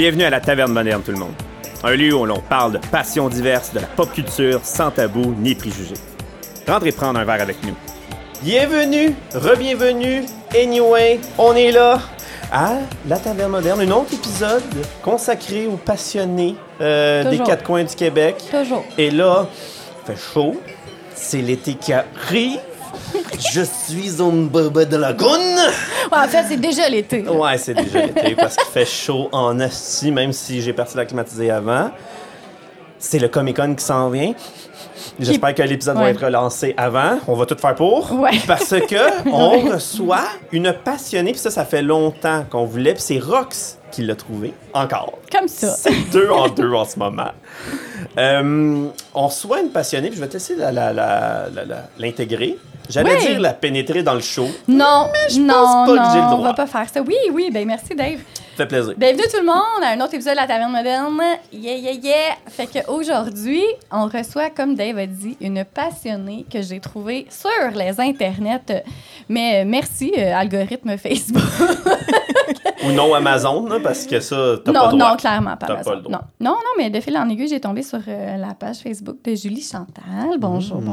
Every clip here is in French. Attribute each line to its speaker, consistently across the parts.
Speaker 1: Bienvenue à la Taverne Moderne, tout le monde. Un lieu où l'on parle de passions diverses, de la pop culture, sans tabou ni préjugés. Rentrez prendre un verre avec nous. Bienvenue, re-bienvenue, anyway, on est là à la Taverne Moderne, un autre épisode consacré aux passionnés des quatre coins du Québec.
Speaker 2: Toujours.
Speaker 1: Et là, il fait chaud, c'est l'été qui arrive. Je suis en baba de la gonne.
Speaker 2: Ouais, en fait, c'est déjà l'été.
Speaker 1: Ouais, c'est déjà l'été parce qu'il fait chaud en asti, même si j'ai parti la climatiser avant. C'est le Comic-Con qui s'en vient. J'espère que l'épisode va être lancé avant. On va tout faire pour.
Speaker 2: Ouais.
Speaker 1: Parce que on reçoit une passionnée, puis ça fait longtemps qu'on voulait, puis c'est Rox qui l'a trouvé. Encore.
Speaker 2: Comme ça.
Speaker 1: C'est 2 en 2 en ce moment. On reçoit une passionnée, puis je vais te laisser l'intégrer. J'allais dire la pénétrer dans le show.
Speaker 2: Non,
Speaker 1: mais je pense pas que j'ai le droit.
Speaker 2: On va pas faire ça. Oui, ben merci Dave.
Speaker 1: Ça fait plaisir.
Speaker 2: Bienvenue tout le monde à un autre épisode de la Taverne Moderne. Yeah. Fait qu'aujourd'hui, on reçoit, comme Dave a dit, une passionnée que j'ai trouvée sur les internets. Mais merci, algorithme Facebook.
Speaker 1: Ou non Amazon, là, parce que ça, t'as pas le droit.
Speaker 2: Non, clairement pas
Speaker 1: T'as
Speaker 2: Amazon.
Speaker 1: pas le droit.
Speaker 2: Non, mais de fil en aiguille, j'ai tombé sur la page Facebook de Julie Chantal. Bonjour.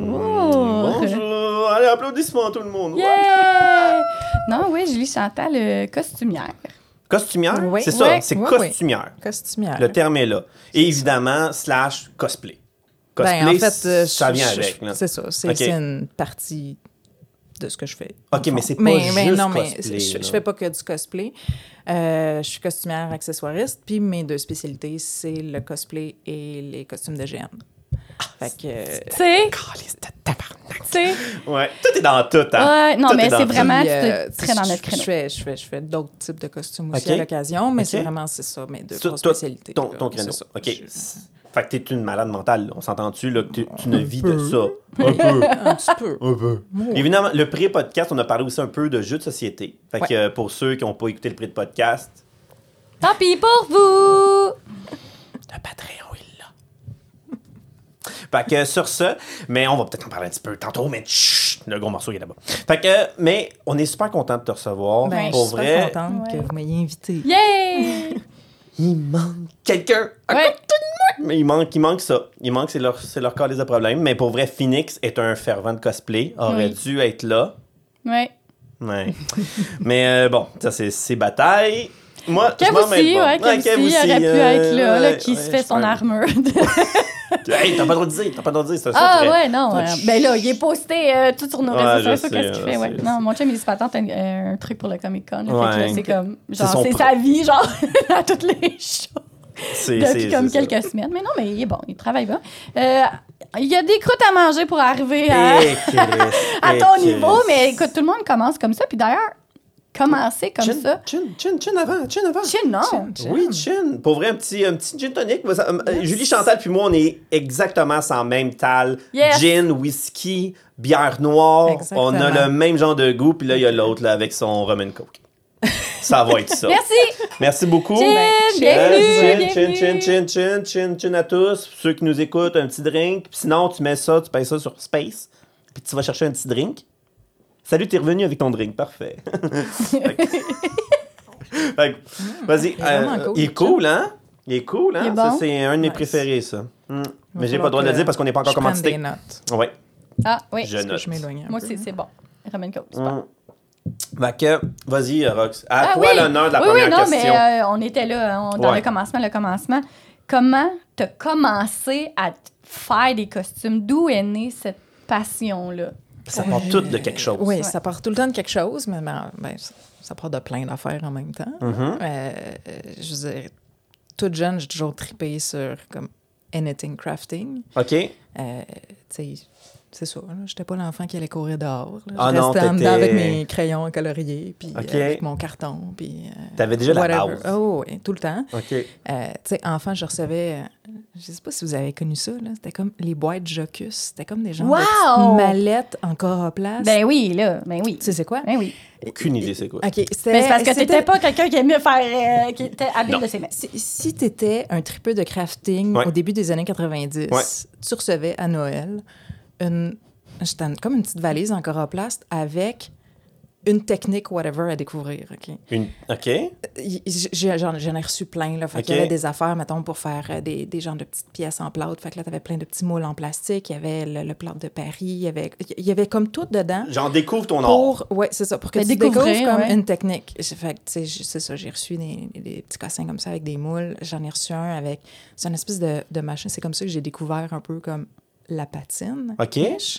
Speaker 1: Bonjour. Allez, applaudissements tout le monde.
Speaker 2: Yeah! Non, oui, Julie Chantal, costumière.
Speaker 1: Costumière?
Speaker 2: Oui,
Speaker 1: C'est ça,
Speaker 2: oui,
Speaker 1: c'est
Speaker 3: oui,
Speaker 1: costumière.
Speaker 3: Costumière.
Speaker 1: Le terme est là. Et évidemment, / cosplay. Cosplay,
Speaker 3: Ben, en fait,
Speaker 1: ça vient avec. Là.
Speaker 3: C'est ça. C'est une partie de ce que je fais.
Speaker 1: OK, mais c'est pas juste
Speaker 3: non,
Speaker 1: cosplay.
Speaker 3: mais je fais pas que du cosplay. Je suis costumière accessoiriste, puis mes deux spécialités, c'est le cosplay et les costumes de GN. Fait que...
Speaker 2: Tu sais?
Speaker 1: Calice de tabarnak.
Speaker 2: Tu sais?
Speaker 1: Ouais, tout est dans tout, hein?
Speaker 2: Ouais, non,
Speaker 1: Tout
Speaker 2: mais
Speaker 1: est dans
Speaker 2: c'est
Speaker 1: tout.
Speaker 2: vraiment
Speaker 3: Puis,
Speaker 2: très dans notre créneau.
Speaker 3: Je fais d'autres types de costumes aussi
Speaker 1: OK.
Speaker 3: à l'occasion, mais
Speaker 1: OK.
Speaker 3: c'est vraiment, c'est ça, mes deux
Speaker 1: Toi,
Speaker 3: grosses spécialités.
Speaker 1: Ton
Speaker 3: là.
Speaker 1: créneau.
Speaker 3: C'est ça.
Speaker 1: OK. Fait que t'es une malade mentale, là. On s'entend-tu, là, que tu ne vis de ça? Un peu.
Speaker 3: Un petit peu.
Speaker 1: Un peu. Évidemment, le pré-podcast, on a parlé aussi un peu de jeux de société. Fait que
Speaker 3: Ouais.
Speaker 1: pour ceux qui n'ont pas écouté le pré-podcast,
Speaker 2: Tant pis pour vous!
Speaker 1: le Patreon, il l'a. Fait que sur ça, mais on va peut-être en parler un petit peu tantôt, mais chut, le gros morceau il est là-bas. Fait que, mais on est super content de te recevoir.
Speaker 3: Ben,
Speaker 1: pour
Speaker 3: je suis
Speaker 1: vrai,
Speaker 3: super contente que vous m'ayez invité.
Speaker 2: Yeah!
Speaker 1: il manque quelqu'un à
Speaker 2: Ouais.
Speaker 1: côté de moi. Mais il manque ça. Il manque, c'est leur calice de problème. Mais pour vrai, Phoenix est un fervent de cosplay. Aurait dû être là.
Speaker 2: Ouais.
Speaker 1: Ouais. Mais bon, ça c'est bataille. Moi,
Speaker 2: Kev
Speaker 1: je m'en mêle
Speaker 2: aussi,
Speaker 1: pas.
Speaker 2: ouais, Kev aussi, il aurait pu être là, qui se fait
Speaker 1: je
Speaker 2: son
Speaker 1: pense.
Speaker 2: armure.
Speaker 1: Hey, t'as pas le droit de dire, c'est un
Speaker 2: Ah
Speaker 1: secret.
Speaker 2: ouais, non. Ben là, il est posté tout sur nos réseaux
Speaker 1: Ouais,
Speaker 2: sociaux.
Speaker 1: je
Speaker 2: Qu'est-ce qu'il
Speaker 1: sais,
Speaker 2: fait? Ouais.
Speaker 1: je sais.
Speaker 2: Non, mon chum, il se patente un truc pour le Comic-Con. là.
Speaker 1: Ouais.
Speaker 2: Fait que là, c'est comme, genre,
Speaker 1: son
Speaker 2: c'est
Speaker 1: pro-
Speaker 2: sa vie, genre, à toutes les shows. Depuis comme
Speaker 1: c'est
Speaker 2: quelques semaines. Mais non, mais il est bon, il travaille bien. Il y a des croûtes à manger pour arriver à ton niveau, mais écoute, tout le monde commence comme ça. Puis d'ailleurs, commencer comme ça.
Speaker 1: Chin avant.
Speaker 2: Chin, non.
Speaker 1: Oui, chin. Pour vrai, un petit gin tonic. Julie Chantal puis moi, on est exactement sans même tal.
Speaker 2: Yes.
Speaker 1: Gin, whisky, bière noire.
Speaker 3: Exactement.
Speaker 1: On a le même genre de goût. Puis là, il y a l'autre là, avec son rum and coke. Ça va être ça. Merci beaucoup.
Speaker 2: Chin, bienvenue.
Speaker 1: Chin à tous. Ceux qui nous écoutent, un petit drink. Puis sinon, tu mets ça, tu payes ça sur Space. Puis tu vas chercher un petit drink. Salut, t'es revenu avec ton drink. Parfait. Fait que, vas-y.
Speaker 3: vraiment cool,
Speaker 1: Il est cool, hein? Il est cool, hein?
Speaker 2: Il est
Speaker 1: Ça,
Speaker 2: bon.
Speaker 1: c'est un de mes
Speaker 3: Nice.
Speaker 1: préférés, ça. Mais j'ai
Speaker 3: falloir
Speaker 1: pas le droit de le
Speaker 3: que
Speaker 1: dire parce qu'on n'est pas encore
Speaker 3: je prenne
Speaker 1: commandité.
Speaker 3: des notes.
Speaker 1: Ouais,
Speaker 2: Ah, oui.
Speaker 1: je
Speaker 3: Parce que
Speaker 1: note.
Speaker 3: je m'éloigne un
Speaker 2: Moi
Speaker 3: peu.
Speaker 2: aussi, c'est bon. Ramène coke, c'est bon.
Speaker 1: Fait que, vas-y, Rox. À
Speaker 2: Ah
Speaker 1: toi
Speaker 2: oui.
Speaker 1: l'honneur de la
Speaker 2: oui,
Speaker 1: première
Speaker 2: non,
Speaker 1: question.
Speaker 2: mais on était là, dans
Speaker 1: Ouais.
Speaker 2: le commencement. Comment t'as commencé à faire des costumes? D'où est née cette passion-là?
Speaker 1: Ça part tout de quelque chose.
Speaker 3: Oui,
Speaker 2: Ouais.
Speaker 3: ça part tout le temps de quelque chose, mais ça part de plein d'affaires en même temps. Je veux dire, toute jeune, j'ai toujours trippé sur comme anything crafting.
Speaker 1: OK?
Speaker 3: Tu sais, c'est ça. Là, j'étais pas l'enfant qui allait courir dehors. Là.
Speaker 1: Ah
Speaker 3: Je
Speaker 1: non,
Speaker 3: restais en
Speaker 1: t'étais-
Speaker 3: dedans avec mes crayons à colorier, puis
Speaker 1: OK.
Speaker 3: avec mon carton, puis...
Speaker 1: T'avais déjà la
Speaker 3: whatever.
Speaker 1: base.
Speaker 3: Oh, oui, tout le temps.
Speaker 1: OK.
Speaker 3: Tu sais, enfant, je recevais... je sais pas si vous avez connu ça, là. C'était comme les boîtes Jocus. C'était comme des genres de
Speaker 2: Wow!
Speaker 3: petites mallettes en coroplaste.
Speaker 2: Ben oui, là. Ben oui.
Speaker 3: Tu sais c'est quoi?
Speaker 2: Ben oui.
Speaker 1: Aucune idée, c'est quoi.
Speaker 3: OK,
Speaker 2: Mais c'est parce que
Speaker 3: c'était-
Speaker 2: t'étais pas quelqu'un qui aimait faire... qui était habile de ses mains.
Speaker 3: Si tu étais un tripeux de crafting
Speaker 1: Ouais.
Speaker 3: au début des années 90,
Speaker 1: Ouais.
Speaker 3: tu recevais à Noël comme une petite valise en coroplaste avec une technique, whatever, à découvrir, OK?
Speaker 1: OK.
Speaker 3: J'en ai reçu plein, là. Fait qu'il y avait des affaires, mettons, pour faire des genres de petites pièces en plâtre. Fait que là, t'avais plein de petits moules en plastique. Il y avait le plâtre de Paris. Il y avait comme tout dedans.
Speaker 1: J'en découvre ton art.
Speaker 3: Oui, c'est ça. Pour que tu découvres comme une technique. Fait que, tu sais, c'est ça. J'ai reçu des petits cassins comme ça avec des moules. J'en ai reçu un avec... C'est une espèce de machine. C'est comme ça que j'ai découvert un peu comme la patine.
Speaker 1: OK.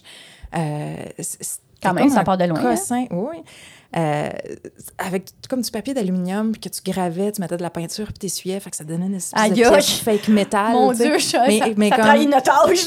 Speaker 2: Quand même, ça part de loin.
Speaker 3: Cossin, oui. Avec comme du papier d'aluminium, puis que tu gravais, tu mettais de la peinture, puis t'essuyais, fait que ça donnait une espèce de pièce fake métal.
Speaker 2: Mon Dieu, ça trahit notre âge,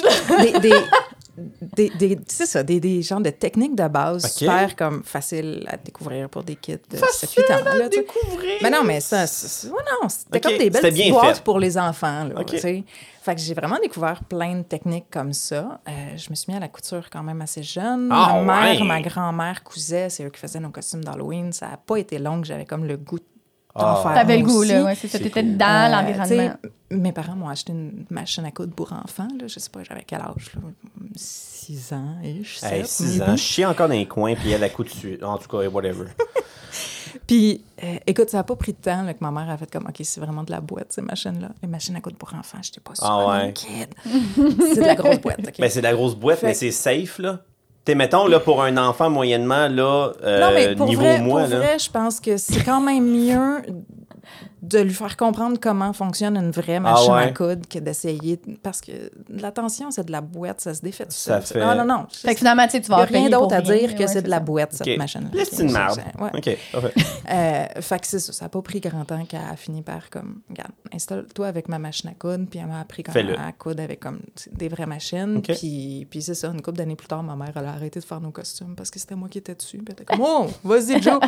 Speaker 2: là.
Speaker 3: C'est ça, des genres de techniques de base super comme faciles à découvrir pour des kids de 7-8 ans.
Speaker 1: Facile à découvrir!
Speaker 3: Mais non, mais ça, c'était comme des belles petites boîtes pour les enfants, là, tu sais. Fait que j'ai vraiment découvert plein de techniques comme ça. Je me suis mis à la couture quand même assez jeune. Ma grand-mère cousait, c'est eux qui faisaient nos costumes d'Halloween. Ça n'a pas été long que j'avais comme le goût d'en faire.
Speaker 2: T'avais le goût, là, ouais, c'est ça. T'étais dans l'environnement.
Speaker 3: Mes parents m'ont acheté une machine à coudre pour enfants, là. Je sais pas, j'avais quel âge, là? 6 ans-ish, 7.
Speaker 1: 6 ans. Je chie encore dans les coins, puis elle a coupe dessus. En tout cas, whatever.
Speaker 3: Puis, écoute, ça n'a pas pris de temps là, que ma mère a fait comme, OK, c'est vraiment de la boîte, ces machines-là. Les machines à coudre pour enfants, je n'étais pas sûre. Kid. C'est de la grosse boîte, OK?
Speaker 1: Ben, c'est de la grosse boîte, mais c'est safe, là. T'es, mettons, là, pour un enfant moyennement, là, non, mais pour niveau
Speaker 3: vrai,
Speaker 1: moi,
Speaker 3: pour
Speaker 1: là.
Speaker 3: vrai, je pense que c'est quand même mieux de lui faire comprendre comment fonctionne une vraie machine à coudre que d'essayer... Parce que la tension, c'est de la boîte, ça se défait tout ça.
Speaker 1: Fait...
Speaker 3: Non.
Speaker 2: Fait que finalement, tu vas
Speaker 3: rien d'autre à dire que c'est de la boîte, cette machine-là.
Speaker 1: C'est une merde. OK,
Speaker 3: fait que c'est ça. Ça n'a pas pris grand temps qu'elle a fini par, comme, regarde, installe-toi avec ma machine à coudre, puis elle m'a appris comment à coudre avec, comme, des vraies machines. Puis c'est ça, une couple d'années plus tard, ma mère, elle a arrêté de faire nos costumes parce que c'était moi qui étais dessus. Puis elle était comme, oh, vas-y, Joe!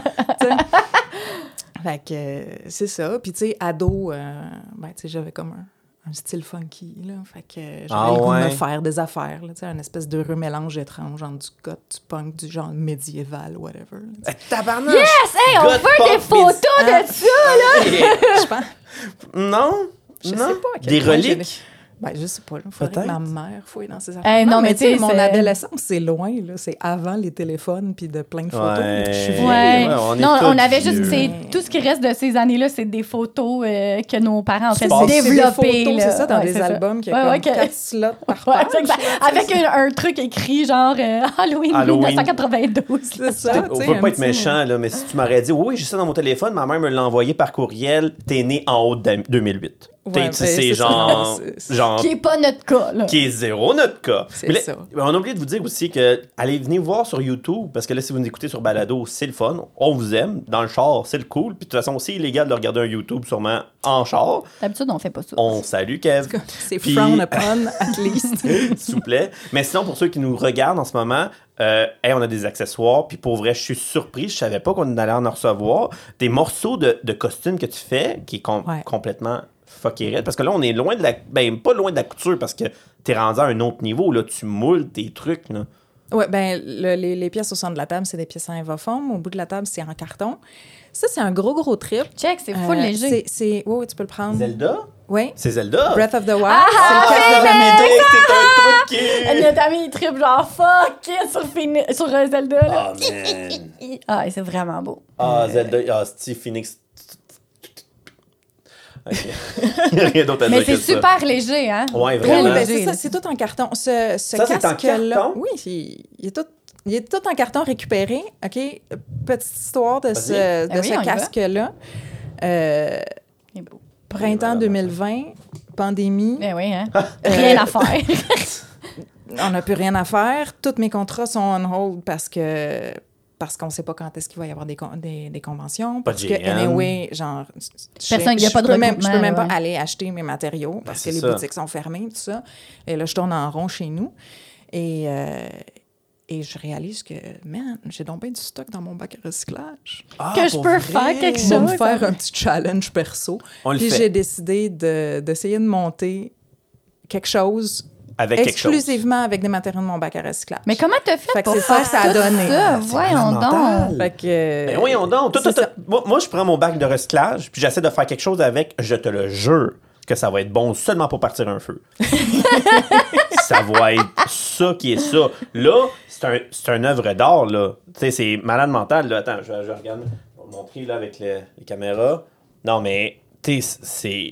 Speaker 3: Fait que c'est ça. Puis, tu sais, ado, ben, tu sais, j'avais comme un style funky, là. Fait que j'avais le goût de me faire des affaires, là. Tu sais, un espèce d'heureux mélange étrange, genre du goth, du punk, du genre médiéval, whatever.
Speaker 1: Tabarnak!
Speaker 2: Yes! Hey, on veut des photos de ça, là!
Speaker 3: Je pense...
Speaker 1: Non?
Speaker 3: Je sais pas.
Speaker 1: Des reliques?
Speaker 3: Ben, je sais pas. Il faudrait que ma mère fouille dans ses affaires.
Speaker 2: Non, mais tu sais,
Speaker 3: mon adolescence, c'est loin, là. C'est avant les téléphones puis de plein de photos.
Speaker 2: On avait juste... Tout ce qui reste de ces années-là, c'est des photos que nos parents ont fait développer.
Speaker 3: C'est ça, dans des albums qui ont comme 4 slots par page.
Speaker 2: Avec un truc écrit genre Halloween 1992.
Speaker 3: C'est ça.
Speaker 1: On veut pas être méchant, là, mais si tu m'aurais dit, oui, j'ai ça dans mon téléphone, ma mère me l'a envoyé par courriel, t'es né en août 2008. C'est genre...
Speaker 2: Qui est pas notre cas, là.
Speaker 1: Qui est zéro notre cas.
Speaker 3: C'est ça.
Speaker 1: On a oublié de vous dire aussi que allez venir voir sur YouTube, parce que là, si vous nous écoutez sur Balado, c'est le fun. On vous aime. Dans le char, c'est le cool. Puis de toute façon, c'est illégal de regarder un YouTube sûrement en char.
Speaker 2: D'habitude, on fait pas ça.
Speaker 1: On salue Kev.
Speaker 3: C'est frown upon, at least.
Speaker 1: S'il vous plaît. Mais sinon, pour ceux qui nous regardent en ce moment, on a des accessoires. Puis pour vrai, je suis surpris. Je savais pas qu'on allait en recevoir. Des morceaux de costumes que tu fais, qui est complètement... fucké raide, parce que là, on est loin de la... Ben, pas loin de la couture, parce que t'es rendu à un autre niveau, là. Tu moules tes trucs, là.
Speaker 3: Oui, ben les pièces au centre de la table, c'est des pièces en invoforme. Au bout de la table, c'est en carton. Ça, c'est un gros trip.
Speaker 2: Check, c'est full léger.
Speaker 3: Oui, tu peux le prendre.
Speaker 1: Zelda?
Speaker 3: Oui.
Speaker 1: C'est Zelda?
Speaker 3: Breath of the Wild. C'est le casque de
Speaker 1: Vanessa. T'es un truc qui...
Speaker 2: Notre ami, il tripe genre fuck sur Zelda, là.
Speaker 1: Oh,
Speaker 2: man. C'est vraiment beau.
Speaker 1: Zelda. Steve Phoenix... Okay. Il n'y a rien d'autre à dire.
Speaker 2: Mais c'est super léger, hein?
Speaker 1: Oui, vraiment.
Speaker 3: Oui, c'est ça, c'est tout en carton. Ce casque-là, oui, il est tout en carton récupéré. OK? Petite histoire de ce casque-là. Printemps 2020, pandémie.
Speaker 2: Ben oui, hein? Rien à faire.
Speaker 3: On n'a plus rien à faire. Tous mes contrats sont on hold parce qu'on ne sait pas quand est-ce qu'il va y avoir des conventions. Parce que, anyway, genre...
Speaker 2: Personne, il n'y a pas de regroupement.
Speaker 3: Je peux même pas aller acheter mes matériaux parce que les boutiques sont fermées, tout ça. Et là, je tourne en rond chez nous. Et je réalise que, man, j'ai donc bien du stock dans mon bac à recyclage.
Speaker 2: Que je peux faire quelque chose.
Speaker 3: Je vais me faire un petit challenge perso. Puis j'ai décidé d'essayer de monter quelque chose... exclusivement avec des matériaux de mon bac à recyclage.
Speaker 2: Mais comment t'as fait pour
Speaker 3: faire ça a donné?
Speaker 2: Voyons donc.
Speaker 3: Ben
Speaker 1: voyons donc. Moi, je prends mon bac de recyclage, puis j'essaie de faire quelque chose avec, je te le jure. que ça va être bon seulement pour partir un feu. Ça va être ça qui est ça. Là, c'est un œuvre d'art, là. Tu sais, c'est malade mental, là. Attends, je regarde. Je vais montrer, là, avec les caméras. Non, mais, tu sais,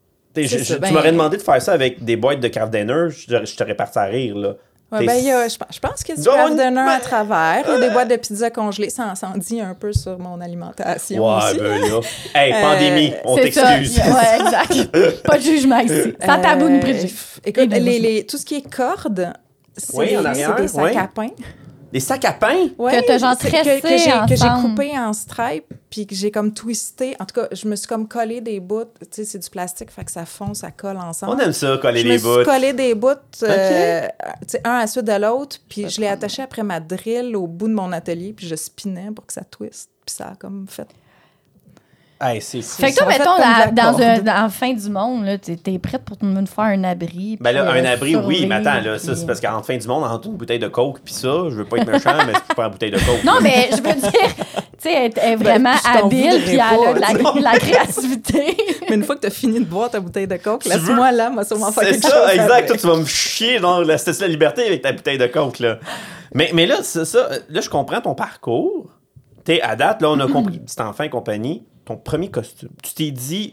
Speaker 1: tu m'aurais demandé de faire ça avec des boîtes de craft dinner, je t'aurais parti à rire, là.
Speaker 3: Ouais, je pense qu'il y a du craft dinner à travers. Il y a des boîtes de pizza congelées. Ça en dit un peu sur mon alimentation aussi.
Speaker 1: Ben là. Hey, pandémie, on t'excuse.
Speaker 2: Ouais, exact. Pas de jugement ici. Sans tabou ni préjugés.
Speaker 3: Écoute, tout ce qui est corde, c'est des sacs à pain.
Speaker 1: Des sacs à pain?
Speaker 2: Oui, que t'as genre tressé
Speaker 3: que j'ai coupé en stripes, puis que j'ai comme twisté. En tout cas, je me suis comme collé des bouts. Tu sais, c'est du plastique, fait que ça fond, ça colle ensemble.
Speaker 1: On aime ça, coller des bouts.
Speaker 3: Je me suis collé des bouts, tu sais, un à la suite de l'autre, puis je l'ai attaché après ma drill au bout de mon atelier, puis je spinais pour que ça twiste. Puis ça a comme fait...
Speaker 1: Hey, c'est fou.
Speaker 2: Fait que toi, mettons, dans la fin du monde, là, t'es prête pour me faire un abri.
Speaker 1: Ben là, un abri, oui, mais attends, là, ça, c'est parce qu'en fin du monde, entre une bouteille de coke puis ça, je veux pas être méchant, mais c'est pas une bouteille de coke.
Speaker 2: Non, mais je veux dire, tu sais, elle est vraiment habile, puis elle a de la créativité.
Speaker 3: Mais une fois que t'as fini de boire ta bouteille de coke, laisse-moi là, moi, sûrement faire quelque chose.
Speaker 1: C'est ça, exact. Toi, tu vas me chier dans la Statue de la Liberté avec ta bouteille de coke, là. Mais là, c'est ça. Là, je comprends ton parcours. T'es à date, là, on a compris, petit enfant et compagnie. Ton premier costume. Tu t'es dit,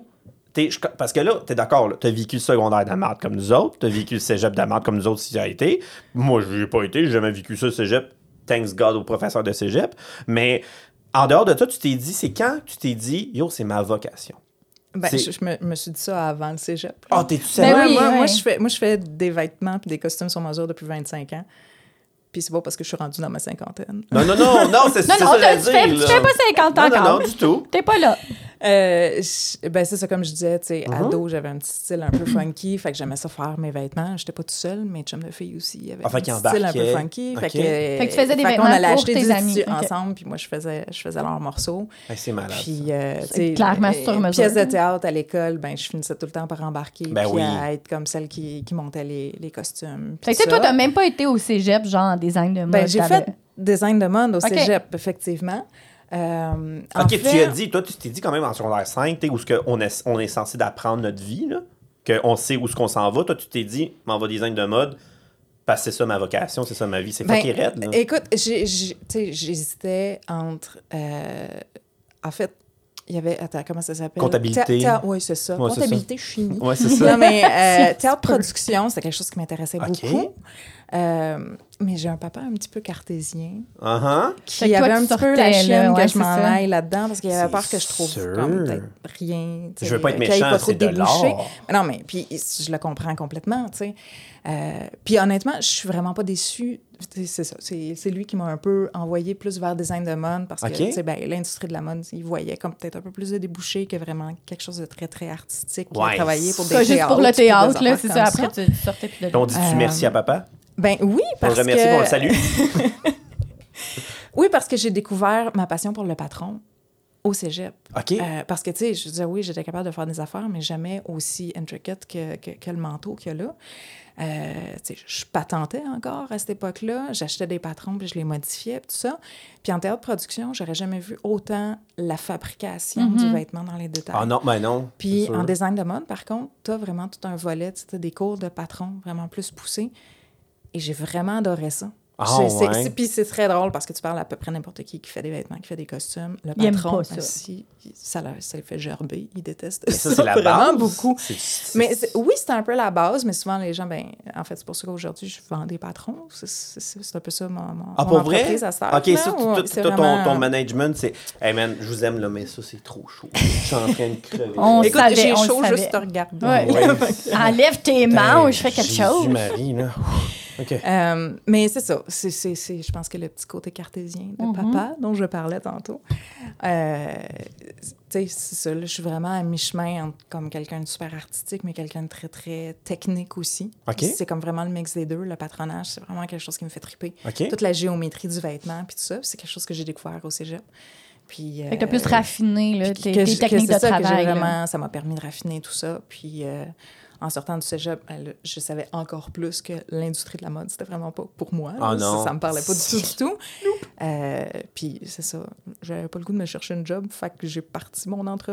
Speaker 1: parce que là, t'es d'accord, t'as vécu le secondaire de la merde comme nous autres, t'as vécu le cégep de la merde comme nous autres si ça a été. Moi, je n'ai pas été, j'ai jamais vécu ça, le cégep. Thanks God au professeur de cégep. Mais en dehors de ça, tu t'es dit, c'est quand tu t'es dit, c'est ma vocation?
Speaker 3: Ben, je me suis dit ça avant le cégep.
Speaker 1: Ah, t'es-tu sérieux?
Speaker 3: Moi, je fais des vêtements et des costumes sur mesure depuis 25 ans. Puis c'est pas parce que je suis rendue dans ma cinquantaine.
Speaker 1: Non, c'est ça que je dire.
Speaker 2: Tu fais pas 50 ans encore.
Speaker 1: Non, du tout.
Speaker 2: T'es pas là.
Speaker 3: Ben c'est ça, comme je disais, tu sais, ado, j'avais un petit style un peu funky, fait que j'aimais ça faire mes vêtements. J'étais pas toute seule, mes chums de filles aussi avaient un petit style un peu funky.
Speaker 2: Okay. Fait que tu faisais des vêtements pour tes amis.
Speaker 3: Ensemble, puis moi, je faisais leurs morceaux.
Speaker 1: C'est malade.
Speaker 3: Puis,
Speaker 2: c'est clairement sur mesure.
Speaker 3: Pièces de théâtre à l'école, ben je finissais tout le temps par embarquer, puis à être comme celle qui montait les costumes.
Speaker 2: Fait que toi, t'as même pas été au cégep, genre en design de mode?
Speaker 3: Ben, j'ai fait design de mode au cégep, effectivement.
Speaker 1: OK, tu as dit, toi, tu t'es dit quand même en secondaire 5, où on est censé d'apprendre notre vie, là, qu'on sait où est-ce qu'on s'en va. Toi, tu t'es dit, m'en va design de mode, parce que c'est ça ma vocation, c'est ça ma vie. C'est fucké raide, là.
Speaker 3: Écoute, j'hésitais entre... en fait, il y avait... Attends, comment ça s'appelle?
Speaker 1: Comptabilité.
Speaker 3: Oui, c'est ça. Ouais, comptabilité, chimie.
Speaker 1: Oui, c'est ça.
Speaker 3: Non, mais théâtre-production, c'était quelque chose qui m'intéressait beaucoup. Mais j'ai un papa un petit peu cartésien qui avait un petit peu la chienne que je m'en aille là-dedans parce qu'il avait peur que je trouve comme peut-être rien.
Speaker 1: Je veux pas être méchant, c'est de l'art.
Speaker 3: Non, mais puis je le comprends complètement, tu sais. Puis honnêtement, je suis vraiment pas déçue. C'est ça. C'est lui qui m'a un peu envoyé plus vers le design de mode parce que tu sais, l'industrie de la mode, il voyait comme peut-être un peu plus de débouchés que vraiment quelque chose de très, très artistique. Il a travaillé pour des théâtres.
Speaker 2: Juste pour le théâtre, là, c'est ça. Après, tu sortais plus de là.
Speaker 1: On dit-tu merci à papa?
Speaker 3: Ben oui, parce que...
Speaker 1: On le remercie pour le salut.
Speaker 3: Oui, parce que j'ai découvert ma passion pour le patron au cégep.
Speaker 1: OK.
Speaker 3: Parce que, tu sais, je disais, oui, j'étais capable de faire des affaires, mais jamais aussi intricate que le manteau qu'il y a là. Tu sais, je patentais encore à cette époque-là. J'achetais des patrons, puis je les modifiais, tout ça. Puis en théâtre-production, j'aurais jamais vu autant la fabrication du vêtement dans les détails.
Speaker 1: Ah non, ben non.
Speaker 3: Puis en design de mode, par contre, tu as vraiment tout un volet, tu sais, des cours de patron vraiment plus poussés. Et j'ai vraiment adoré ça. Puis c'est très drôle parce que tu parles à peu près n'importe qui fait des vêtements, qui fait des costumes. Le patron, ça le fait gerber. Il déteste ça.
Speaker 1: C'est la
Speaker 3: vraiment
Speaker 1: base.
Speaker 3: Beaucoup. Mais oui, c'est un peu la base, mais souvent les gens, en fait, c'est pour ça qu'aujourd'hui, je vends des patrons. C'est un peu ça mon entreprise à ça.
Speaker 1: OK, ça, ton management, c'est « Hey man, je vous aime, là, mais ça, c'est trop chaud. Je suis en train de crever. »
Speaker 3: Écoute, j'ai chaud juste te regarder.
Speaker 2: Enlève tes manches, fais quelque chose.
Speaker 1: Jésus-Marie, là. Okay.
Speaker 3: Mais c'est ça. C'est, je pense que le petit côté cartésien de papa dont je parlais tantôt. Tu sais, c'est ça. Là, je suis vraiment à mi-chemin entre comme quelqu'un de super artistique, mais quelqu'un de très, très technique aussi.
Speaker 1: Okay.
Speaker 3: C'est comme vraiment le mix des deux. Le patronage, c'est vraiment quelque chose qui me fait triper.
Speaker 1: Okay.
Speaker 3: Toute la géométrie du vêtement, puis tout ça. C'est quelque chose que j'ai découvert au cégep. Puis,
Speaker 2: fait que t'as plus raffiné là, tes techniques de travail.
Speaker 3: Ça m'a permis de raffiner tout ça. Puis... en sortant du cégep, je savais encore plus que l'industrie de la mode, c'était vraiment pas pour moi. Ça me parlait pas du tout. Puis c'est ça, j'avais pas le goût de me chercher une job, fait que j'ai parti mon entreprise.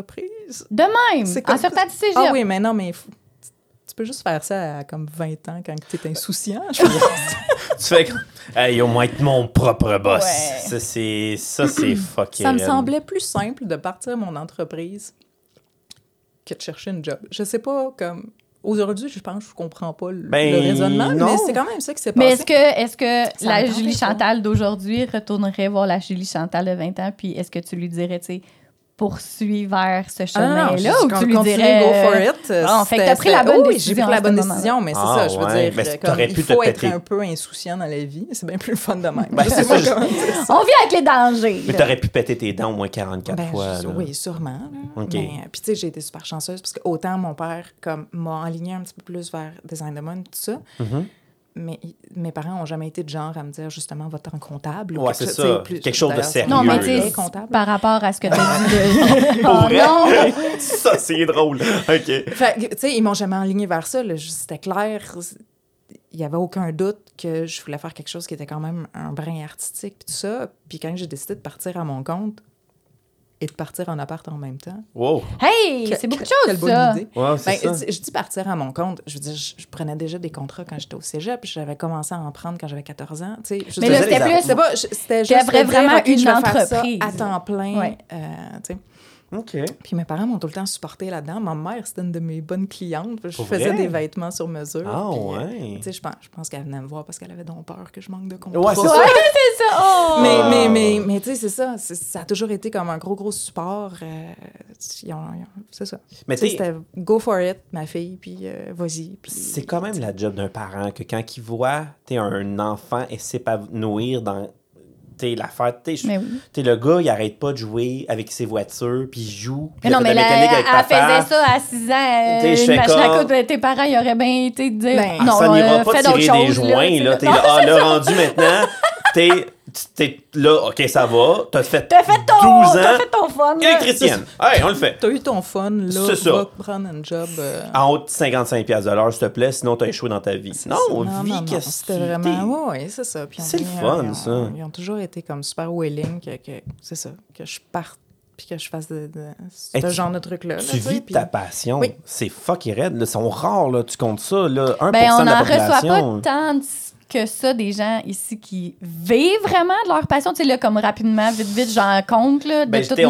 Speaker 2: De même, en sortant du cégep.
Speaker 3: Ah oui, mais non, mais tu peux juste faire ça à comme 20 ans quand tu es insouciant. Je
Speaker 1: tu fais comme, hey, au moins être mon propre boss. Ouais. Ça, c'est fucking.
Speaker 3: Ça me semblait plus simple de partir mon entreprise que de chercher une job. Je sais pas, comme... Aujourd'hui, je pense que je comprends pas le raisonnement, non. Mais c'est quand même ça qui s'est passé.
Speaker 2: Mais est-ce que la Julie Chantal d'aujourd'hui retournerait voir la Julie Chantal de 20 ans, puis est-ce que tu lui dirais, tu sais, poursuis vers ce chemin-là, ou tu lui dirais...
Speaker 3: go for it.
Speaker 2: Fait que t'as pris la bonne décision.
Speaker 3: Oui, j'ai pris la bonne décision, mais c'est ça, je veux dire, comme, il faut être un peu insouciant dans la vie, c'est bien plus le fun de même.
Speaker 1: C'est ça,
Speaker 2: on vit avec les dangers.
Speaker 1: Mais t'aurais pu péter tes dents au moins 44 fois.
Speaker 3: Oui, sûrement. Okay. Puis tu sais, j'ai été super chanceuse, parce que autant mon père m'a enligné un petit peu plus vers design de mode, tout ça, mais mes parents n'ont jamais été de genre à me dire, justement, va-t'en comptable.
Speaker 1: Ouais, c'est ça. Quelque chose de sérieux.
Speaker 2: Non, mais tu sais, par rapport à ce que tu as dit.
Speaker 1: Pour vrai? Non. Ça, c'est drôle. OK.
Speaker 3: Fait tu sais, ils m'ont jamais enligné vers ça. Là. C'était clair. Il n'y avait aucun doute que je voulais faire quelque chose qui était quand même un brin artistique, puis tout ça. Puis quand j'ai décidé de partir à mon compte, et de partir en appart en même temps.
Speaker 1: Wow!
Speaker 2: Hey! C'est beaucoup de choses,
Speaker 3: quelle bonne idée.
Speaker 1: Wow, c'est ça.
Speaker 3: Je dis partir à mon compte. Je veux dire, je prenais déjà des contrats quand j'étais au cégep, puis j'avais commencé à en prendre quand j'avais 14 ans.
Speaker 2: Mais là, c'était plus...
Speaker 3: C'était juste
Speaker 2: vraiment une entreprise.
Speaker 3: Ça à temps plein.
Speaker 2: Ouais.
Speaker 3: Tu sais.
Speaker 1: OK.
Speaker 3: Puis mes parents m'ont tout le temps supporté là-dedans. Ma mère, c'était une de mes bonnes clientes. Je faisais des vêtements sur mesure.
Speaker 1: Ah,
Speaker 3: puis,
Speaker 1: ouais.
Speaker 3: Tu sais, je pense qu'elle venait me voir parce qu'elle avait donc peur que je manque de contrat.
Speaker 1: Ouais, c'est ça.
Speaker 2: Ouais, c'est ça. Oh!
Speaker 3: Mais tu sais, c'est ça. Ça a toujours été comme un gros support. C'est ça. Mais c'était go for it, ma fille, puis vas-y. Puis,
Speaker 1: c'est quand même la job d'un parent que quand il voit un enfant s'épanouir dans... l'affaire, le gars, il arrête pas de jouer avec ses voitures, puis il joue, puis il fait de la mécanique avec papa.
Speaker 2: Elle faisait ça à 6 ans, machine à coudre, tes parents, ils auraient bien été de dire, non,
Speaker 1: ça n'ira pas tirer des joints, là, là, rendu maintenant, t'es là, OK, ça va, t'as fait 12 ans.
Speaker 2: T'as fait ton fun.
Speaker 1: Christiane, hey, on le fait.
Speaker 3: T'as eu ton fun, là, va prendre un job.
Speaker 1: En haut de 55$ de l'heure, s'il te plaît, sinon t'as échoué dans ta vie. Non,
Speaker 3: c'était vraiment... Oui, c'est ça. Puis
Speaker 1: c'est le fun, ça.
Speaker 3: Ils ont toujours été comme super willing que c'est ça, que je parte puis que je fasse ce genre de truc-là.
Speaker 1: Tu vis ta passion.
Speaker 3: Oui.
Speaker 1: C'est fucking raide. Ils sont rares, là, tu comptes ça. Là, 1%
Speaker 2: on
Speaker 1: de la population.
Speaker 2: On n'en reçoit pas tant que ça des gens ici qui vivent vraiment de leur passion. Tu sais, là, comme rapidement, vite, j'en compte. Là,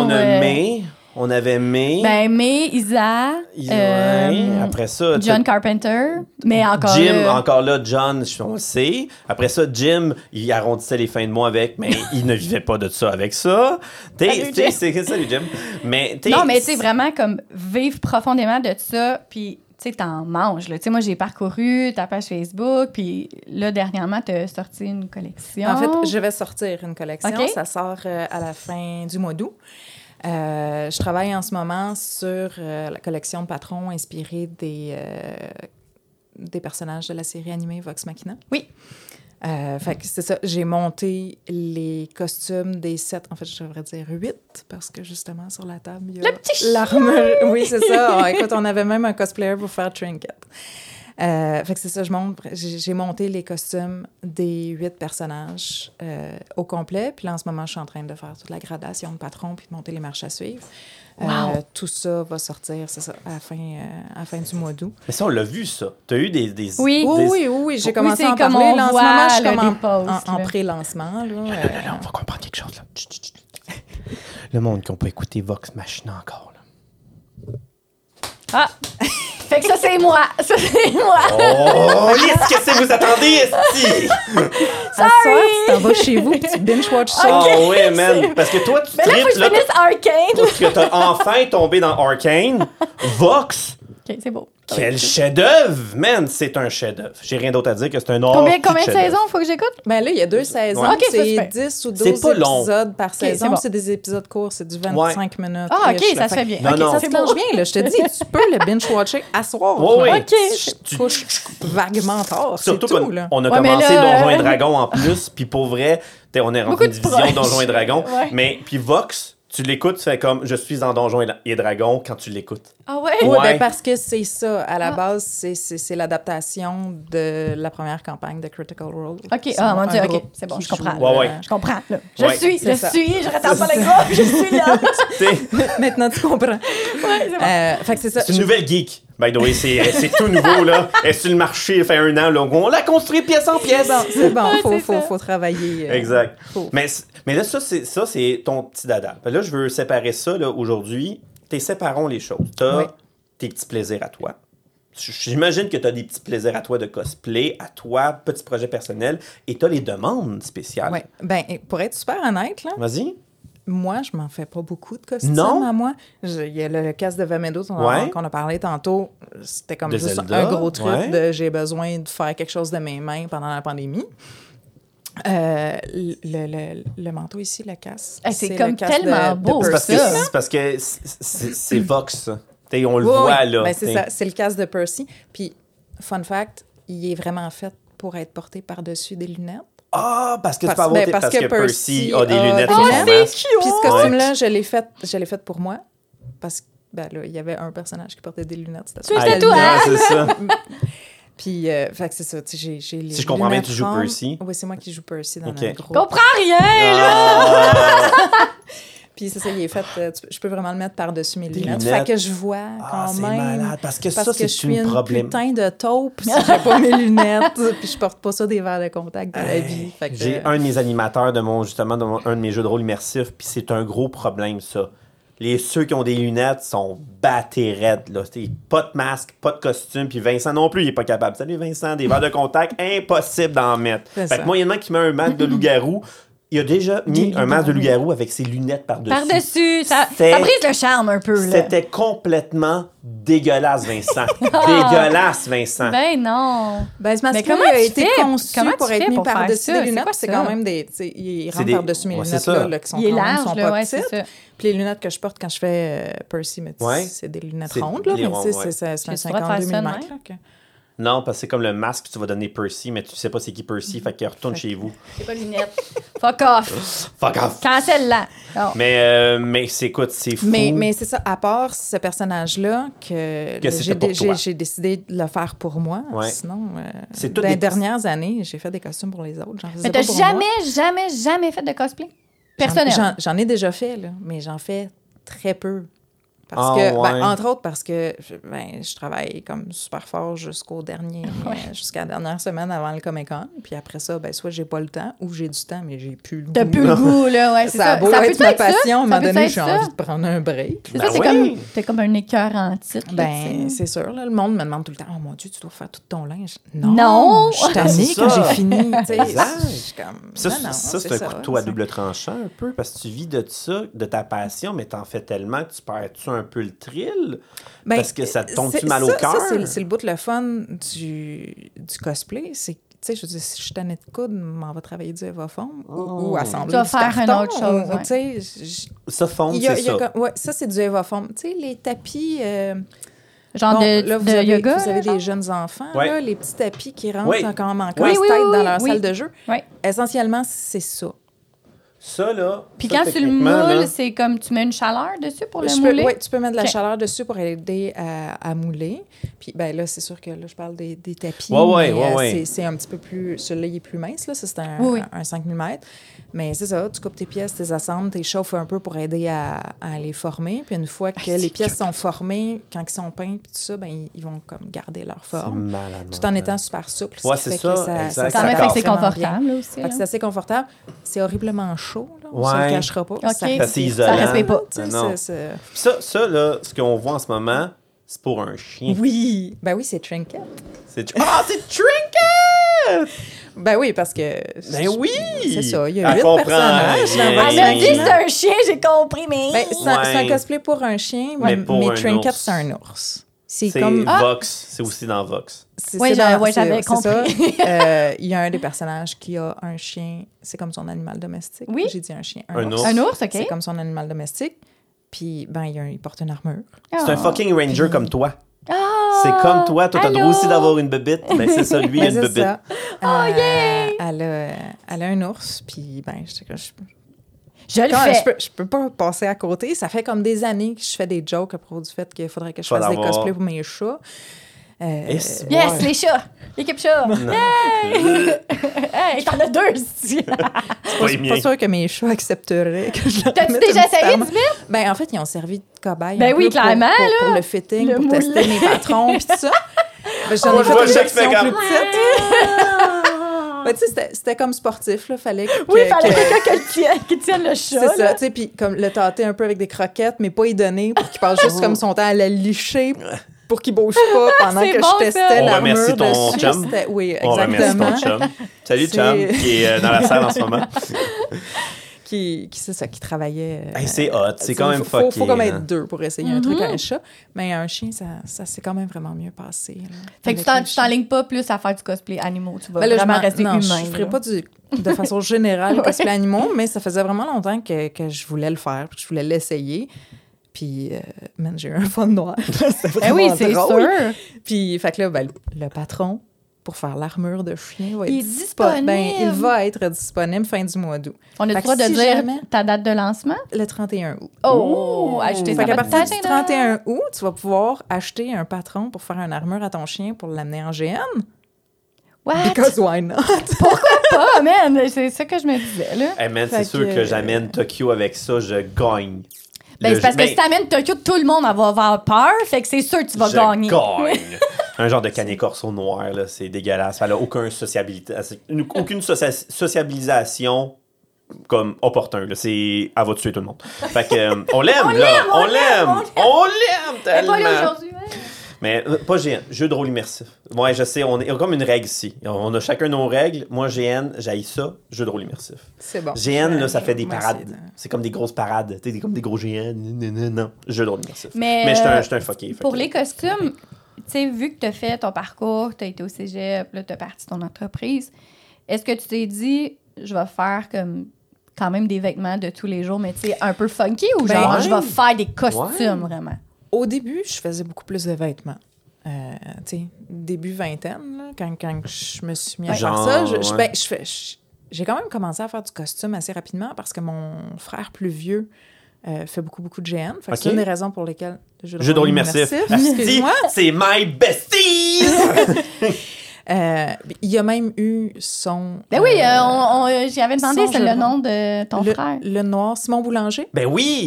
Speaker 1: On avait May.
Speaker 2: May, Isa.
Speaker 1: Après ça...
Speaker 2: John Carpenter. Mais encore
Speaker 1: Jim, encore là, John, on le sait. Après ça, Jim, il arrondissait les fins de mois avec, mais il ne vivait pas de ça avec ça. C'est ça, les Jim. Mais,
Speaker 2: non, mais tu sais, vraiment, comme vivre profondément de ça, puis... Tu sais, t'en manges, là. Tu sais, moi, j'ai parcouru ta page Facebook, puis là, dernièrement, t'as sorti une collection.
Speaker 3: En fait, je vais sortir une collection. Okay. Ça sort à la fin du mois d'août. Je travaille en ce moment sur la collection de patrons inspirée des personnages de la série animée Vox Machina.
Speaker 2: Oui.
Speaker 3: Fait que c'est ça, j'ai monté les costumes des 7, en fait, je devrais dire 8, parce que justement, sur la table, il y a
Speaker 2: le petit
Speaker 3: l'armure. Oui, c'est ça. Écoute, on avait même un cosplayer pour faire Trinket. Fait que c'est ça, j'ai monté les costumes des 8 personnages au complet, puis là, en ce moment, je suis en train de faire toute la gradation de patrons puis de monter les marches à suivre.
Speaker 2: Wow.
Speaker 3: Tout ça va sortir, c'est ça, à la fin du mois d'août.
Speaker 1: Mais ça, on l'a vu, ça. Tu as eu des...
Speaker 3: Oui, j'ai commencé à en parler. Là, en ce moment, je suis comme en pré-lancement. Là,
Speaker 1: on va comprendre quelque chose. Là. Le monde qui n'a pas écouté Vox Machina encore. Là.
Speaker 2: Ah! Fait que ça, c'est moi. Ça, c'est moi.
Speaker 1: Oh, qu'est-ce que vous attendez, esti?
Speaker 3: À soir, tu t'en vas chez vous et tu binge-watch ça.
Speaker 1: Oh, oui, man. Parce que toi, tu
Speaker 2: mais là, faut que je finisse Arcane.
Speaker 1: Parce que t'as enfin tombé dans Arcane. Vox.
Speaker 2: OK, c'est beau.
Speaker 1: Quel chef-d'œuvre, man! C'est un chef-d'œuvre. J'ai rien d'autre à dire que c'est un
Speaker 2: Combien de saisons faut que j'écoute?
Speaker 3: Ben là, il y a 2 saisons. Ouais. Okay, c'est 10 ou 12 épisodes par saison.
Speaker 2: Bon.
Speaker 3: C'est des épisodes courts, c'est du 25 minutes.
Speaker 2: Ah, OK, ça se fait bien.
Speaker 1: Non,
Speaker 3: ça se mange bien, là. Je te dis, tu peux le binge-watcher à soir.
Speaker 1: Oui,
Speaker 2: OK.
Speaker 3: Tu couches vaguement tard,
Speaker 1: surtout
Speaker 3: c'est tout, là.
Speaker 1: On a commencé Donjons et Dragons en plus, puis pour vrai, on est rendu une division Donjons et Dragons. Mais puis Vox, Tu l'écoutes, tu fais comme je suis en Donjons et Dragons quand tu l'écoutes.
Speaker 2: Ah ouais?
Speaker 3: Oui,
Speaker 1: Ouais.
Speaker 3: ben parce que c'est ça. À la base, c'est l'adaptation de la première campagne de Critical Role.
Speaker 2: OK, mon Dieu, OK. C'est bon, je comprends. Je comprends. Là. Je retourne pas les gros, je suis là.
Speaker 3: Maintenant, tu comprends.
Speaker 2: Ouais, c'est bon.
Speaker 3: Fait que c'est ça.
Speaker 1: C'est une nouvelle geek. By the way, c'est tout nouveau, là. Elle est sur le marché, il fait 1 an, là. On l'a construit pièce en pièce.
Speaker 3: C'est bon.
Speaker 2: Ouais,
Speaker 3: Faut travailler.
Speaker 1: Exact. Mais là, ça, c'est ton petit dada. Là, je veux séparer ça, là, aujourd'hui. Séparons les choses. T'as tes petits plaisirs à toi. J'imagine que t'as des petits plaisirs à toi de cosplay, à toi, petit projet personnel, et t'as les demandes spéciales.
Speaker 3: Oui. Ben, pour être super honnête, là.
Speaker 1: Vas-y.
Speaker 3: Moi, je m'en fais pas beaucoup de costumes
Speaker 1: Non?
Speaker 3: à moi. Il y a le casque de Vamedo qu'on a parlé tantôt. C'était comme
Speaker 1: de
Speaker 3: juste
Speaker 1: Zelda,
Speaker 3: un gros truc de j'ai besoin de faire quelque chose de mes mains pendant la pandémie. Le manteau ici, le casque.
Speaker 2: C'est comme tellement beau,
Speaker 1: c'est parce que c'est Vox, ça. On le voit, là.
Speaker 3: Ben, c'est ça, c'est le casque de Percy. Puis, fun fact, il est vraiment fait pour être porté par-dessus des lunettes.
Speaker 1: Ah, parce que tu peux avoir parce que Percy a des lunettes
Speaker 2: sur son masque.
Speaker 3: Puis ce costume-là, je l'ai fait pour moi. Parce que, ben là, il y avait un personnage qui portait des lunettes.
Speaker 2: C'était toi!
Speaker 1: C'est ça.
Speaker 3: Puis, fait que c'est ça, tu sais, j'ai les
Speaker 1: si je comprends bien, tu joues Percy.
Speaker 3: Oui, c'est moi qui joue Percy dans un gros...
Speaker 2: Je comprends rien, là!
Speaker 3: Puis c'est ça, il est fait... je peux vraiment le mettre par-dessus mes lunettes. Fait que je vois quand même...
Speaker 1: c'est malade, parce que ça, c'est
Speaker 3: je suis une
Speaker 1: problème.
Speaker 3: putain de taupe si j'ai pas mes lunettes. Puis je porte pas ça des verres de contact dans la vie. Fait que,
Speaker 1: j'ai un de mes animateurs de un de mes jeux de rôle immersifs, puis c'est un gros problème, ça. Ceux qui ont des lunettes sont battés raides, là. Pas de masque, pas de costume, puis Vincent non plus, il est pas capable. Salut Vincent, des verres de contact, impossible d'en mettre. Fait que moyennement qui met un masque de loup-garou, il a déjà mis un masque de loup-garou avec ses lunettes par-dessus.
Speaker 2: Par-dessus, ça brise le charme un peu, là.
Speaker 1: C'était complètement dégueulasse, Vincent. Dégueulasse, Vincent.
Speaker 2: Ben non.
Speaker 3: Ben, ce masque-là a été conçu pour être mis par-dessus des lunettes. C'est quand même des... Il rentre par-dessus mes lunettes, là, qui sont
Speaker 2: il est
Speaker 3: quand même
Speaker 2: large,
Speaker 3: sont
Speaker 2: là,
Speaker 3: pas
Speaker 2: c'est
Speaker 3: petites.
Speaker 2: ça.
Speaker 3: Puis les lunettes que je porte quand je fais Percy, mais c'est des lunettes rondes, là. Mais c'est un 52 mm.
Speaker 1: Non, parce que c'est comme le masque que tu vas donner Percy, mais tu sais pas c'est qui Percy, fait qu'il retourne chez vous.
Speaker 2: C'est pas lunettes. Fuck off.
Speaker 1: Fuck off.
Speaker 2: Cancel-la. Oh.
Speaker 1: Mais écoute, c'est fou.
Speaker 3: Mais c'est ça, à part ce personnage-là, que j'ai décidé de le faire pour moi. Ouais. Sinon, dans les dernières années, j'ai fait des costumes pour les autres.
Speaker 2: Mais t'as jamais fait de cosplay? Personnel?
Speaker 3: J'en ai déjà fait, là, mais j'en fais très peu. Parce que, entre autres, parce que je travaille comme super fort jusqu'à la dernière semaine avant le Comic-Con. Puis après ça, soit j'ai pas le temps ou j'ai du temps, mais j'ai plus le goût.
Speaker 2: T'as plus le goût, là, ouais, c'est ça.
Speaker 3: Ça a beau être ma passion, à un moment donné, j'ai envie de prendre un break.
Speaker 2: C'est ça, t'es comme un écœur en titre.
Speaker 3: C'est sûr, là, le monde me demande tout le temps, « Oh mon Dieu, tu dois faire tout ton linge. » Non! Je suis tannée quand j'ai fini.
Speaker 1: Ça, c'est un couteau à double tranchant un peu, parce que tu vis de ça, de ta passion, mais t'en fais tellement que tu perds-tu un peu le thrill? Parce que ça te tombe-tu mal au cœur?
Speaker 3: C'est le bout de le fun du cosplay. C'est, tu sais, je veux dire, si je suis tannée de coudre, m'en va travailler du Evaform ou assembler du carton.
Speaker 2: Tu vas faire une autre chose.
Speaker 3: Tu sais,
Speaker 1: ça fond, c'est ça.
Speaker 3: Oui, ça, c'est du Evaform. Tu sais, les tapis...
Speaker 2: genre de yoga?
Speaker 3: Vous avez des jeunes enfants, là, les petits tapis qui rentrent encore en casse-tête dans leur salle de jeu. Essentiellement, c'est ça.
Speaker 1: Ça, là...
Speaker 2: Puis quand tu le moules, c'est comme tu mets une chaleur dessus pour le mouler?
Speaker 3: Oui, tu peux mettre de la chaleur dessus pour aider à mouler. Puis là, c'est sûr que là, je parle des tapis. C'est un petit peu plus... Celui-là, il est plus mince, là. Ça, c'est un 5 mm. Mais c'est ça, tu coupes tes pièces, tu les assembles, tu les chauffes un peu pour aider à les former. Puis une fois que les pièces sont formées, quand ils sont peints, puis tout ça, ils vont comme garder leur forme. Tout en étant super souple.
Speaker 1: Oui, c'est ça.
Speaker 2: Ça fait que c'est confortable, là, aussi.
Speaker 3: C'est assez confortable. C'est horriblement chaud, là. On ne se le cachera pas.
Speaker 2: C'est
Speaker 1: isolant.
Speaker 2: Ça respecte pas.
Speaker 1: Ça, là, ce qu'on voit en ce moment, c'est pour un chien.
Speaker 3: Oui. Ben oui, c'est Trinket.
Speaker 1: C'est Trinket!
Speaker 3: Ben oui, parce que...
Speaker 1: Ben oui!
Speaker 3: C'est ça, il y a 8 personnages.
Speaker 2: Elle m'a dit c'est un chien, j'ai compris, mais...
Speaker 3: C'est un cosplay pour un chien, mais Trinket, c'est un ours.
Speaker 1: C'est comme... Vox, c'est aussi dans Vox.
Speaker 2: Oui, j'avais compris.
Speaker 3: Il y a un des personnages qui a un chien, c'est comme son animal domestique.
Speaker 2: Oui.
Speaker 3: J'ai dit un chien.
Speaker 1: Un ours.
Speaker 2: Un ours, OK.
Speaker 3: C'est comme son animal domestique. Puis, il porte une armure.
Speaker 1: C'est un fucking ranger comme toi. C'est comme toi t'as le droit aussi d'avoir une bébite. Ben, c'est ça, lui, il a une bébite.
Speaker 2: Oh, yeah!
Speaker 3: Elle a un ours, puis,
Speaker 2: Je le fais.
Speaker 3: Je peux pas passer à côté. Ça fait comme des années que je fais des jokes à propos du fait qu'il faudrait que je fasse des cosplays pour mes chats.
Speaker 2: Yes, les chats! L'équipe chat! Hey, t'en as 2 ici!
Speaker 3: C'est pas sûr que mes chats accepteraient que je leur
Speaker 2: T'as-tu déjà essayé du mettre?
Speaker 3: Ben, en fait, ils ont servi de cobaye
Speaker 2: clairement,
Speaker 3: pour le fitting, pour tester mes patrons pis tout ça. Ben, j'en ai fait une version plus petite. Ben, tu sais, c'était comme sportif, là. Fallait
Speaker 2: quelqu'un qui tienne le chat.
Speaker 3: C'est ça, tu sais, puis comme le tâter un peu avec des croquettes, mais pas y donner pour qu'il passe juste comme son temps à la licher pour qu'il bouge pas pendant que je testais l'armure
Speaker 1: dessus. On remercie ton chum.
Speaker 3: Oui, exactement.
Speaker 1: On remercie ton chum. Salut, chum, qui est dans la salle en ce moment.
Speaker 3: C'est ça, qui travaillait.
Speaker 1: C'est hot, c'est quand même fucké.
Speaker 3: Faut comme être 2 pour essayer un truc à un chat. Mais un chien, ça s'est quand même vraiment mieux passé. Là,
Speaker 2: fait que tu t'enlignes pas plus à faire du cosplay animaux. Tu vas vraiment rester humain.
Speaker 3: Je ferais pas de façon générale cosplay animaux, mais ça faisait vraiment longtemps que je voulais le faire, que je voulais l'essayer. Puis, j'ai eu un fun noir. C'était vraiment drôle.
Speaker 2: C'est sûr.
Speaker 3: Puis, fait que là, le patron, pour faire l'armure de chien, va être
Speaker 2: disponible.
Speaker 3: Il va être disponible fin du mois d'août.
Speaker 2: On a le droit de dire ta date de lancement?
Speaker 3: Le 31 août.
Speaker 2: Oh! Acheter ça.
Speaker 3: Fait qu'à partir du 31 août, tu vas pouvoir acheter un patron pour faire une armure à ton chien pour l'amener en GN.
Speaker 2: What?
Speaker 3: Because why not?
Speaker 2: Pourquoi pas, man? C'est ça que je me disais, là.
Speaker 1: Hey, man, c'est sûr que j'amène Tokyo avec ça, je gagne.
Speaker 2: C'est parce que si t'amènes Tokyo, tout le monde va avoir peur, fait que c'est sûr que tu vas gagner.
Speaker 1: Gagne. Un genre de canet corso noir, là, c'est dégueulasse. Ça n'a aucune sociabilisation comme opportun. Là. Elle va tuer tout le monde. Fait que, on l'aime, là. On l'aime tellement.
Speaker 2: Elle est pas là aujourd'hui,
Speaker 1: Mais pas GN, jeu de rôle immersif. Ouais, je sais, on est comme une règle ici. On a chacun nos règles. Moi, GN, j'haïs ça, jeu de rôle immersif.
Speaker 3: C'est bon.
Speaker 1: GN, là, ça fait des parades. C'est comme des grosses parades. Tu sais, comme des gros GN. Non, jeu de rôle immersif. Mais je suis un fucké.
Speaker 2: Pour les costumes, tu sais, vu que tu as fait ton parcours, tu as été au cégep, là, tu as parti ton entreprise, est-ce que tu t'es dit, je vais faire comme quand même des vêtements de tous les jours, mais tu sais, un peu funky ou genre, je vais faire des costumes vraiment?
Speaker 3: Au début, je faisais beaucoup plus de vêtements. Tu sais, début vingtaine, là, quand je me suis mis à faire ça, j'ai quand même commencé à faire du costume assez rapidement parce que mon frère plus vieux fait beaucoup de GN. Fait que c'est une des raisons pour lesquelles le jeu de rôle immersif.
Speaker 1: Excuse-moi. C'est my bestie!
Speaker 3: Il y a même eu son...
Speaker 2: Ben oui, j'y avais demandé, c'est le nom de ton frère.
Speaker 3: Le noir, Simon Boulanger.
Speaker 1: Ben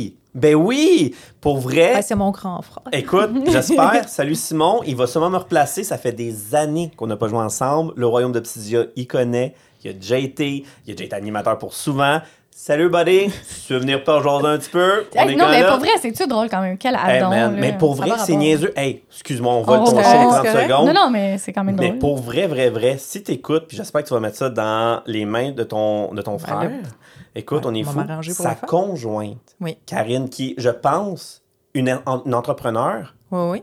Speaker 1: oui, pour vrai.
Speaker 3: Ben, c'est mon grand frère.
Speaker 1: Écoute, j'espère. Salut Simon, il va sûrement me replacer. Ça fait des années qu'on n'a pas joué ensemble. Le Royaume d'Obsidia, il connaît. Il a déjà été animateur pour souvent. Salut, buddy. Si tu veux venir pas aujourd'hui un petit peu,
Speaker 2: non, mais pour vrai, c'est-tu drôle quand même? Quel addon,
Speaker 1: mais pour vrai, c'est niaiseux. Hey, excuse-moi, on vole ton show 30 secondes.
Speaker 2: Non, mais c'est quand même drôle.
Speaker 1: Mais pour vrai, si t'écoutes, puis j'espère que tu vas mettre ça dans les mains de ton frère. Écoute, on est fou. Sa conjointe, Karine, qui, je pense, une entrepreneur.
Speaker 3: Oui.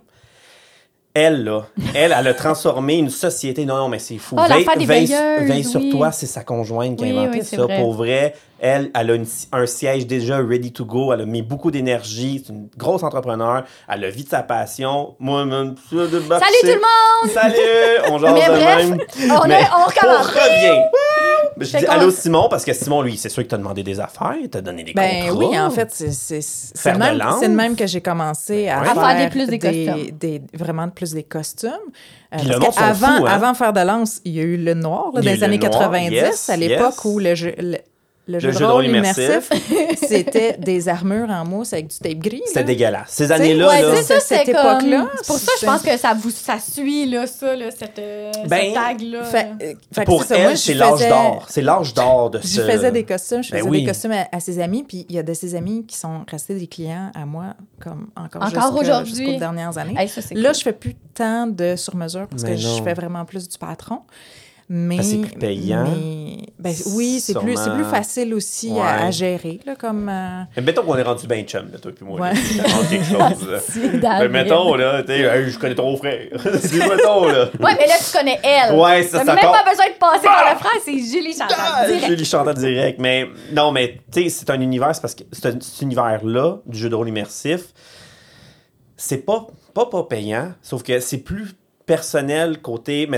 Speaker 1: Elle a transformé une société. Non, mais c'est fou.
Speaker 2: Veille
Speaker 1: sur toi, c'est sa conjointe qui a inventé ça. Vrai. Pour vrai, elle a un siège déjà ready to go. Elle a mis beaucoup d'énergie. C'est une grosse entrepreneur. Elle a vie de sa passion. Moi, même
Speaker 2: Salut tout le monde!
Speaker 1: Salut! On jase de même.
Speaker 2: On recommence.
Speaker 1: On revient. Je dis allô Simon, parce que Simon, lui, c'est sûr qu'il t'a demandé des affaires, il t'a donné des contrats.
Speaker 3: Oui, en fait, c'est de même que j'ai commencé à faire des costumes. Vraiment plus des costumes.
Speaker 1: Puis le monde s'en fout, hein?
Speaker 3: Avant de faire de lance, il y a eu le noir, dans les années 90, à l'époque où le jeu de rôle immersif, c'était des armures en mousse avec du tape gris.
Speaker 1: C'était dégueulasse. Ces années-là,
Speaker 2: cette époque-là. C'est pour ça que je pense que ça suit, là, cette tag-là.
Speaker 1: Pour elle, c'est l'âge d'or. C'est l'âge d'or de
Speaker 3: Je faisais des costumes. Je faisais des costumes à ses amis. Puis il y a de ses amis qui sont restés des clients à moi, comme encore aujourd'hui. Jusqu'aux dernières années. Là, je fais plus tant de sur-mesure parce que je fais vraiment plus du patron. Mais
Speaker 1: c'est plus payant.
Speaker 3: Oui, c'est plus facile aussi à gérer. Là, comme,
Speaker 1: Mais mettons qu'on est rendu bien chum, là, toi et moi.
Speaker 3: Ouais.
Speaker 1: Quelque chose. Mais mettons, là, je connais ton frère. Mettons, là.
Speaker 2: Ouais, mais là, tu connais elle.
Speaker 1: Ouais, ça
Speaker 2: même pas besoin de passer par le frère, c'est Julie Chantal direct.
Speaker 1: Julie Chantal direct. Mais non, mais tu sais, c'est un univers, c'est parce que cet univers-là, du jeu de rôle immersif, c'est pas payant, sauf que c'est plus personnel côté, mettons,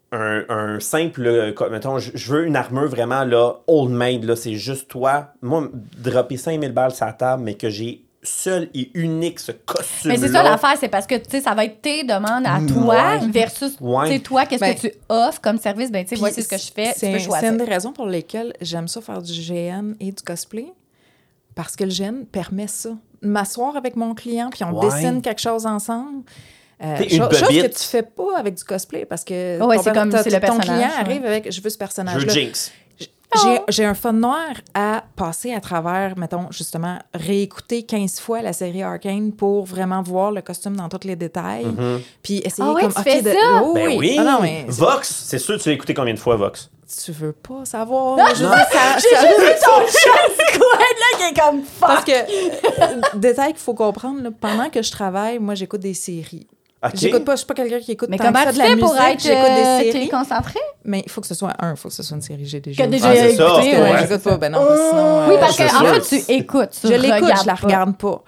Speaker 1: un simple... Mettons, je veux une armure vraiment, là, old made, là, c'est juste toi. Moi, dropper 5000 balles sur la table, mais que j'ai seul et unique ce costume-là.
Speaker 2: Mais c'est ça l'affaire, c'est parce que, tu sais, ça va être tes demandes à toi versus, tu sais, toi, qu'est-ce que tu offres comme service? Ben, tu sais, voici ce que je fais, tu peux choisir.
Speaker 3: C'est une des raisons pour lesquelles j'aime ça faire du GN et du cosplay, parce que le GN permet ça. M'asseoir avec mon client, puis on dessine quelque chose ensemble. Chose que tu fais pas avec du cosplay, parce que ton client arrive avec « je veux ce personnage-là ».
Speaker 1: Je veux Jinx.
Speaker 3: J'ai un fun noir à passer à travers, mettons, justement, réécouter 15 fois la série Arcane pour vraiment voir le costume dans tous les détails. Puis essayer
Speaker 2: comme...
Speaker 3: tu
Speaker 2: fais ça?
Speaker 1: Ben oui! Ah non, mais... Vox, c'est sûr que tu l'as écouté combien de fois, Vox?
Speaker 3: Tu veux pas savoir.
Speaker 2: J'ai juste vu ton chat là qui est comme fuck!
Speaker 3: Parce que, détail qu'il faut comprendre, là, pendant que je travaille, moi, j'écoute des séries.
Speaker 1: Okay.
Speaker 3: J'écoute pas, je suis pas quelqu'un qui écoute
Speaker 2: mais
Speaker 3: tant que ça de la musique.
Speaker 2: Pour être,
Speaker 3: j'écoute des séries.
Speaker 2: concentré?
Speaker 3: Mais il faut que ce soit une série j'ai déjà
Speaker 2: écouté.
Speaker 3: J'écoute pas, ben non, sinon...
Speaker 2: Oui, parce qu'en fait, tu écoutes, tu
Speaker 3: je l'écoute, je la
Speaker 2: pas.
Speaker 3: regarde pas.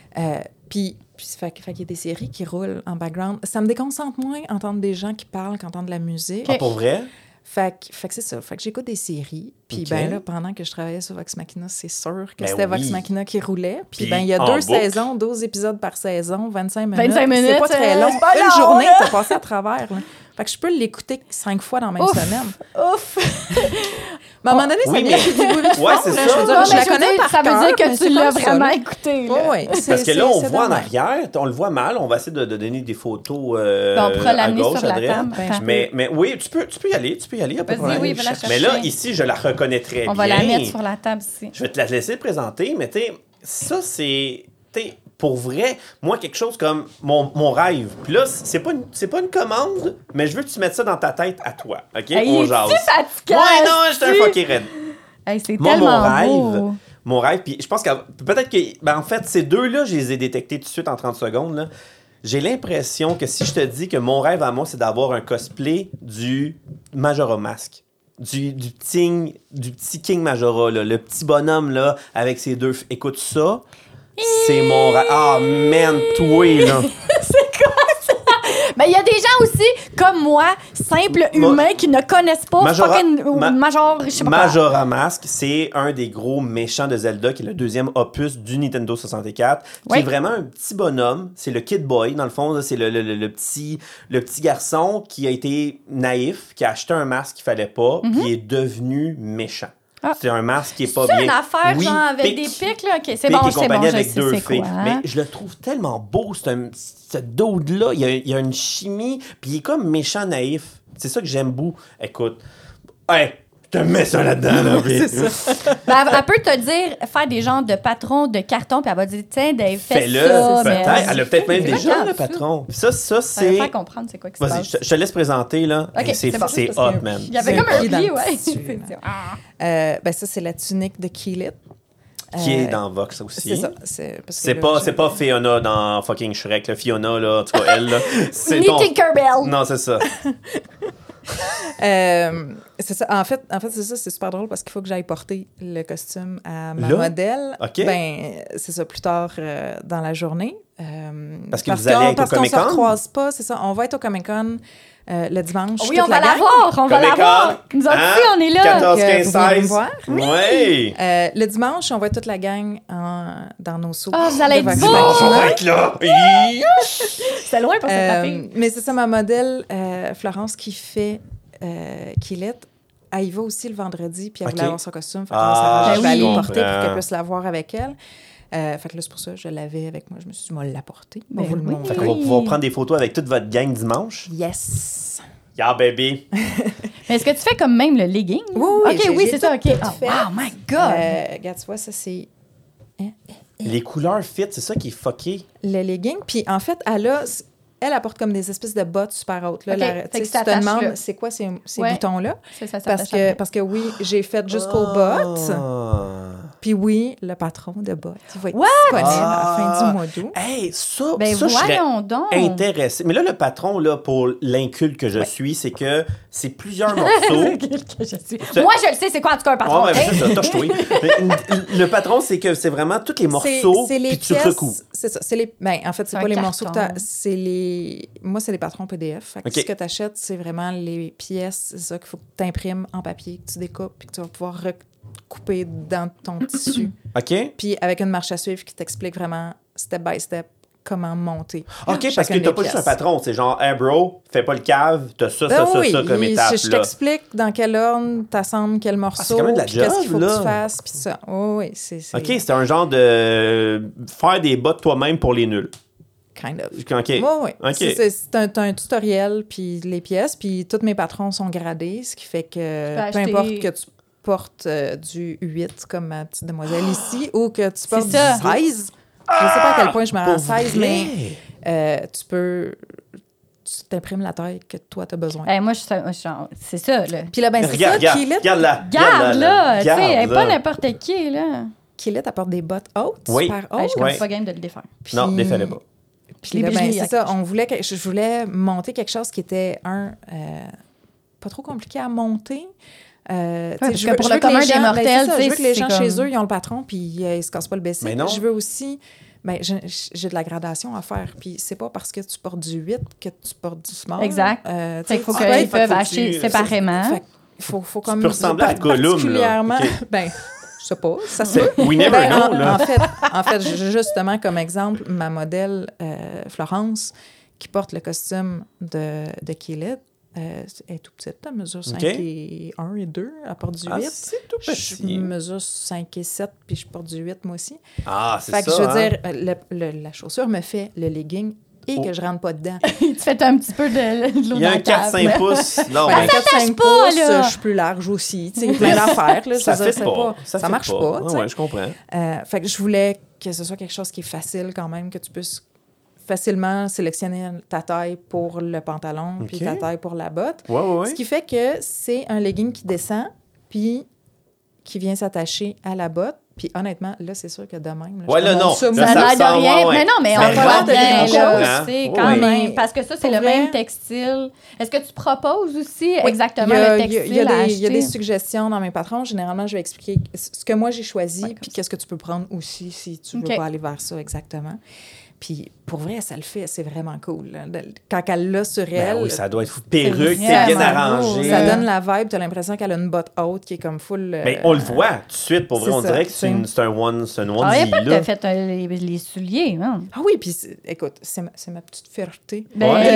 Speaker 3: Puis fait qu'il y a des séries qui roulent en background. Ça me déconcentre moins entendre des gens qui parlent qu'entendre de la musique.
Speaker 1: Ah, pour vrai?
Speaker 3: Fait que c'est ça. Fait que j'écoute des séries. Puis ben là, pendant que je travaillais sur Vox Machina, c'est sûr que c'était Vox Machina qui roulait. Puis ben il y a 2 saisons, 12 épisodes par saison, 25 minutes.
Speaker 2: 25 minutes,
Speaker 3: c'est pas très long.
Speaker 2: Pas
Speaker 3: une
Speaker 2: long,
Speaker 3: journée, t'as passé à travers. Là. Fait que je peux l'écouter 5 fois dans la même semaine.
Speaker 2: Ouf!
Speaker 3: Mais à un moment donné, ça vient du bruit de fond.
Speaker 1: Ouais, c'est ça.
Speaker 3: Je veux dire, je la connais par
Speaker 2: ça
Speaker 3: cœur.
Speaker 2: Ça veut dire que tu l'as vraiment écouté.
Speaker 3: Oui,
Speaker 1: parce que là, on voit en arrière, on le voit mal. On va essayer de donner des photos à gauche, à droite. Mais oui, tu peux y aller. Il n'y a pas de problème.
Speaker 2: Oui,
Speaker 1: mais là, ici, je la reconnais très bien.
Speaker 2: On va la mettre sur la table ici.
Speaker 1: Je vais te la laisser présenter, mais tu sais, ça, c'est... Pour vrai, moi, quelque chose comme mon rêve. Puis là, c'est pas une commande, mais je veux que tu mettes ça dans ta tête à toi. OK? On jase.
Speaker 2: Ouais,
Speaker 1: non, j'étais un fucking raide.
Speaker 2: Hey, c'est tellement beau.
Speaker 1: Mon rêve, puis je pense que peut-être que... Ben, en fait, ces deux-là, je les ai détectés tout de suite en 30 secondes. Là. J'ai l'impression que si je te dis que mon rêve à moi, c'est d'avoir un cosplay du Majora Mask. Du petit King Majora, là, le petit bonhomme là, avec ses 2... Écoute ça... C'est mon rêve. Ah, man, toi, là.
Speaker 2: C'est quoi ça? Mais il y a des gens aussi, comme moi, simples humains, qui ne connaissent pas
Speaker 1: Majora Mask, c'est un des gros méchants de Zelda, qui est le 2e opus du Nintendo 64, qui est vraiment un petit bonhomme. C'est le Kid Boy, dans le fond. Là, c'est le petit garçon qui a été naïf, qui a acheté un masque qu'il fallait pas, qui est devenu méchant. C'est un masque qui est pas bien.
Speaker 2: C'est une affaire, genre, avec des pics, là. Okay, c'est bon, c'est bon,
Speaker 1: avec 2 filles. Mais je le trouve tellement beau, ce dude-là. Il y a une chimie, puis il est comme méchant naïf. C'est ça que j'aime beaucoup. Écoute, je te mets ça là-dedans, là.
Speaker 3: C'est ça.
Speaker 2: Ben, elle peut te dire, faire des genres de patrons de carton, puis elle va dire, tiens, Dave, fais-le.
Speaker 1: Peut-être. Elle a peut-être même déjà, le patron. Ça, c'est...
Speaker 2: Ça va faire comprendre c'est quoi qui se passe.
Speaker 1: Vas-y, je te laisse présenter, là.
Speaker 2: Okay,
Speaker 1: c'est hot, man.
Speaker 2: Il y avait comme un pli, ouais.
Speaker 3: Ben ça, c'est la tunique de Keyleth.
Speaker 1: Qui est dans Vox aussi.
Speaker 3: C'est
Speaker 1: ça. C'est pas Fiona dans fucking Shrek. Là. Fiona, là, en tout cas, elle, là.
Speaker 2: Ni Tinkerbell.
Speaker 1: Non, c'est ça.
Speaker 3: C'est ça. En fait, c'est ça, c'est super drôle parce qu'il faut que j'aille porter le costume à ma modèle.
Speaker 1: OK.
Speaker 3: Ben, c'est ça, plus tard dans la journée.
Speaker 1: Parce vous allez être au Comic-Con?
Speaker 3: Parce qu'on se recroise pas, c'est ça. On va être au Comic-Con le dimanche.
Speaker 2: Oui, on va la voir. On va la voir. Nous autres aussi, on est là.
Speaker 1: 14, 15, 16.
Speaker 3: Oui. Le dimanche, on va être toute la gang dans nos sauts.
Speaker 2: Ah, vous allez être beau!
Speaker 1: On va être là!
Speaker 2: C'est loin pour cette fille.
Speaker 3: Mais c'est ça, ma modèle, Florence, qui fait Keyleth. Elle y va aussi le vendredi, puis elle voulait avoir son costume. Fait que je vais aller porter pour qu'elle puisse la voir avec elle. Fait que là, c'est pour ça que je l'avais avec moi. Je me suis dit, moi, l'apporter. On va vous le montrer.
Speaker 1: Fait qu'on va pouvoir prendre des photos avec toute votre gang dimanche.
Speaker 3: Yes!
Speaker 1: Yeah, baby!
Speaker 2: Mais est-ce que tu fais comme même le legging?
Speaker 3: Oui,
Speaker 2: oui, c'est ça. OK. Oh my God!
Speaker 3: Regarde, tu vois, ça, c'est...
Speaker 1: Les couleurs fit, c'est ça qui est fucké.
Speaker 3: Le legging. Puis, en fait, elle apporte comme des espèces de bottes super hautes. Là, tu te demandes, c'est quoi ces boutons-là? Parce que oui, j'ai fait jusqu'aux bottes. Puis oui, le patron de bottes, il va être disponible à la fin du mois d'août.
Speaker 1: Hey, ça,
Speaker 2: je serais
Speaker 1: intéressé. Mais là, le patron, là, pour l'inculte que je suis, c'est que c'est plusieurs morceaux.
Speaker 2: Moi, je le sais, c'est quoi en tout cas un patron?
Speaker 1: C'est ça, touche-toi. Le patron, c'est que c'est vraiment tous les morceaux, puis tu recoupes.
Speaker 3: c'est ça. En fait, c'est pas les morceaux que tu as. Moi, c'est les patrons PDF. Fait que ce que tu achètes, c'est vraiment les pièces. C'est ça qu'il faut que tu imprimes en papier, que tu découpes, puis que tu vas pouvoir recouper dans ton tissu.
Speaker 1: OK.
Speaker 3: Puis avec une marche à suivre qui t'explique vraiment, step by step, comment monter.
Speaker 1: OK, parce que t'as pas juste un patron. C'est genre, hey bro, fais pas le cave, t'as ça comme étape.
Speaker 3: Je t'explique dans quel ordre t'assembles quel morceau, puis qu'est-ce qu'il faut que tu fasses, puis ça. Oui, c'est...
Speaker 1: OK, c'est un genre de faire des bottes toi-même pour les nuls.
Speaker 3: Kind of.
Speaker 1: OK.
Speaker 3: Oui. Okay. C'est un tutoriel, puis les pièces, puis tous mes patrons sont gradés, ce qui fait que peu importe que tu portes du 8 comme ma petite demoiselle ici, ou que tu portes du 16... Je ne sais pas à quel point je me rends 16, mais tu t'imprimes la taille que toi, tu as besoin.
Speaker 2: Moi, c'est ça, là.
Speaker 3: Puis là, c'est ça, Keelit.
Speaker 2: Garde là! Tu sais, elle n'est pas n'importe qui, là.
Speaker 3: Keelit apporte des bottes hautes,
Speaker 2: super hautes. Je suis pas game de le défaire.
Speaker 3: Puis,
Speaker 1: non, défais-le pas.
Speaker 3: Puis là, c'est ça, je voulais monter quelque chose qui était, pas trop compliqué à monter.
Speaker 2: Je veux pour le commun des mortels,
Speaker 3: je veux que les gens chez eux, ils ont le patron, puis ils se cassent pas le baiser.
Speaker 1: Mais non.
Speaker 3: Je veux aussi... j'ai de la gradation à faire, puis c'est pas parce que tu portes du 8 que tu portes du small.
Speaker 2: Exact. Il faut qu'ils peuvent acheter séparément.
Speaker 3: Il faut comme...
Speaker 1: Tu peux ressembler à Gollum,
Speaker 3: particulièrement...
Speaker 1: là.
Speaker 3: Je sais pas, ça se peut.
Speaker 1: We never know, là.
Speaker 3: En fait, justement, comme exemple, ma modèle, Florence, qui porte le costume de Keelit, elle est tout petite, elle mesure 5 et 1 et 2, elle porte du 8.
Speaker 1: C'est tout petit.
Speaker 3: Je mesure 5 et 7, puis je porte du 8, moi aussi.
Speaker 1: C'est
Speaker 3: fait
Speaker 1: ça,
Speaker 3: que je veux dire, la chaussure me fait le legging et que je rentre pas dedans.
Speaker 2: Tu fais un petit peu de l'eau.
Speaker 1: Il y a un 4-5 pouces. Non,
Speaker 2: mais
Speaker 3: 4-5 pouces, je suis plus large aussi. Tu sais, plein d'affaires. Là, ça marche pas.
Speaker 1: Oui, je comprends.
Speaker 3: Fait que je voulais que ce soit quelque chose qui est facile quand même, que tu puisses facilement sélectionner ta taille pour le pantalon puis ta taille pour la botte.
Speaker 1: Ouais.
Speaker 3: Ce qui fait que c'est un legging qui descend puis qui vient s'attacher à la botte. Puis honnêtement, là, c'est sûr que de même...
Speaker 2: Ça n'a l'air de rien. Mais non, mais on voit bien, là, c'est quand même. Parce que ça, c'est le même textile. Est-ce que tu proposes aussi exactement le textile à acheter?
Speaker 3: Il y a des suggestions dans mes patrons. Généralement, je vais expliquer ce que moi, j'ai choisi puis qu'est-ce que tu peux prendre aussi si tu veux pas aller vers ça exactement. Puis, pour vrai, ça le fait. C'est vraiment cool. Là. Quand elle l'a sur elle...
Speaker 1: oui, ça doit être perruque, c'est bien arrangé.
Speaker 3: Ça donne la vibe. Tu as l'impression qu'elle a une botte haute qui est comme full...
Speaker 1: Mais on le voit tout de suite. Pour vrai, on dirait que c'est un onesie.
Speaker 2: Il n'y a pas que tu as fait les souliers. Non?
Speaker 3: Ah oui, puis écoute, c'est ma petite fierté.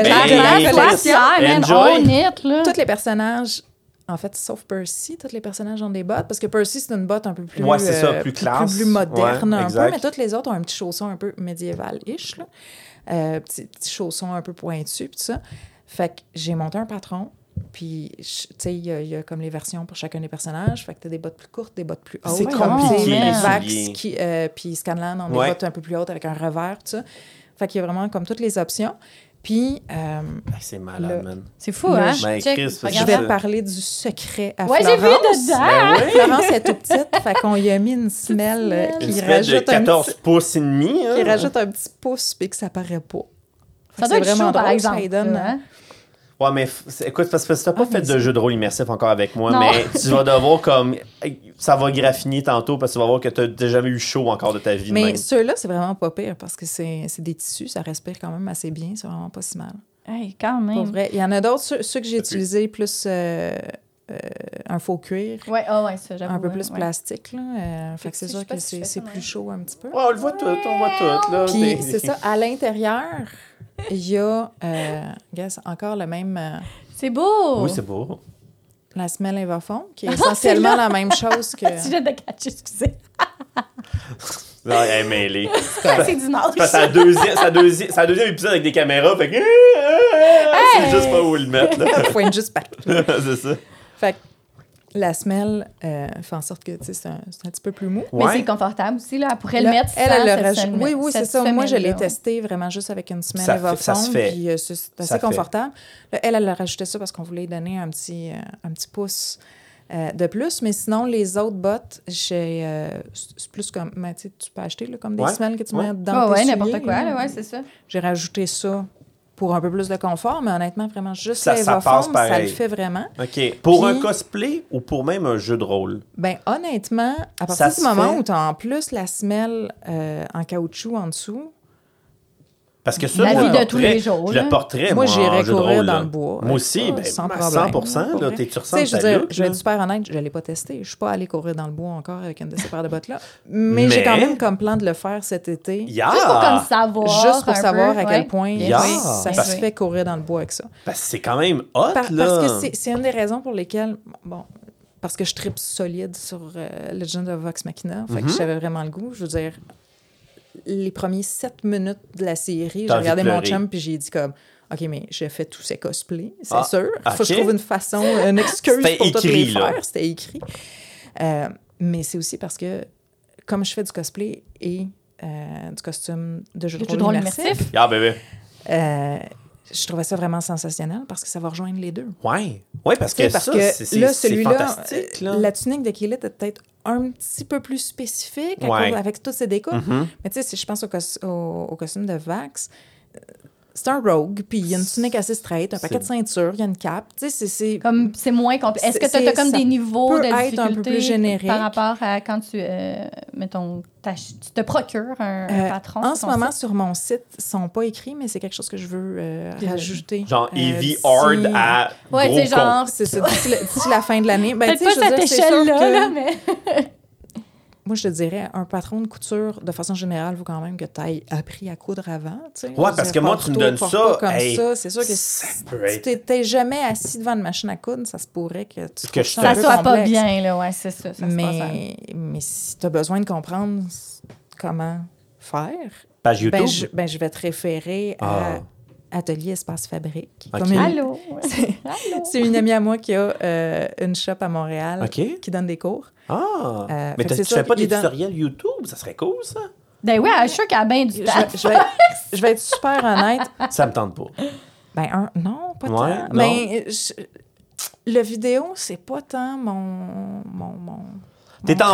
Speaker 3: Tous les personnages... En fait, sauf Percy, tous les personnages ont des bottes, parce que Percy, c'est une botte un peu plus...
Speaker 1: c'est ça, plus classe.
Speaker 3: Plus moderne un peu, mais toutes les autres ont un petit chausson un peu médiéval-ish, là. Petit chausson un peu pointu, puis tout ça. Fait que j'ai monté un patron, puis, tu sais, il y a comme les versions pour chacun des personnages. Fait que t'as des bottes plus courtes, des bottes plus hautes.
Speaker 1: C'est compliqué,
Speaker 3: Vax, puis Scanlan ont des bottes un peu plus hautes avec un revers, tout ça. Fait qu'il y a vraiment comme toutes les options. Puis...
Speaker 1: c'est malade, man.
Speaker 2: C'est fou, hein?
Speaker 3: Je vais parler du secret à
Speaker 2: Florence.
Speaker 3: J'ai vu
Speaker 2: dedans!
Speaker 3: Florence est toute petite, fait qu'on y a mis une semelle qui rajoute
Speaker 1: de 14 pouces et demi.
Speaker 3: Qui rajoute un petit pouce, puis que ça paraît pas.
Speaker 2: Ça doit être vraiment chaud, par exemple.
Speaker 1: Ouais, mais écoute, parce que t'as pas fait de jeu de rôle immersif encore avec moi, mais tu vas devoir comme... Ça va graffiner tantôt parce que tu vas voir que t'as jamais eu chaud encore de ta vie.
Speaker 3: Mais ceux-là, c'est vraiment pas pire parce que c'est des tissus, ça respire quand même assez bien, c'est vraiment pas si mal.
Speaker 2: Hey, quand même.
Speaker 3: Pour vrai. Il y en a d'autres, ceux que j'ai utilisés plus un faux cuir.
Speaker 2: Ouais, ça, j'avoue.
Speaker 3: Un peu plus plastique, là. Fait que c'est sûr que c'est plus chaud un petit peu.
Speaker 1: Ouais, on le voit tout, là.
Speaker 3: Puis c'est ça, à l'intérieur... Il y a, encore le même...
Speaker 2: c'est beau!
Speaker 1: Oui, c'est beau.
Speaker 3: La semelle Evofond, qui est essentiellement la même chose que...
Speaker 2: Tu viens de catcher, excusez.
Speaker 1: Non, elle est mêlée.
Speaker 2: C'est du nord.
Speaker 1: C'est la deuxième épisode avec des caméras, fait que... C'est juste pas où le mettre, là.
Speaker 3: Il faut être juste partout.
Speaker 1: C'est ça.
Speaker 3: Fait que la semelle fait en sorte que c'est un petit peu plus mou.
Speaker 2: Mais c'est confortable aussi, là. Elle pourrait le mettre
Speaker 3: Oui, c'est ça. Moi, je l'ai testé vraiment juste avec une semelle Evofond. Puis c'est assez confortable. Là, elle a rajouté ça parce qu'on voulait donner un petit pouce de plus. Mais sinon, les autres bottes, c'est plus comme... tu peux acheter là, comme des semelles que tu mets dans tes souliers.
Speaker 2: N'importe quoi. Là, c'est ça.
Speaker 3: J'ai rajouté ça pour un peu plus de confort, mais honnêtement, vraiment, juste ça le fait vraiment.
Speaker 1: OK. Pour un cosplay ou pour même un jeu de rôle?
Speaker 3: Bien, honnêtement, à partir du moment où tu as en plus la semelle en caoutchouc en dessous,
Speaker 1: Parce que ça,
Speaker 2: la vie de tous les jours.
Speaker 1: Je le porterais,
Speaker 3: moi, j'irais courir dans le bois.
Speaker 1: Moi aussi, ben,
Speaker 3: sans problème.
Speaker 1: 100%, là, tu ressembles
Speaker 3: je veux dire, je vais être super honnête, je ne l'ai pas testé. Je ne suis pas allée courir dans le bois encore avec une de ces paires de bottes-là. Mais j'ai quand même comme plan de le faire cet été.
Speaker 2: Juste pour comme savoir.
Speaker 3: Juste pour savoir à quel point
Speaker 1: ça
Speaker 3: se fait courir dans le bois avec ça.
Speaker 1: Parce que c'est quand même hot, là.
Speaker 3: Parce que c'est une des raisons pour lesquelles... Bon, parce que je tripe solide sur Legend of Vox Machina. Fait que j'avais vraiment le goût. Je veux dire... Les premiers 7 minutes de la série, j'ai regardé mon chum puis j'ai dit comme OK, mais j'ai fait tous ces cosplays, c'est sûr. Il faut que je trouve une façon, une excuse pour toutes les faire. C'était écrit. Mais c'est aussi parce que, comme je fais du cosplay et du costume de jeu de rôle immersif, je trouvais ça vraiment sensationnel parce que ça va rejoindre les deux.
Speaker 1: Oui, parce que ça, c'est fantastique.
Speaker 3: La tunique de Keyleth est peut-être un petit peu plus spécifique avec toutes ses découpes. Mais tu sais, si je pense au costume de Vax, c'est un rogue, puis il y a une tunique assez straight, un paquet de ceinture, il y a une cape. Tu sais,
Speaker 2: c'est moins compliqué. Est-ce que tu as comme des niveaux de difficulté
Speaker 3: un peu plus générique
Speaker 2: par rapport à quand tu, mettons, tu te procures un patron?
Speaker 3: En ce moment, sur mon site, ils ne sont pas écrits, mais c'est quelque chose que je veux rajouter.
Speaker 1: Genre Heavy Hard à gros
Speaker 2: c'est genre...
Speaker 3: C'est ça, d'ici la fin de l'année.
Speaker 2: Peut-être pas cette échelle-là, mais...
Speaker 3: Moi, je te dirais, un patron de couture, de façon générale, il faut quand même que tu aies appris à coudre avant.
Speaker 1: Oui, parce que moi, tu me donnes ça.
Speaker 3: Ça. C'est sûr que si tu n'étais jamais assis devant une machine à coudre, ça se pourrait que
Speaker 2: ça soit pas bien, là. Ouais, c'est ça.
Speaker 3: Mais si tu as besoin de comprendre comment faire,
Speaker 1: page YouTube?
Speaker 3: Je vais te référer à Atelier Espace Fabrique.
Speaker 1: Okay.
Speaker 2: Allô?
Speaker 3: C'est une amie à moi qui a une shop à Montréal qui donne des cours.
Speaker 1: Mais tu fais pas des tutoriels YouTube? Ça serait cool, ça?
Speaker 2: Ben oui, je suis sûre qu'elle a bien du temps.
Speaker 3: Je vais être super honnête.
Speaker 1: Ça me tente pas.
Speaker 3: Non, pas tant. Mais le vidéo, c'est pas tant mon
Speaker 1: T'es en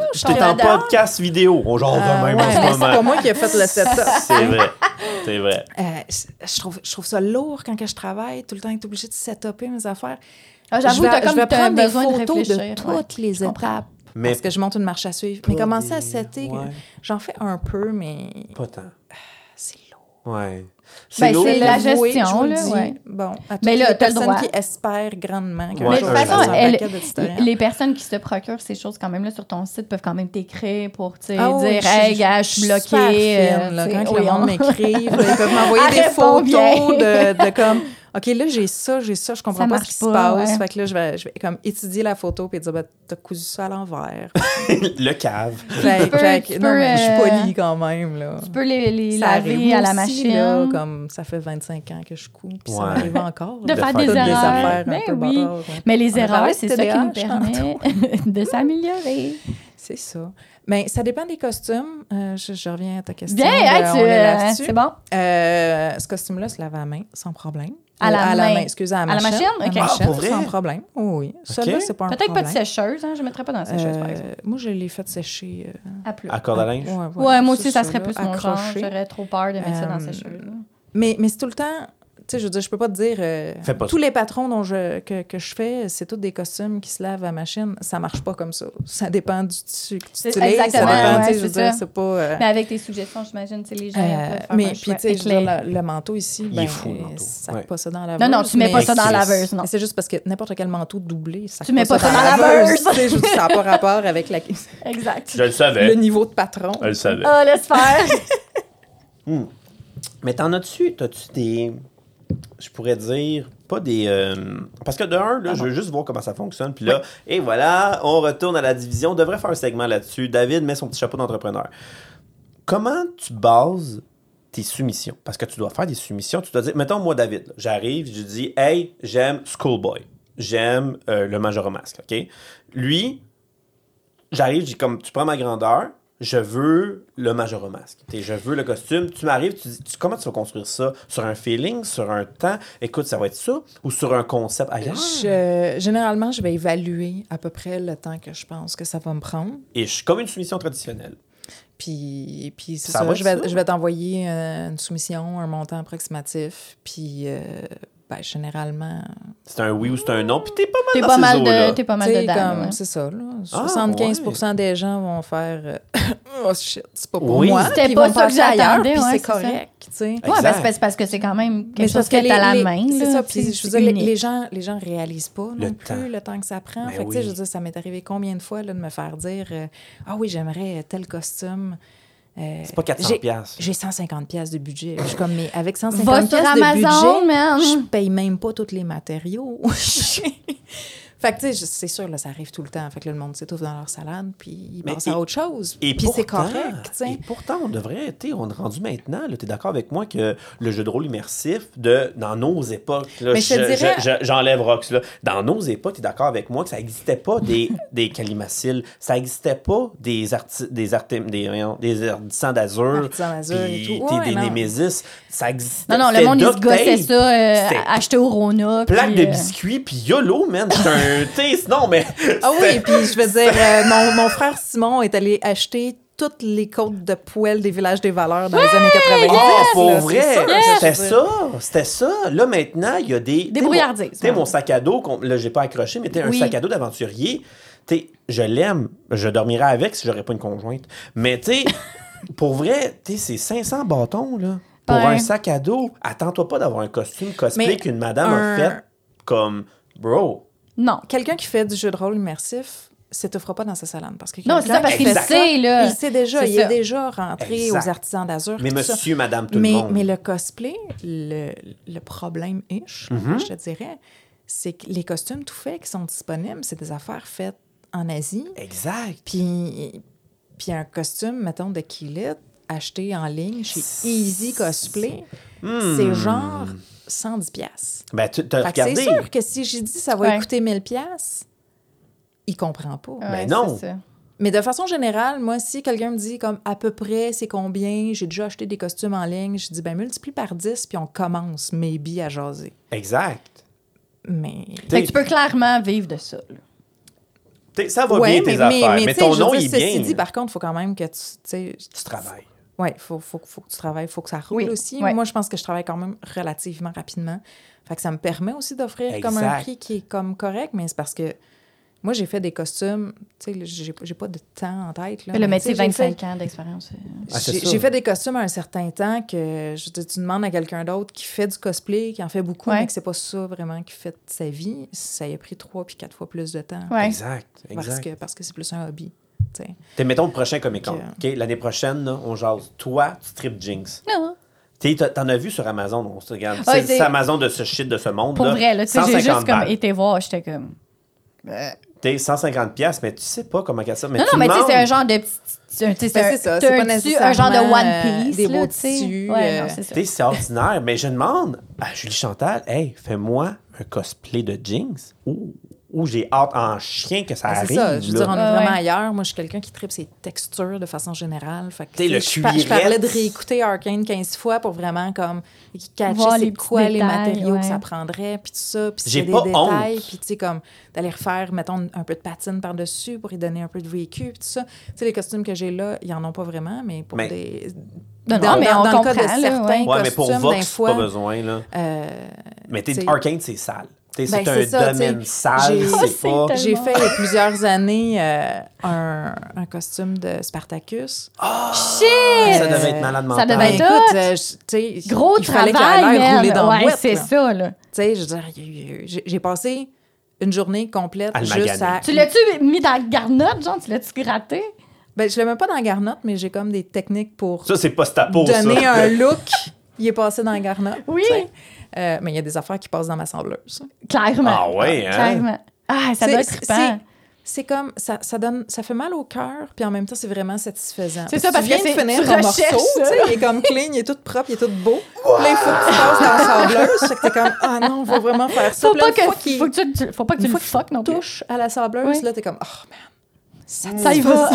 Speaker 1: podcast vidéo. On genre même en ce moment.
Speaker 3: C'est pas moi qui ai fait le setup.
Speaker 1: C'est vrai.
Speaker 3: Je trouve ça lourd quand je travaille, tout le temps être obligé de setuper mes affaires.
Speaker 2: J'avoue,
Speaker 3: je vais prendre des photos
Speaker 2: de
Speaker 3: toutes les étapes. Parce que je monte une marche à suivre. Mais commencer à setter, j'en fais un peu, mais...
Speaker 1: Pas tant.
Speaker 3: C'est lourd.
Speaker 1: Ouais.
Speaker 2: C'est la gestion, là.
Speaker 3: Bon, à toutes les personnes qui espèrent grandement que
Speaker 2: de toute façon, les personnes qui se procurent ces choses quand même là sur ton site peuvent quand même t'écrire pour dire « Hey, gars, je suis bloquée. »
Speaker 3: Quand le monde m'écrive, ils peuvent m'envoyer des photos de comme... OK, là, j'ai ça, je comprends pas ce qui se passe. Ouais. Fait que là, je vais comme étudier la photo puis dire, t'as cousu ça à l'envers.
Speaker 1: Le cave.
Speaker 3: Non, mais je suis polie quand même, là.
Speaker 2: Tu peux les laver à la machine. Là,
Speaker 3: comme ça fait 25 ans que je couds, puis ça m'arrive encore.
Speaker 2: De faire des erreurs.
Speaker 3: Un peu bordard,
Speaker 2: mais les erreurs, c'est ça qui nous permet de s'améliorer.
Speaker 3: C'est ça. Mais ça dépend des costumes. Je reviens à ta question.
Speaker 2: Bien, c'est bon.
Speaker 3: Ce costume-là se lave à la main, sans problème.
Speaker 2: À la main.
Speaker 3: Excusez, à la machine.
Speaker 2: OK.
Speaker 3: Sans problème. Oui. Celui-là, c'est pas un
Speaker 2: problème.
Speaker 3: Peut-être
Speaker 2: pas de sécheuse. Je ne mettrais pas dans la sécheuse, par exemple.
Speaker 3: Moi, je l'ai fait sécher.
Speaker 1: À corde à linge?
Speaker 2: Ouais, moi aussi, ça serait plus mon genre. J'aurais trop peur de mettre ça dans la sécheuse.
Speaker 3: Mais c'est tout le temps... Tu sais, je veux dire, je peux pas te dire... tous les patrons que je fais, c'est tous des costumes qui se lavent à la machine. Ça marche pas comme ça. Ça dépend du tissu que tu utilises.
Speaker 2: Exactement,
Speaker 3: ça dépend, je veux dire, c'est pas...
Speaker 2: Mais avec tes suggestions, j'imagine, les gens peuvent faire
Speaker 3: mais puis, tu sais, le manteau ici,
Speaker 1: il est fou, le manteau.
Speaker 3: Ça ne met pas ça dans la laveuse.
Speaker 2: Non, tu mets pas ça dans la laveuse, non.
Speaker 3: C'est juste parce que n'importe quel manteau doublé, ça
Speaker 2: tu mets pas ça dans la laveuse.
Speaker 3: Ça n'a pas rapport avec la...
Speaker 2: Exact.
Speaker 1: Je le savais.
Speaker 3: Le niveau de patron.
Speaker 1: Je le savais.
Speaker 2: Oh, laisse faire.
Speaker 1: Mais t'as-tu des... Je pourrais dire, pas des... Parce que de un, là, je veux juste voir comment ça fonctionne. Puis là, et voilà, on retourne à la division. On devrait faire un segment là-dessus. David met son petit chapeau d'entrepreneur. Comment tu bases tes soumissions? Parce que tu dois faire des soumissions. Tu dois dire, mettons, moi, David, là, j'arrive, je dis, hey, j'aime Schoolboy. J'aime le Majora Mask, OK? Lui, j'arrive, je dis, comme, tu prends ma grandeur, je veux le Majora Mask. Je veux le costume. Tu m'arrives, tu dis, comment tu vas construire ça? Sur un feeling, sur un temps? Écoute, ça va être ça? Ou sur un concept ailleurs?
Speaker 3: Généralement, je vais évaluer à peu près le temps que je pense que ça va me prendre.
Speaker 1: Et je suis comme une soumission traditionnelle.
Speaker 3: Puis c'est ça. Je vais t'envoyer une soumission, un montant approximatif. Puis... généralement...
Speaker 1: C'est un oui ou c'est un non, puis t'es pas mal
Speaker 2: T'es pas mal dedans.
Speaker 3: C'est ça, là. 75% des gens vont faire « Oh shit, c'est pas pour moi ».
Speaker 2: C'était pas ça que j'attendais.
Speaker 3: Puis c'est correct. tu sais.
Speaker 2: Oui, c'est parce que c'est quand même quelque chose que t'as à la main.
Speaker 3: C'est ça, puis je veux dire, les gens réalisent pas non plus le temps que ça prend. Fait que, tu sais, je veux dire, ça m'est arrivé combien de fois là, de me faire dire « Ah oui, j'aimerais tel costume ».
Speaker 1: C'est pas 400$.
Speaker 3: J'ai 150$ de budget. Je suis comme, mais avec 150$
Speaker 2: de budget,
Speaker 3: je paye même pas tous les matériaux. Fait que, tu sais, c'est sûr, là, ça arrive tout le temps. Fait que là, le monde s'étouffe dans leur salade, puis ils pensent à autre chose. Puis c'est correct, tu sais.
Speaker 1: Et pourtant, on devrait, tu sais, on est rendu maintenant, tu es d'accord avec moi que le jeu de rôle immersif, dans nos époques, là, j'enlève Rox, là, dans nos époques, tu es d'accord avec moi que ça n'existait pas des Calimaciles, ça n'existait pas des Ardissants d'Azur,
Speaker 3: puis
Speaker 1: des Némésis, ça existait.
Speaker 2: Non, le monde, il se gossait ça, acheté au Rona.
Speaker 1: Plaque de biscuits, puis YOLO, man, non, mais...
Speaker 3: Ah oui, puis je veux dire, mon frère Simon est allé acheter toutes les côtes de poêle des Villages des Valeurs dans les années 90.
Speaker 1: Oh, pour vrai! C'était ça. Là, maintenant, il y a des
Speaker 2: brouillardises.
Speaker 1: Tu sais, mon sac à dos, là, j'ai pas accroché, mais un sac à dos d'aventurier. Tu sais, je l'aime. Je dormirais avec si j'aurais pas une conjointe. Mais, tu sais, pour vrai, tu sais, c'est 500 bâtons, là, pour un sac à dos. Attends-toi pas d'avoir un costume cosplay qu'une madame a fait comme... Bro...
Speaker 2: Non.
Speaker 3: Quelqu'un qui fait du jeu de rôle immersif s'étouffera pas dans sa salade. Parce que
Speaker 2: non, c'est ça, parce qu'il sait, là.
Speaker 3: Il sait déjà, il est déjà rentré aux Artisans d'Azur.
Speaker 1: Mais monsieur, madame, tout le monde.
Speaker 3: Mais le cosplay, le problème-ish, je te dirais, c'est que les costumes tout faits qui sont disponibles, c'est des affaires faites en Asie.
Speaker 1: Exact.
Speaker 3: Puis un costume, mettons, de Keyleth, acheté en ligne chez Easy Cosplay, c'est genre... 110$.
Speaker 1: Ben, t'as regardé.
Speaker 3: C'est sûr que si j'ai dit ça va coûter 1000$, il comprend pas.
Speaker 1: Ben non.
Speaker 3: Mais de façon générale, moi, si quelqu'un me dit comme à peu près c'est combien, j'ai déjà acheté des costumes en ligne, je dis ben multiplie par 10 puis on commence maybe à jaser.
Speaker 1: Exact.
Speaker 3: Mais
Speaker 2: fait que tu peux clairement vivre de ça. Là.
Speaker 1: Ça va bien tes affaires, mais ton nom il est bien.
Speaker 3: Ceci dit, par contre, il faut quand même que
Speaker 1: tu travailles.
Speaker 3: Oui, il faut que tu travailles, il faut que ça roule aussi. Oui. Moi, je pense que je travaille quand même relativement rapidement. Fait que ça me permet aussi d'offrir comme un prix qui est comme correct, mais c'est parce que moi, j'ai fait des costumes, tu sais, j'ai pas de temps en tête. Là,
Speaker 2: le métier, 25 ans d'expérience.
Speaker 3: J'ai fait des costumes à un certain temps que tu demandes à quelqu'un d'autre qui fait du cosplay, qui en fait beaucoup, mais que c'est pas ça vraiment qui fait sa vie. Ça y a pris 3 puis 4 fois plus de temps.
Speaker 2: Ouais.
Speaker 1: Exact.
Speaker 3: Parce que c'est plus un hobby.
Speaker 1: Mettons le prochain Comic-Con. Okay. L'année prochaine, là, on jase. Toi, tu tripes Jinx.
Speaker 2: Non.
Speaker 1: T'en as vu sur Amazon, on se regarde. C'est Amazon de ce shit de ce monde.
Speaker 2: Pour vrai, là, j'ai juste comme été voir, j'étais comme...
Speaker 1: T'es 150$, mais tu sais pas comment ça... Mais
Speaker 2: non, mais tu sais, c'est un genre de petit...
Speaker 3: C'est ça, c'est pas nécessairement
Speaker 2: un genre de One Piece,
Speaker 3: des beaux
Speaker 2: tissus.
Speaker 1: C'est ordinaire, mais je demande à Julie Chantal, hey, fais-moi un cosplay de Jinx. Où j'ai hâte en chien que ça arrive.
Speaker 3: C'est ça, je veux dire, on est vraiment ailleurs. Moi, je suis quelqu'un qui tripe ses textures de façon générale. Fait que, je parlais de réécouter Arcane 15 fois pour vraiment comme catcher c'est quoi les matériaux que ça prendrait, puis tout ça, puis c'est des détails, puis tu sais, comme d'aller refaire, mettons, un peu de patine par-dessus pour y donner un peu de vécu, puis tout ça. Tu sais, les costumes que j'ai là, ils en ont pas vraiment, mais pour des...
Speaker 2: Non, mais on
Speaker 3: dans
Speaker 2: comprend,
Speaker 3: le cas de certains costumes,
Speaker 1: mais pour Vox,
Speaker 3: fois,
Speaker 1: pas besoin, là. Mais Arcane, c'est sale. C'est un domaine sale, c'est pas...
Speaker 3: J'ai fait il y a plusieurs années un costume de Spartacus.
Speaker 1: Oh!
Speaker 2: Shit!
Speaker 1: Ça devait être malade mental.
Speaker 2: Ça devait être gros
Speaker 3: il fallait qu'il ait l'air roulé dans le
Speaker 2: c'est ça, là.
Speaker 3: Tu sais, je veux dire, j'ai passé une journée complète juste à...
Speaker 2: Tu l'as-tu mis dans la garnotte, genre? Tu l'as-tu gratté?
Speaker 3: Ben, je l'ai même pas dans la garnotte, mais j'ai comme des techniques pour...
Speaker 1: Ça, c'est pas ta peau,
Speaker 3: donner un look. Il est passé dans la garnotte.
Speaker 2: Oui.
Speaker 3: Mais il y a des affaires qui passent dans ma sableuse.
Speaker 2: Clairement.
Speaker 1: Ah oui, hein?
Speaker 2: Clairement. Ah, ça doit être trippant.
Speaker 3: C'est comme, ça fait mal au cœur, puis en même temps, c'est vraiment satisfaisant.
Speaker 2: C'est ça, parce que
Speaker 3: tu viens de finir ton morceau, il est comme clean, il est tout propre, il est tout beau. Là, il faut que tu passes dans la sableuse, fait que t'es comme, ah non, on va vraiment faire ça.
Speaker 2: Faut pas que tu le fuck non plus.
Speaker 3: Touches à la sableuse, là, t'es comme, oh man,
Speaker 2: ça y va.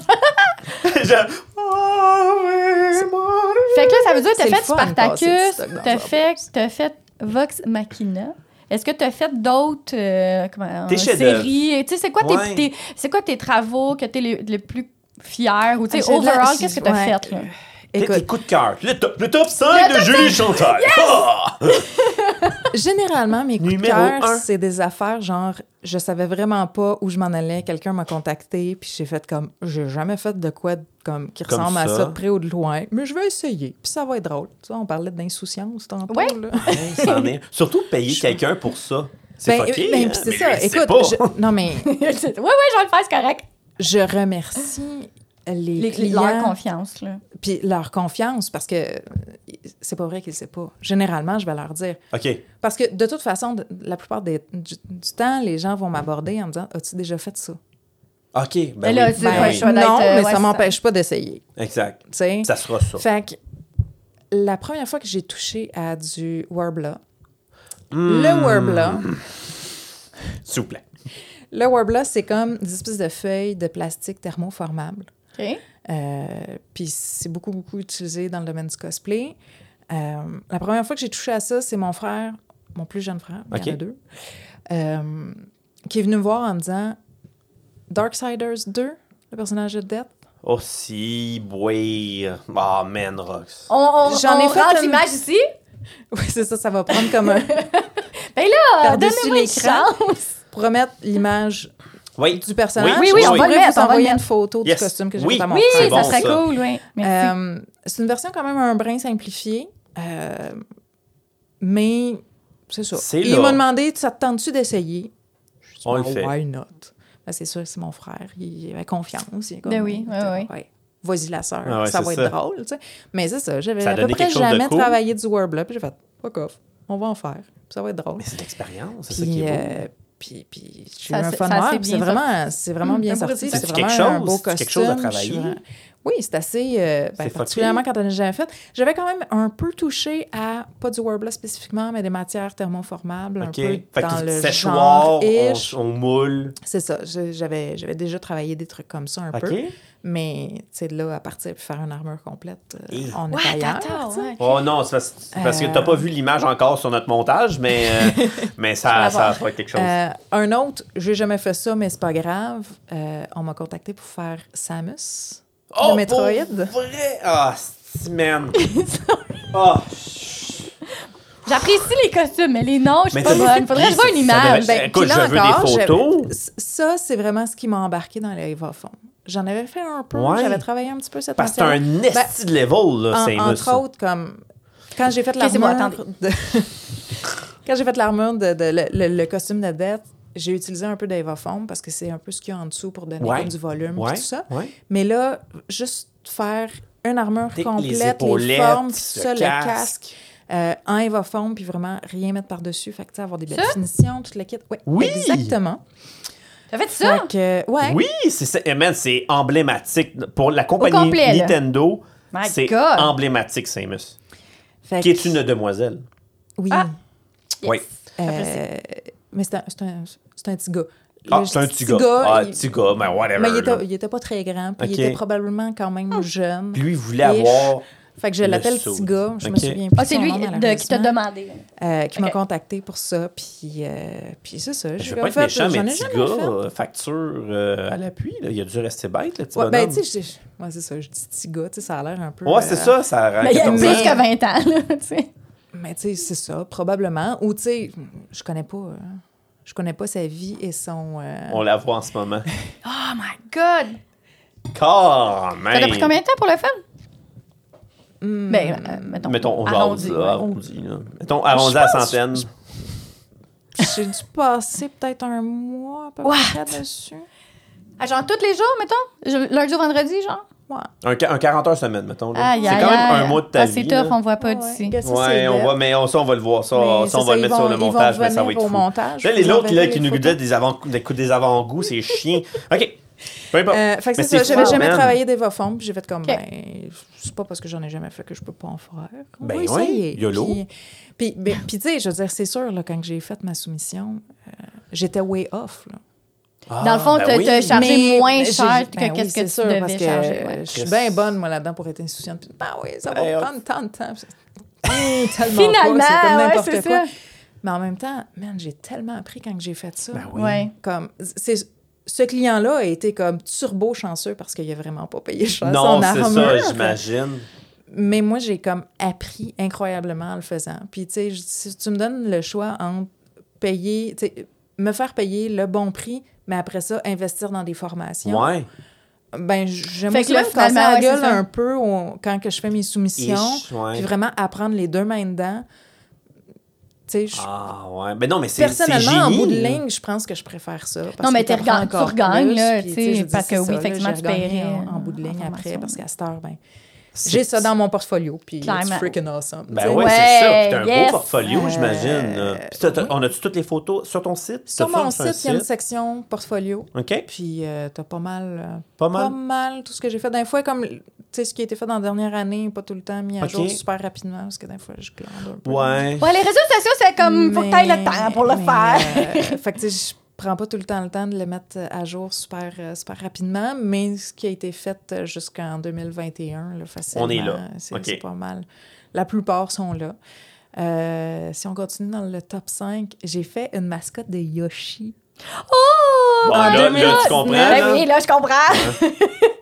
Speaker 2: Fait que là, ça veut dire que t'as fait Spartacus, t'as fait Vox Machina. Est-ce que tu as fait d'autres séries? Tu sais, c'est quoi tes travaux que tu es le plus fier? Ou tu sais, overall, qu'est-ce que tu as fait? Là?
Speaker 1: Écoute, tes coups de cœur. Le top 5 de Julie Chantal. Yes!
Speaker 3: Généralement, mes coups de cœur, c'est des affaires genre, je savais vraiment pas où je m'en allais, quelqu'un m'a contacté, puis j'ai fait comme, j'ai jamais fait de quoi comme qui ressemble à ça de près ou de loin, mais je vais essayer, puis ça va être drôle. Tu sais, on parlait d'insouciance tantôt.
Speaker 2: Ouais.
Speaker 3: Là.
Speaker 1: C'en est. Surtout payer quelqu'un pour ça. C'est fucké.
Speaker 3: C'est ça. Écoute, non mais...
Speaker 2: ouais, je vais le faire, c'est correct.
Speaker 3: Je remercie les clients.
Speaker 2: Leur confiance, là.
Speaker 3: Puis leur confiance, parce que c'est pas vrai qu'ils ne savent pas. Généralement, je vais leur dire.
Speaker 1: OK.
Speaker 3: Parce que de toute façon, la plupart du temps, les gens vont m'aborder en me disant « As-tu déjà fait ça? »
Speaker 1: OK.
Speaker 2: Ben là, tu pas le choix d'être...
Speaker 3: Non, mais ça m'empêche pas d'essayer.
Speaker 1: Exact.
Speaker 3: T'sais?
Speaker 1: Ça sera ça.
Speaker 3: Fait que la première fois que j'ai touché à du Worbla, le Worbla...
Speaker 1: S'il vous plaît.
Speaker 3: Le Worbla, c'est comme des espèces de feuilles de plastique thermoformable.
Speaker 2: OK.
Speaker 3: Puis c'est beaucoup utilisé dans le domaine du cosplay. La première fois que j'ai touché à ça, c'est mon frère, mon plus jeune frère, il y en a deux, qui est venu me voir en me disant « Darksiders 2, le personnage de Death. »
Speaker 1: Oh si, boy. Ah, man, Rox.
Speaker 2: J'en ai fait l'image ici.
Speaker 3: Oui, c'est ça, ça va prendre comme un...
Speaker 2: Ben là,
Speaker 3: par-dessus
Speaker 2: donnez-moi une
Speaker 3: l'écran
Speaker 2: chance.
Speaker 3: Pour remettre l'image du personnage.
Speaker 2: Oui, on va le mettre.
Speaker 3: Vous envoyer une photo du costume que j'ai fait à mon frère.
Speaker 2: Oui,
Speaker 1: bon,
Speaker 2: ça serait cool, oui. Merci.
Speaker 3: C'est une version quand même un brin simplifiée, mais c'est ça. Il m'a demandé, ça te tente-tu d'essayer? Je dis,
Speaker 1: on le fait.
Speaker 3: Why not? Ben, c'est sûr, c'est mon frère. Il avait confiance. Il est comme,
Speaker 2: ben oui.
Speaker 3: Vas-y, la sœur, ça va être drôle. Tu sais. Mais c'est ça, j'avais
Speaker 1: à
Speaker 3: peu près jamais travaillé du Worbla, puis j'ai fait, fuck off, on va en faire. Puis ça va être drôle.
Speaker 1: Mais c'est l'expérience, c'est
Speaker 3: ça
Speaker 1: qui est beau.
Speaker 3: Puis j'ai eu un fun noir, c'est vraiment bien sorti. C'est vraiment un beau costume.
Speaker 1: C'est quelque chose à travailler.
Speaker 3: Oui, c'est assez... particulièrement quand on n'a jamais fait. J'avais quand même un peu touché à, pas du Worbla spécifiquement, mais des matières thermoformables, un peu dans le genre-ish.
Speaker 1: On moule.
Speaker 3: C'est ça. J'avais déjà travaillé des trucs comme ça un peu. Mais, tu sais, de là, à partir puis faire une armure complète, on est ailleurs.
Speaker 1: Oh non, c'est parce que t'as pas vu l'image encore sur notre montage, mais ça va être quelque chose.
Speaker 3: Un autre, j'ai jamais fait ça, mais c'est pas grave. On m'a contacté pour faire Samus.
Speaker 1: Oh,
Speaker 3: de Metroid.
Speaker 1: Pour vrai? Ah, man. Oh.
Speaker 2: J'apprécie les costumes, mais les noms, je suis pas bonne. Faudrait que je vois une image.
Speaker 1: Écoute, je veux des photos.
Speaker 3: Ça, c'est vraiment ce qui m'a embarqué dans les Evaform. J'en avais fait un peu. J'avais travaillé un petit peu cette
Speaker 1: matière. Parce que c'est un esti de level, là, c'est
Speaker 3: entre autres, comme... Quand j'ai fait l'armure... Quand j'ai fait l'armure le costume de Death, j'ai utilisé un peu d'Evaform parce que c'est un peu ce qu'il y a en dessous pour donner comme du volume et tout ça. Mais là, juste faire une armure complète, les formes, tout ça, le casque, en Evaform, puis vraiment rien mettre par-dessus. Fait que, tu sais, avoir des belles finitions, tout le kit. Oui, exactement.
Speaker 2: T'as fait ça?
Speaker 1: Oui, c'est emblématique. Pour la compagnie Nintendo, c'est emblématique, Samus. Qui est une demoiselle.
Speaker 3: Oui.
Speaker 1: Oui.
Speaker 3: Mais c'est un petit gars.
Speaker 1: C'est un petit gars. Petit gars, mais whatever.
Speaker 3: Mais il était pas très grand, puis il était probablement quand même jeune.
Speaker 1: Puis lui, il voulait avoir...
Speaker 3: Fait que je l'appelle petit gars, je me souviens plus.
Speaker 2: C'est lui qui t'a demandé.
Speaker 3: Qui m'a contacté pour ça, puis c'est ça.
Speaker 1: Je veux pas être méchant, mais petit gars, facture à l'appui, il a dû rester bête, le petit bonhomme.
Speaker 3: Ben, tu sais, c'est ça, je dis petit gars, tu sais, ça a l'air un peu...
Speaker 1: Ouais, c'est ça rend...
Speaker 2: Mais il y a plus que 20 ans, là, tu sais.
Speaker 3: Mais tu sais, c'est ça, probablement. Ou tu sais, je connais pas sa vie et son...
Speaker 1: On la voit en ce moment.
Speaker 2: Oh my God!
Speaker 1: Quand même!
Speaker 2: Ça t'a pris combien de temps pour le faire?
Speaker 1: Mettons, arrondi. Mettons, arrondi à la centaine.
Speaker 3: J'ai dû passer peut-être un mois à peu près dessus.
Speaker 2: Genre tous les jours, mettons? Lundi au vendredi, genre?
Speaker 3: Ouais.
Speaker 1: Un 40 heures semaine, mettons. C'est quand même un mois de ta vie.
Speaker 2: C'est tough, on voit pas d'ici.
Speaker 1: Ouais, on voit, mais ça, on va le voir. Ça, on va le mettre sur le montage, mais ça va être fou. Là, les autres qui nous donnent des avant-goûts, c'est chiant. OK.
Speaker 3: Fait que c'est ça, j'avais jamais travaillé d'Evaform, puis j'ai fait comme, c'est pas parce que j'en ai jamais fait que je peux pas en faire.
Speaker 1: Ben oui, YOLO.
Speaker 3: Puis tu sais, je veux dire, c'est sûr, là, quand j'ai fait ma soumission, j'étais way off, là.
Speaker 2: Dans le fond, t'as chargé moins cher que qu'est-ce que tu devais charger.
Speaker 3: Je suis bien bonne, moi, là-dedans, pour être insouciante. Ben oui, ça va prendre tant de temps.
Speaker 2: Finalement,
Speaker 3: c'est comme n'importe quoi.
Speaker 2: Ça.
Speaker 3: Mais en même temps, man, j'ai tellement appris quand j'ai fait ça.
Speaker 1: Ben oui.
Speaker 3: Comme, ce client-là a été comme turbo chanceux parce qu'il a vraiment pas payé cher son armure.
Speaker 1: Non, c'est ça, j'imagine.
Speaker 3: Mais moi, j'ai comme appris incroyablement en le faisant. Puis, tu sais, si tu me donnes le choix entre payer, tu sais, me faire payer le bon prix, mais après ça, investir dans des formations.
Speaker 1: Ouais.
Speaker 3: Ben, j'aimerais ça me casser la gueule un peu quand que je fais mes soumissions, puis vraiment apprendre les deux mains dedans.
Speaker 1: Ah ouais, mais non, mais c'est
Speaker 3: personnellement,
Speaker 1: génie,
Speaker 3: en bout de ligne, je pense que je préfère ça.
Speaker 2: Non, mais tu regagnes, là, tu sais, parce que oui, effectivement, tu paierais
Speaker 3: en bout de ligne après, parce qu'à cette heure, ben, j'ai ça dans mon portfolio, puis it's freaking awesome.
Speaker 1: Ben ouais, c'est ça. Puis t'as un beau portfolio, j'imagine. Puis on a-tu toutes les photos sur ton site?
Speaker 3: Sur mon site, il y a une section portfolio.
Speaker 1: OK.
Speaker 3: Puis t'as pas mal tout ce que j'ai fait. D'un fois, comme, tu sais, ce qui a été fait dans la dernière année, pas tout le temps mis à jour super rapidement, parce que des fois, je glande un peu.
Speaker 2: Ouais, les réseaux sociaux, c'est comme, faut que t'ailles le temps pour le faire.
Speaker 3: Fait que, tu sais, prends pas tout le temps de le mettre à jour super rapidement, mais ce qui a été fait jusqu'en 2021, là, facilement,
Speaker 1: on est là.
Speaker 3: C'est pas mal. La plupart sont là. Si on continue dans le top 5, j'ai fait une mascotte de Yoshi.
Speaker 2: Oh!
Speaker 1: Bon, là, tu comprends?
Speaker 2: Ben oui, là, je comprends.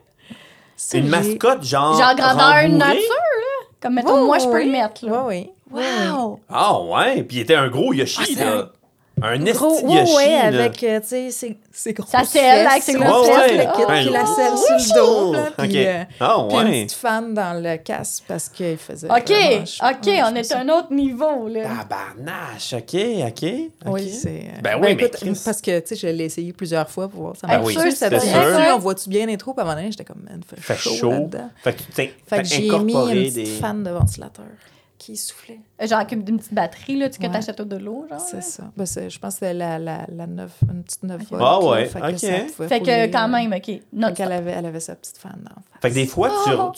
Speaker 1: Une mascotte, genre
Speaker 2: grandeur nature, là. Comme, mettons, moi, je peux le mettre, là.
Speaker 3: Oui.
Speaker 2: Wow!
Speaker 1: Ah ouais, puis il était un gros Yoshi, là. Un esti
Speaker 3: Yoshi,
Speaker 1: oui,
Speaker 3: avec, tu sais, c'est gros.
Speaker 2: Ça selle avec ses grosses
Speaker 3: fesses, puis la selle sur le dos, là, puis
Speaker 1: une
Speaker 3: petite fan dans le casque parce qu'il faisait
Speaker 2: OK, on est à un autre niveau, là.
Speaker 1: Tabarnache, OK.
Speaker 3: Oui, c'est...
Speaker 1: Ben oui,
Speaker 3: écoute, parce que, tu sais, je l'ai essayé plusieurs fois pour voir. Ça
Speaker 1: m'a
Speaker 3: sûr, ça on voit-tu bien les trous? Puis à un moment donné, j'étais comme, man, fait chaud là-dedans.
Speaker 1: Fait que
Speaker 3: j'ai mis une petite fan de ventilateur qui soufflait.
Speaker 2: Genre une petite batterie là, que t'achètes de l'eau, genre.
Speaker 3: C'est ça. Ben, je pense que c'était la 9, une petite 9 volts.
Speaker 1: Ah ouais,
Speaker 3: fait
Speaker 1: OK.
Speaker 2: Fait que quand même, OK.
Speaker 3: Donc elle avait sa petite fan dans la face.
Speaker 1: Fait que des fois,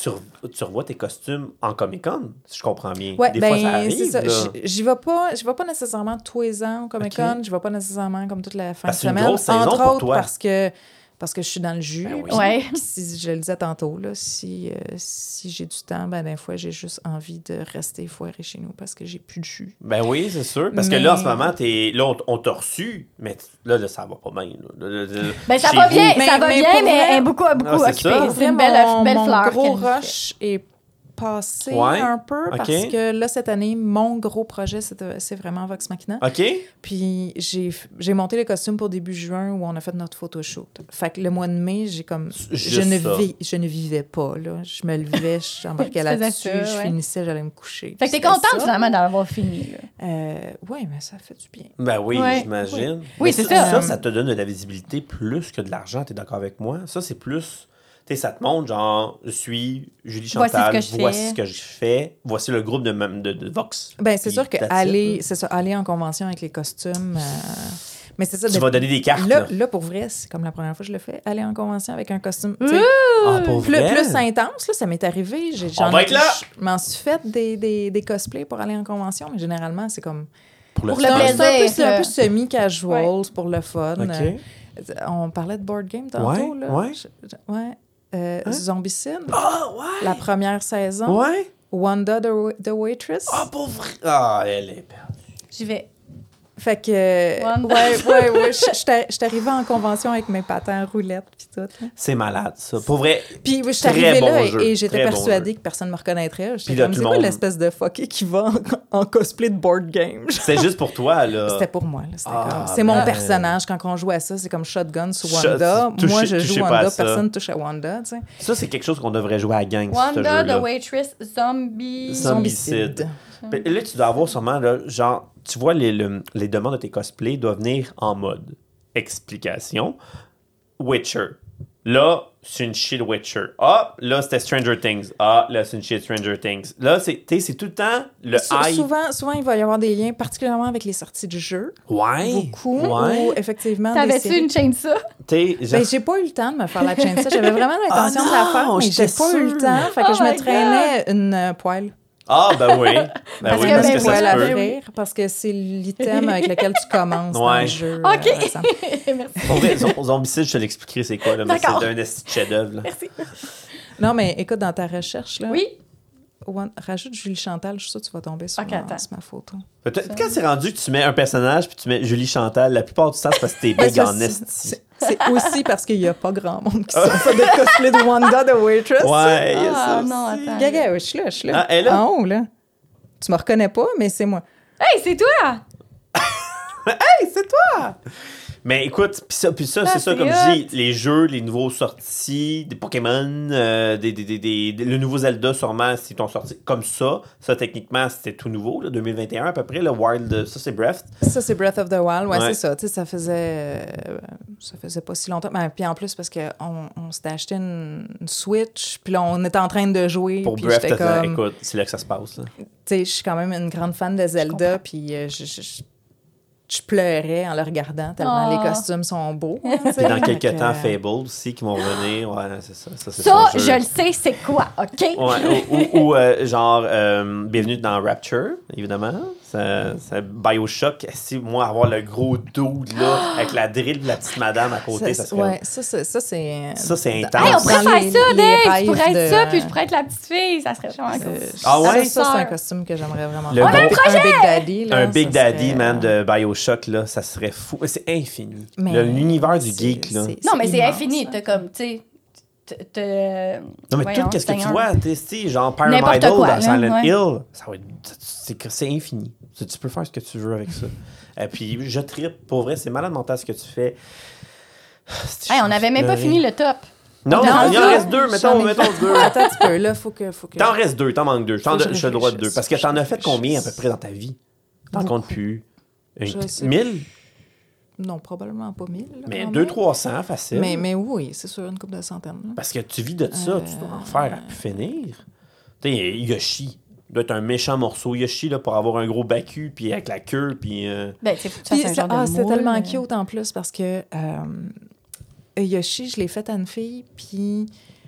Speaker 1: tu revois tes costumes en Comic-Con, si je comprends bien.
Speaker 3: Ouais,
Speaker 1: des fois, ça arrive.
Speaker 3: C'est ça. J'y vais pas nécessairement tous les ans au Comic-Con. Je vais pas nécessairement comme toute la fin de semaine.
Speaker 1: C'est une grosse saison
Speaker 3: entre
Speaker 1: pour
Speaker 3: autres
Speaker 1: toi.
Speaker 3: parce que je suis dans le jus.
Speaker 1: Ben oui.
Speaker 2: Ouais.
Speaker 3: Si je le disais tantôt, là, si j'ai du temps, ben des fois, j'ai juste envie de rester foiré chez nous parce que j'ai plus de jus.
Speaker 1: Ben oui, c'est sûr. Parce que là, en ce moment, on t'a reçu, mais là, ça va pas bien.
Speaker 2: Ben ça va bien, mais beaucoup occupé. C'est une belle fleur.
Speaker 3: Mon gros rush est passé un peu parce que là, cette année, mon gros projet, c'est vraiment Vox Machina.
Speaker 1: OK.
Speaker 3: Puis j'ai monté les costumes pour début juin où on a fait notre photoshoot. Fait que le mois de mai, j'ai comme... Je ne vivais pas, là. Je me levais, j'embarquais là-dessus, je finissais, j'allais me coucher.
Speaker 2: Fait que t'es contente, finalement, d'avoir fini, là.
Speaker 3: Oui, mais ça fait du bien.
Speaker 1: Ben oui, j'imagine.
Speaker 2: Oui, c'est ça.
Speaker 1: Ça te donne de la visibilité plus que de l'argent, t'es d'accord avec moi? Ça, c'est plus... Tu sais, ça te montre, genre, je suis Julie Chantal, voici ce que je fais, voici le groupe de Vox.
Speaker 3: Ben c'est sûr que aller en convention avec les costumes... mais c'est ça.
Speaker 1: Tu vas donner des cartes.
Speaker 3: Là, pour vrai, c'est comme la première fois que je le fais, aller en convention avec un costume
Speaker 1: pour vrai?
Speaker 3: Plus intense, là, ça m'est arrivé.
Speaker 1: On va être là!
Speaker 3: Je m'en suis fait des cosplays pour aller en convention, mais généralement, c'est comme...
Speaker 2: Pour le plaisir.
Speaker 3: C'est un peu semi-casual, pour le fun.
Speaker 1: Okay.
Speaker 3: On parlait de board game tantôt, là. Ouais. Zombicide. La première saison.
Speaker 1: Ouais.
Speaker 3: Wanda the Waitress.
Speaker 1: Pour vrai. Ah, elle est perdue.
Speaker 2: J'y vais.
Speaker 3: Fait que... Ouais. Je suis arrivée en convention avec mes patins roulettes puis tout. Là.
Speaker 1: C'est malade, ça. Pour vrai,
Speaker 3: puis je suis arrivée là et j'étais persuadée que personne ne me reconnaîtrait. J'étais comme, c'est quoi l'espèce de fucké qui va en cosplay de board game?
Speaker 1: C'était juste pour toi, là.
Speaker 3: C'était pour moi, là. C'est mon personnage. Quand on joue à ça, c'est comme Shotgun sur Wanda. Moi, je joue Wanda, personne ne touche à Wanda, tu sais.
Speaker 1: Ça, c'est quelque chose qu'on devrait jouer à la gang,
Speaker 2: Wanda, The Waitress, Zombicide.
Speaker 1: Là, tu dois avoir sûrement, là, genre, tu vois, les demandes de tes cosplays doivent venir en mode explication. Witcher. Là, c'est une shit Witcher. Ah, là, c'était Stranger Things. Ah, là, c'est une shit Stranger Things. Là, c'est tout le temps le hype.
Speaker 3: Souvent, il va y avoir des liens, particulièrement avec les sorties du jeu.
Speaker 1: Ouais.
Speaker 3: Beaucoup. Ou effectivement.
Speaker 2: T'avais-tu une chaîne ça?
Speaker 3: Ben, j'ai pas eu le temps de me faire la chaîne ça. J'avais vraiment l'intention de la faire, mais j'ai pas eu le temps. Fait que je me traînais une poêle.
Speaker 1: Ah, ben oui.
Speaker 3: Parce que ça se peut. Rire, parce que c'est l'item avec lequel tu commences dans le jeu.
Speaker 2: OK. Merci.
Speaker 1: Pour vrai, Zombicide, je te l'expliquerai c'est quoi. Là, mais c'est un esti de chef-d'œuvre.
Speaker 2: Merci.
Speaker 3: Non, mais écoute, dans ta recherche, là,
Speaker 2: oui.
Speaker 3: Rajoute Julie Chantal, je suis sûre que tu vas tomber sur ma photo.
Speaker 1: Peut-être quand c'est rendu que tu mets un personnage puis tu mets Julie Chantal, la plupart du temps, c'est parce que t'es big en esti.
Speaker 3: c'est aussi parce qu'il n'y a pas grand monde qui sont fait de cosplay de Wanda de Waitress.
Speaker 1: Ouais, il y a ça
Speaker 2: non, attends.
Speaker 3: Gaga, je suis là.
Speaker 1: Ah, elle est là?
Speaker 3: En haut, là. Tu me reconnais pas, mais c'est moi.
Speaker 2: Hey, c'est toi!
Speaker 1: Hey, c'est toi! Mais écoute, puis ça c'est ça, comme je dis, les jeux, les nouveaux sorties, des Pokémon, le nouveau Zelda, sûrement, s'ils t'ont sorti comme ça, techniquement, c'était tout nouveau, là, 2021 à peu près, le Wild, ça, c'est Breath.
Speaker 3: Ça, c'est Breath of the Wild, ouais. C'est ça. Tu sais, ça faisait pas si longtemps. Mais puis en plus, parce qu'on s'était acheté une Switch, puis là, on était en train de jouer.
Speaker 1: Pour
Speaker 3: puis
Speaker 1: Breath,
Speaker 3: comme...
Speaker 1: écoute, c'est là que ça se passe, là.
Speaker 3: Tu sais, je suis quand même une grande fan de Zelda, puis je pleurais en le regardant tellement les costumes sont beaux.
Speaker 1: Et dans quelques temps, Fable aussi, qui vont revenir. Ouais, c'est ça.
Speaker 2: Ça, je le sais, c'est quoi, OK?
Speaker 1: Ouais, ou genre, bienvenue dans Rapture, évidemment. C'est BioShock. Si moi, avoir le gros dude, là, avec la drill de la petite madame à côté, ça serait...
Speaker 3: Ouais, ça, c'est...
Speaker 1: Ça, c'est intense.
Speaker 2: Hey, on pourrait faire ça, Dave! Tu pourrais être ça, puis je pourrais être la petite fille. Ça serait vraiment cool.
Speaker 1: Ah ouais?
Speaker 3: Ça, c'est un costume que j'aimerais vraiment
Speaker 2: faire. On a un projet!
Speaker 3: Un Big Daddy, là.
Speaker 1: Un Big Daddy, man, de BioShock, là, ça serait fou. C'est infini. L'univers du geek, là.
Speaker 2: Non, mais c'est infini. T'as comme, tu sais...
Speaker 1: Non, mais tout ce que tu vois, tu genre Pyramidal dans Silent Hill, ça va être... C'est infini. Tu peux faire ce que tu veux avec ça. Et puis, je trippe. Pour vrai, c'est malade mental ce que tu fais.
Speaker 2: Hey, on n'avait même pas fini le top.
Speaker 1: Non, il en reste deux. Mettons deux.
Speaker 3: Attends un petit peu. Là, faut que...
Speaker 1: T'en restes deux. T'en manques deux. Je te le droit de deux. Parce que t'en as fait combien à peu près dans ta vie? T'en comptes plus? 1000?
Speaker 3: Non, probablement pas 1000.
Speaker 1: Mais 200-300, facile.
Speaker 3: Mais oui, c'est sûr, une couple de centaines. Là.
Speaker 1: Parce que tu vis de ça, tu dois en faire à pu finir. Tu sais, Yoshi doit être un méchant morceau. Yoshi, là, pour avoir un gros bacu, puis avec la queue, puis...
Speaker 2: Ben, tu sais, c'est
Speaker 3: c'était tellement cute en plus, parce que Yoshi, je l'ai faite à une fille, puis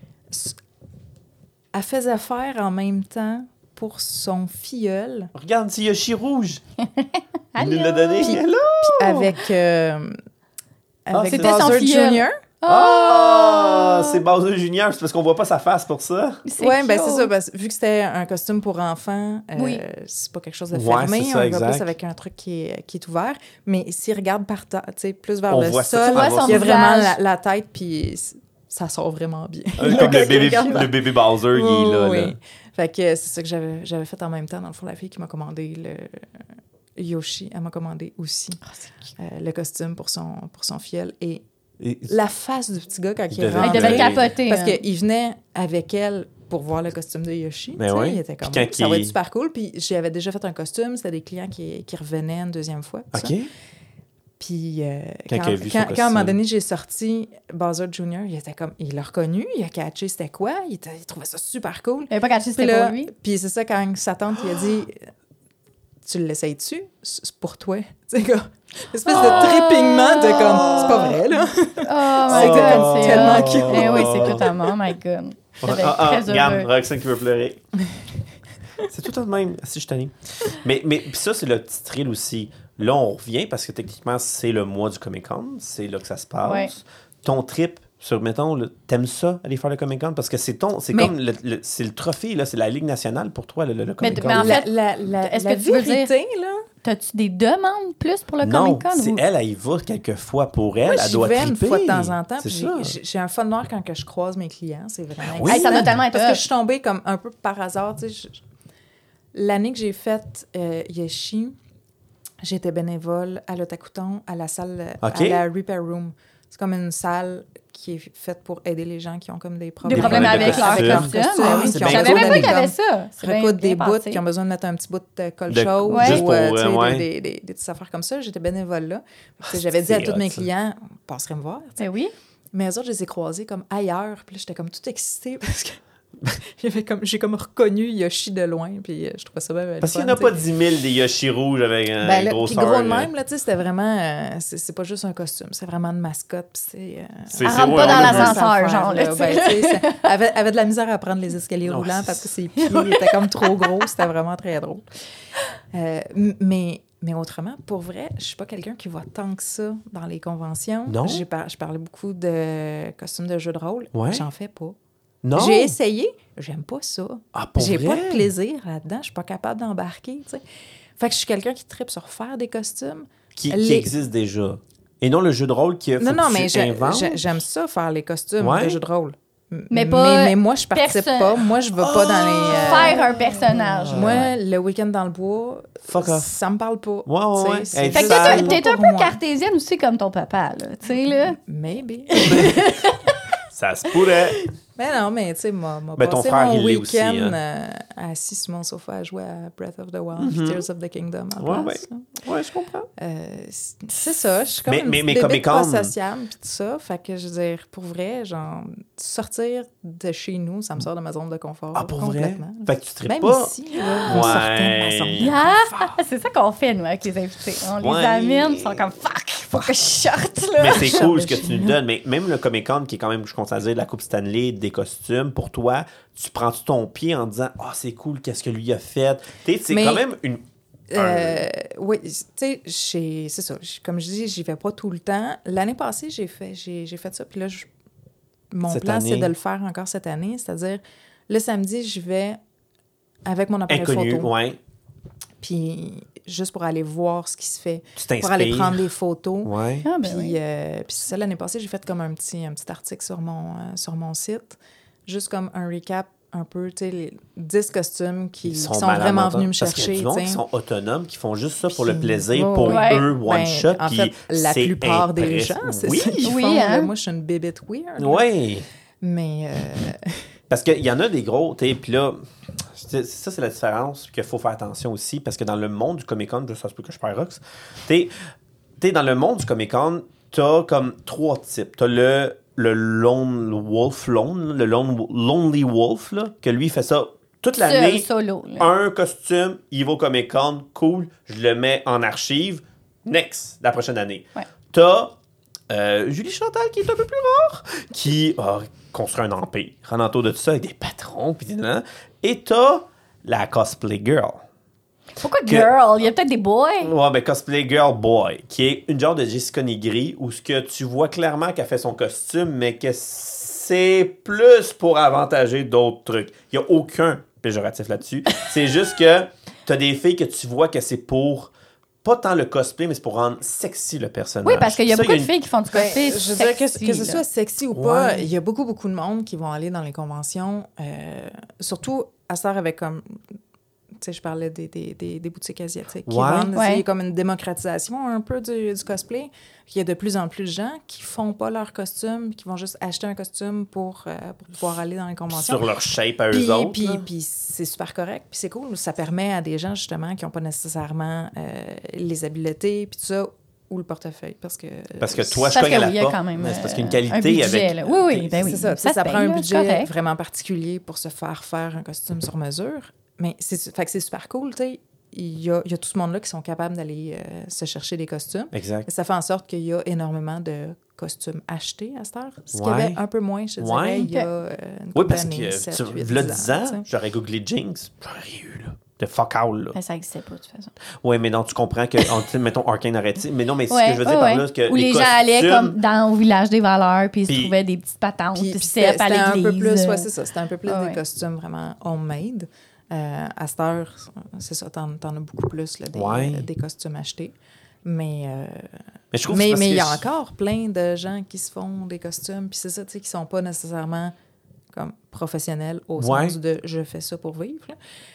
Speaker 3: elle faisait faire en même temps pour son filleul.
Speaker 1: Regarde, c'est Yoshi rouge. Il nous l'a donné.
Speaker 3: Puis avec
Speaker 2: c'était
Speaker 3: Bowser
Speaker 2: son filleul.
Speaker 3: Jr.
Speaker 1: C'est Bowser Jr. C'est parce qu'on voit pas sa face pour ça.
Speaker 3: Oui, ben c'est ça. Parce, vu que c'était un costume pour enfants, c'est pas quelque chose de fermé.
Speaker 1: Ça,
Speaker 3: on voit plus avec un truc qui est ouvert. Mais s'il regarde par terre, plus vers le sol, il y a vraiment la tête, puis ça sort vraiment bien.
Speaker 1: Comme le bébé Bowser, il est là.
Speaker 3: Oui. Fait que c'est ça que j'avais fait en même temps. Dans le fond, la fille qui m'a commandé Yoshi, elle m'a commandé aussi le costume pour son filleul. Et la face du petit gars quand il est rentré.
Speaker 2: Il devait capoter.
Speaker 3: Parce qu'il venait avec elle pour voir le costume de Yoshi.
Speaker 1: Mais oui.
Speaker 3: Il était comme, ça va être super cool. Puis j'avais déjà fait un costume. C'était des clients qui revenaient une deuxième fois.
Speaker 1: OK.
Speaker 3: Ça. Puis quand à un moment donné, j'ai sorti Bowser Jr., il était comme, il l'a reconnu, il a catché c'était quoi, il trouvait ça super cool.
Speaker 2: Il n'avait pas catché c'était pour lui.
Speaker 3: Puis c'est ça, quand sa tante, il a dit, tu l'essayes-tu? C'est pour toi. Tu sais, comme, espèce de trippingement de comme, c'est pas vrai, là.
Speaker 2: C'est
Speaker 3: tellement cute.
Speaker 2: Eh oui, c'est cute à mort, my God.
Speaker 1: Regarde, Roxane qui veut pleurer. C'est tout de même. Si je t'anime. Mais ça, c'est le petit thrill aussi. Là, on revient parce que techniquement, c'est le mois du Comic-Con. C'est là que ça se passe. Ouais. Ton trip sur, mettons, t'aimes ça, aller faire le Comic-Con? Parce que c'est comme c'est le trophée, là, c'est la Ligue nationale pour toi, le Comic-Con.
Speaker 2: Mais en fait,
Speaker 3: est-ce que tu veux dire, là?
Speaker 2: T'as-tu des demandes plus pour le Comic-Con?
Speaker 1: Non, elle y va quelques fois pour elle.
Speaker 3: Moi,
Speaker 1: elle doit triper.
Speaker 3: Une fois de temps en temps.
Speaker 2: J'ai
Speaker 3: un fun noir quand je croise mes clients. C'est vraiment
Speaker 2: oui, ça doit tellement être
Speaker 3: parce que je suis tombée comme un peu par hasard. L'année que j'ai faite Yoshi, j'étais bénévole à l'Otakuton, à la salle, à la Repair Room. C'est comme une salle qui est faite pour aider les gens qui ont comme des problèmes
Speaker 2: avec leur costume. Je savais même pas qu'il y avait ça.
Speaker 3: Recoudre des bouts, qui ont besoin de mettre un petit bout de colle chaude ou des petites affaires comme ça. J'étais bénévole là. J'avais dit à tous mes clients, passerez me voir.
Speaker 2: Oui.
Speaker 3: Mais eux autres, je les ai croisés comme ailleurs. Puis là, j'étais comme toute excitée parce que j'ai comme reconnu Yoshi de loin, puis je trouvais ça bien.
Speaker 1: Parce qu'il n'y en a pas 10 000 des Yoshi rouges avec un gros
Speaker 3: sort. Puis gros de même, là, tu sais, c'était vraiment... c'est pas juste un costume, c'est vraiment une mascotte, puis
Speaker 2: c'est... Elle rentre pas dans l'ascenseur, genre, là,
Speaker 3: elle avait de la misère à prendre les escaliers roulants parce que ses pieds étaient comme trop gros, c'était vraiment très drôle. Mais autrement, pour vrai, je suis pas quelqu'un qui voit tant que ça dans les conventions.
Speaker 1: Non?
Speaker 3: Je parlais beaucoup de costumes de jeux de rôle.
Speaker 1: Ouais.
Speaker 3: J'en fais pas.
Speaker 1: Non.
Speaker 3: J'ai essayé, j'aime pas ça. J'ai
Speaker 1: vrai?
Speaker 3: pas de plaisir là-dedans, je suis pas capable d'embarquer, tu sais. Fait que je suis quelqu'un qui tripe sur faire des costumes.
Speaker 1: Qui existent déjà. Et non le jeu de rôle qui
Speaker 3: Non, mais j'aime ça, faire les costumes de jeu de rôle.
Speaker 2: Mais
Speaker 3: moi, je participe pas. Moi, je vais pas dans les...
Speaker 2: Faire un personnage.
Speaker 3: Moi, le week-end dans le bois, ça me parle pas.
Speaker 1: Ouais.
Speaker 2: Fait que t'es un peu cartésienne aussi comme ton papa, là. Tu sais, là.
Speaker 3: Maybe.
Speaker 1: Ça se pourrait.
Speaker 3: Mais non, mais tu sais, m'a
Speaker 1: ton frère, il l'est aussi.
Speaker 3: Assis sur mon sofa à jouer à Breath of the Wild, Tears of the Kingdom en place.
Speaker 1: Ouais, je comprends.
Speaker 3: C'est ça, je suis comme une bébé pas sociable pis tout ça. Fait que, je veux dire, pour vrai, genre, sortir de chez nous, ça me sort de ma zone de confort.
Speaker 1: Ah, pour
Speaker 3: complètement.
Speaker 1: Vrai? Fait que tu tripes
Speaker 3: même
Speaker 1: pas?
Speaker 3: Ici, là, on sortait de ma zone de confort.
Speaker 2: C'est ça qu'on fait, nous, avec les invités. On les amène, ils sont comme « fuck, faut que je sorte, là! »
Speaker 1: Mais c'est cool ce que tu nous donnes. Mais même le Comic-Con, qui est quand même, je compte à dire, la Coupe Stanley, des costumes, pour toi, tu prends-tu ton pied en disant « Ah, c'est cool, qu'est-ce que lui a fait? » Tu sais, c'est quand même une...
Speaker 3: oui, tu sais, c'est ça. Comme je dis, j'y vais pas tout le temps. L'année passée, j'ai fait ça. Puis là, mon plan, c'est de le faire encore cette année. C'est-à-dire, le samedi, j'y vais avec mon appareil photo.
Speaker 1: Ouais.
Speaker 3: Puis juste pour aller voir ce qui se fait.
Speaker 1: Tu t'inspires.
Speaker 3: Pour aller prendre des photos.
Speaker 1: Ouais.
Speaker 3: Puis c'est ça, l'année passée, j'ai fait comme un petit article sur mon site. Juste comme un recap un peu, tu sais, les 10 costumes qui sont vraiment venus me chercher. Parce qu'il y a du monde qui sont
Speaker 1: autonomes, qui font juste ça pour le plaisir, pour eux, one shot.
Speaker 3: En fait, la plupart des gens, c'est ça qu'ils font. Hein? Moi, je suis une bébête weird.
Speaker 1: Oui.
Speaker 3: Mais...
Speaker 1: Parce qu'il y en a des gros, tu sais, puis là, ça, c'est la différence qu'il faut faire attention aussi, parce que dans le monde du Comic-Con, ça se peut que je perds Rox, tu sais, dans le monde du Comic-Con, t'as comme 3 types. T'as le Lonely Wolf, là, que lui, il fait ça toute l'année.
Speaker 2: Solo.
Speaker 1: Un costume, il va au Comic-Con, cool, je le mets en archive. Next, la prochaine année.
Speaker 2: Ouais.
Speaker 1: T'as Julie Chantal, qui est un peu plus rare, qui a construit un empire, en entour de tout ça, avec des patrons, pis et t'as la cosplay girl.
Speaker 2: Pourquoi girl? Il y a peut-être des boys.
Speaker 1: Ouais, ben cosplay girl boy, qui est une genre de Jessica Nigri, où ce que tu vois clairement qu'elle fait son costume, mais que c'est plus pour avantager d'autres trucs. Il n'y a aucun péjoratif là-dessus. C'est juste que t'as des filles que tu vois que c'est pour... Pas tant le cosplay, mais c'est pour rendre sexy le personnage.
Speaker 2: Oui, parce qu'il y a beaucoup de filles qui font du cosplay
Speaker 3: je veux dire que ce soit sexy ou pas, il y a beaucoup de monde qui vont aller dans les conventions, surtout à ça avec comme... Tu sais, je parlais des boutiques asiatiques qui vendent. Il y a comme une démocratisation un peu du cosplay. Il y a de plus en plus de gens qui font pas leur costume, qui vont juste acheter un costume pour pouvoir aller dans les conventions.
Speaker 1: Sur leur shape à eux autres.
Speaker 3: Puis c'est super correct, puis c'est cool. Ça permet à des gens, justement, qui n'ont pas nécessairement les habiletés, puis tout ça, ou le portefeuille. Parce que
Speaker 1: toi, je cogne à la porte.
Speaker 2: Quand même,
Speaker 1: c'est parce qu'il y a une qualité
Speaker 2: budget,
Speaker 1: avec...
Speaker 2: Là. Oui, ben oui.
Speaker 3: C'est ça prend un budget vraiment particulier pour se faire un costume sur mesure. Mais c'est super cool, tu sais. Il y a tout ce monde-là qui sont capables d'aller se chercher des costumes.
Speaker 1: Exact.
Speaker 3: Et ça fait en sorte qu'il y a énormément de costumes achetés à cette heure. Ce qu'il y avait un peu moins, je te dirais, il y a une couple d'années, 7, 8, 10 ans.
Speaker 1: J'aurais googlé Jinx, j'aurais rien eu, là. De fuck all, là.
Speaker 2: Ben, ça n'existait pas, de toute façon.
Speaker 1: Oui, mais non, tu comprends que, mettons, Arcane arrête. Mais non, mais ce que je veux dire par là, c'est que
Speaker 2: où les gens allaient comme au village des valeurs, puis ils se trouvaient des petites patentes, puis c'était à l'église.
Speaker 3: Un peu plus, c'est ça. C'était un peu plus des costumes vraiment homemade. À cette heure, c'est ça, t'en as beaucoup plus, là, des costumes achetés. Mais il y a encore plein de gens qui se font des costumes, puis c'est ça, tu sais, qui sont pas nécessairement comme professionnels au sens de « je fais ça pour vivre »,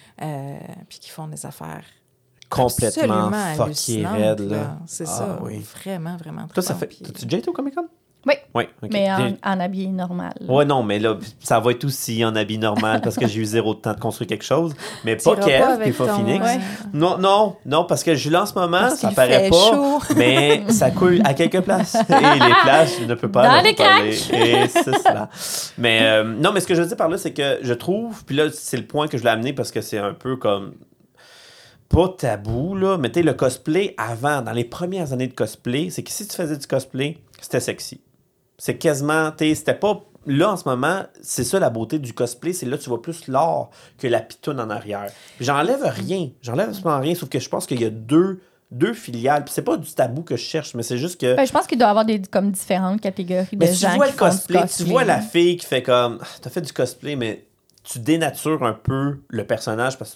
Speaker 3: puis qui font des affaires
Speaker 1: complètement fucké raide, là.
Speaker 3: C'est ça, vraiment, vraiment.
Speaker 1: Toi, ça fait... T'as-tu déjà été au Comic-Con?
Speaker 2: Oui.
Speaker 1: Okay.
Speaker 2: Mais en habillé normal.
Speaker 1: Oui, non, mais là, ça va être aussi en habit normal parce que j'ai eu 0 temps de construire quelque chose. Mais pas Kev, puis pas Phoenix. Ouais. Non, parce que Jules, en ce moment, ça paraît pas, chaud. Mais ça coule à quelques places. Et les places, je ne peux pas
Speaker 2: dans les
Speaker 1: parler. Et c'est cela. Mais non, mais ce que je veux dire par là, c'est que je trouve, puis là, c'est le point que je voulais amener parce que c'est un peu comme... pas tabou, là, mais tu sais, le cosplay avant, dans les premières années de cosplay, c'est que si tu faisais du cosplay, c'était sexy. C'est quasiment, tu sais, c'était pas... Là, en ce moment, c'est ça la beauté du cosplay, c'est là tu vois plus l'art que la pitoune en arrière. J'enlève absolument rien, sauf que je pense qu'il y a deux filiales. Puis c'est pas du tabou que je cherche, mais c'est juste que...
Speaker 2: Ben, je pense qu'il doit y avoir comme différentes catégories de gens
Speaker 1: vois
Speaker 2: qui font du cosplay.
Speaker 1: Tu vois la fille qui fait comme... T'as fait du cosplay, mais tu dénatures un peu le personnage parce que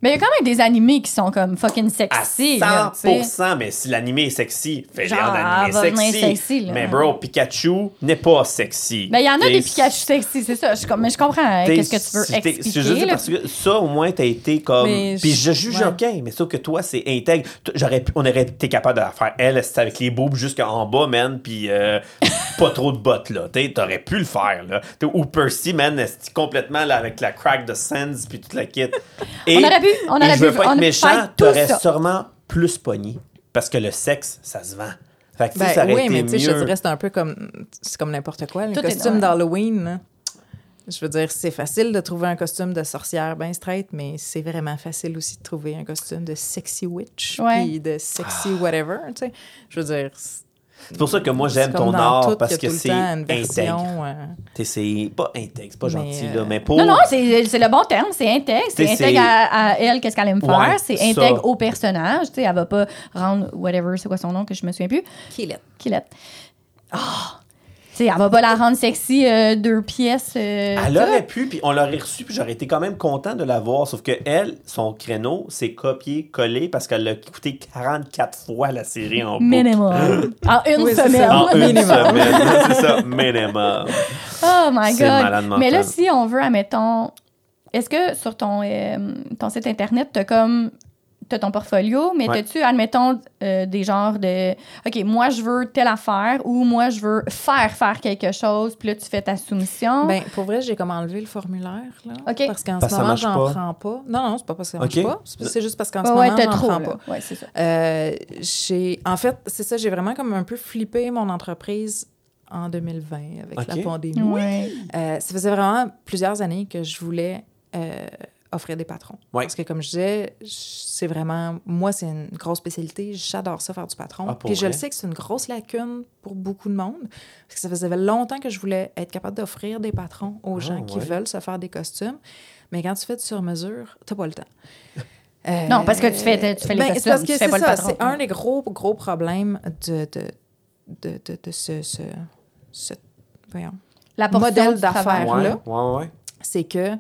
Speaker 2: Mais il y a quand même des animés qui sont comme fucking sexy.
Speaker 1: À 100%, mais si l'animé est sexy, fais-le en animé sexy. Mais bro, Pikachu n'est pas sexy.
Speaker 2: Mais il y en a des Pikachu sexy, c'est ça. Mais je comprends qu'est-ce que tu veux expliquer.
Speaker 1: C'est juste parce que ça, au moins, t'as été comme... Puis je juge OK, mais sauf que toi, c'est intègre. On aurait été capable de la faire, elle, c'était avec les boobs jusqu'en bas, man, puis pas trop de bottes, là. T'aurais pu le faire, là. Ou Percy, man, complètement là, avec la crack de Sands, puis toute la kit. Et
Speaker 2: on aurait
Speaker 1: je veux pas être méchant, t'aurais sûrement plus pogné. Parce que le sexe, ça se vend. Fait que ça aurait été
Speaker 3: mais tu sais, je
Speaker 1: mieux.
Speaker 3: te dirais, c'est un peu comme... C'est comme n'importe quoi. Le costume d'Halloween, là. Je veux dire, c'est facile de trouver un costume de sorcière bien straight, mais c'est vraiment facile aussi de trouver un costume de sexy witch, puis de sexy whatever, tu sais. Je veux dire...
Speaker 1: C'est pour ça que moi, j'aime ton art, parce que c'est
Speaker 3: intègre.
Speaker 1: C'est pas intègre, c'est pas gentil, là, mais pour...
Speaker 2: Non, c'est le bon terme, c'est intègre. C'est intègre à elle, qu'est-ce qu'elle aime faire. C'est intègre au personnage, tu sais, elle va pas rendre whatever, c'est quoi son nom, que je me souviens plus. Killette. Oh! Tu sais, elle va pas la rendre sexy 2 pièces.
Speaker 1: Elle aurait pu, puis on l'aurait reçu, puis j'aurais été quand même content de la voir. Sauf que elle, son créneau, c'est copié-collé parce qu'elle a écouté 44 fois la série en boucle.
Speaker 2: Minimum. En une semaine.
Speaker 1: En une semaine, c'est ça, minimum.
Speaker 2: Oh my God.
Speaker 1: C'est malade mental.
Speaker 2: Mais là, si on veut, admettons... Est-ce que sur ton site Internet, t'as ton portfolio, mais t'as-tu, admettons, des genres de... OK, moi, je veux telle affaire ou moi, je veux faire quelque chose, puis là, tu fais ta soumission.
Speaker 3: Bien, pour vrai, j'ai comme enlevé le formulaire, là.
Speaker 2: OK.
Speaker 3: Parce qu'en ce moment, j'en prends pas. Non, c'est pas parce que ça marche pas. C'est juste parce qu'en ce moment, j'en prends pas.
Speaker 2: Oui, c'est ça.
Speaker 3: En fait, c'est ça, j'ai vraiment comme un peu flippé mon entreprise en 2020 avec la pandémie.
Speaker 2: Ouais.
Speaker 3: Ça faisait vraiment plusieurs années que je voulais... offrir des patrons.
Speaker 1: Ouais.
Speaker 3: Parce que, comme je disais, c'est vraiment... Moi, c'est une grosse spécialité. J'adore ça, faire du patron. Puis je le sais que c'est une grosse lacune pour beaucoup de monde. Parce que ça faisait longtemps que je voulais être capable d'offrir des patrons aux gens qui veulent se faire des costumes. Mais quand tu fais du sur-mesure, t'as pas le temps.
Speaker 2: Non, parce que tu fais les costumes,
Speaker 3: parce que
Speaker 2: tu fais pas le patron.
Speaker 3: C'est un des gros problèmes de ce modèle d'affaires-là.
Speaker 1: Ouais.
Speaker 3: C'est que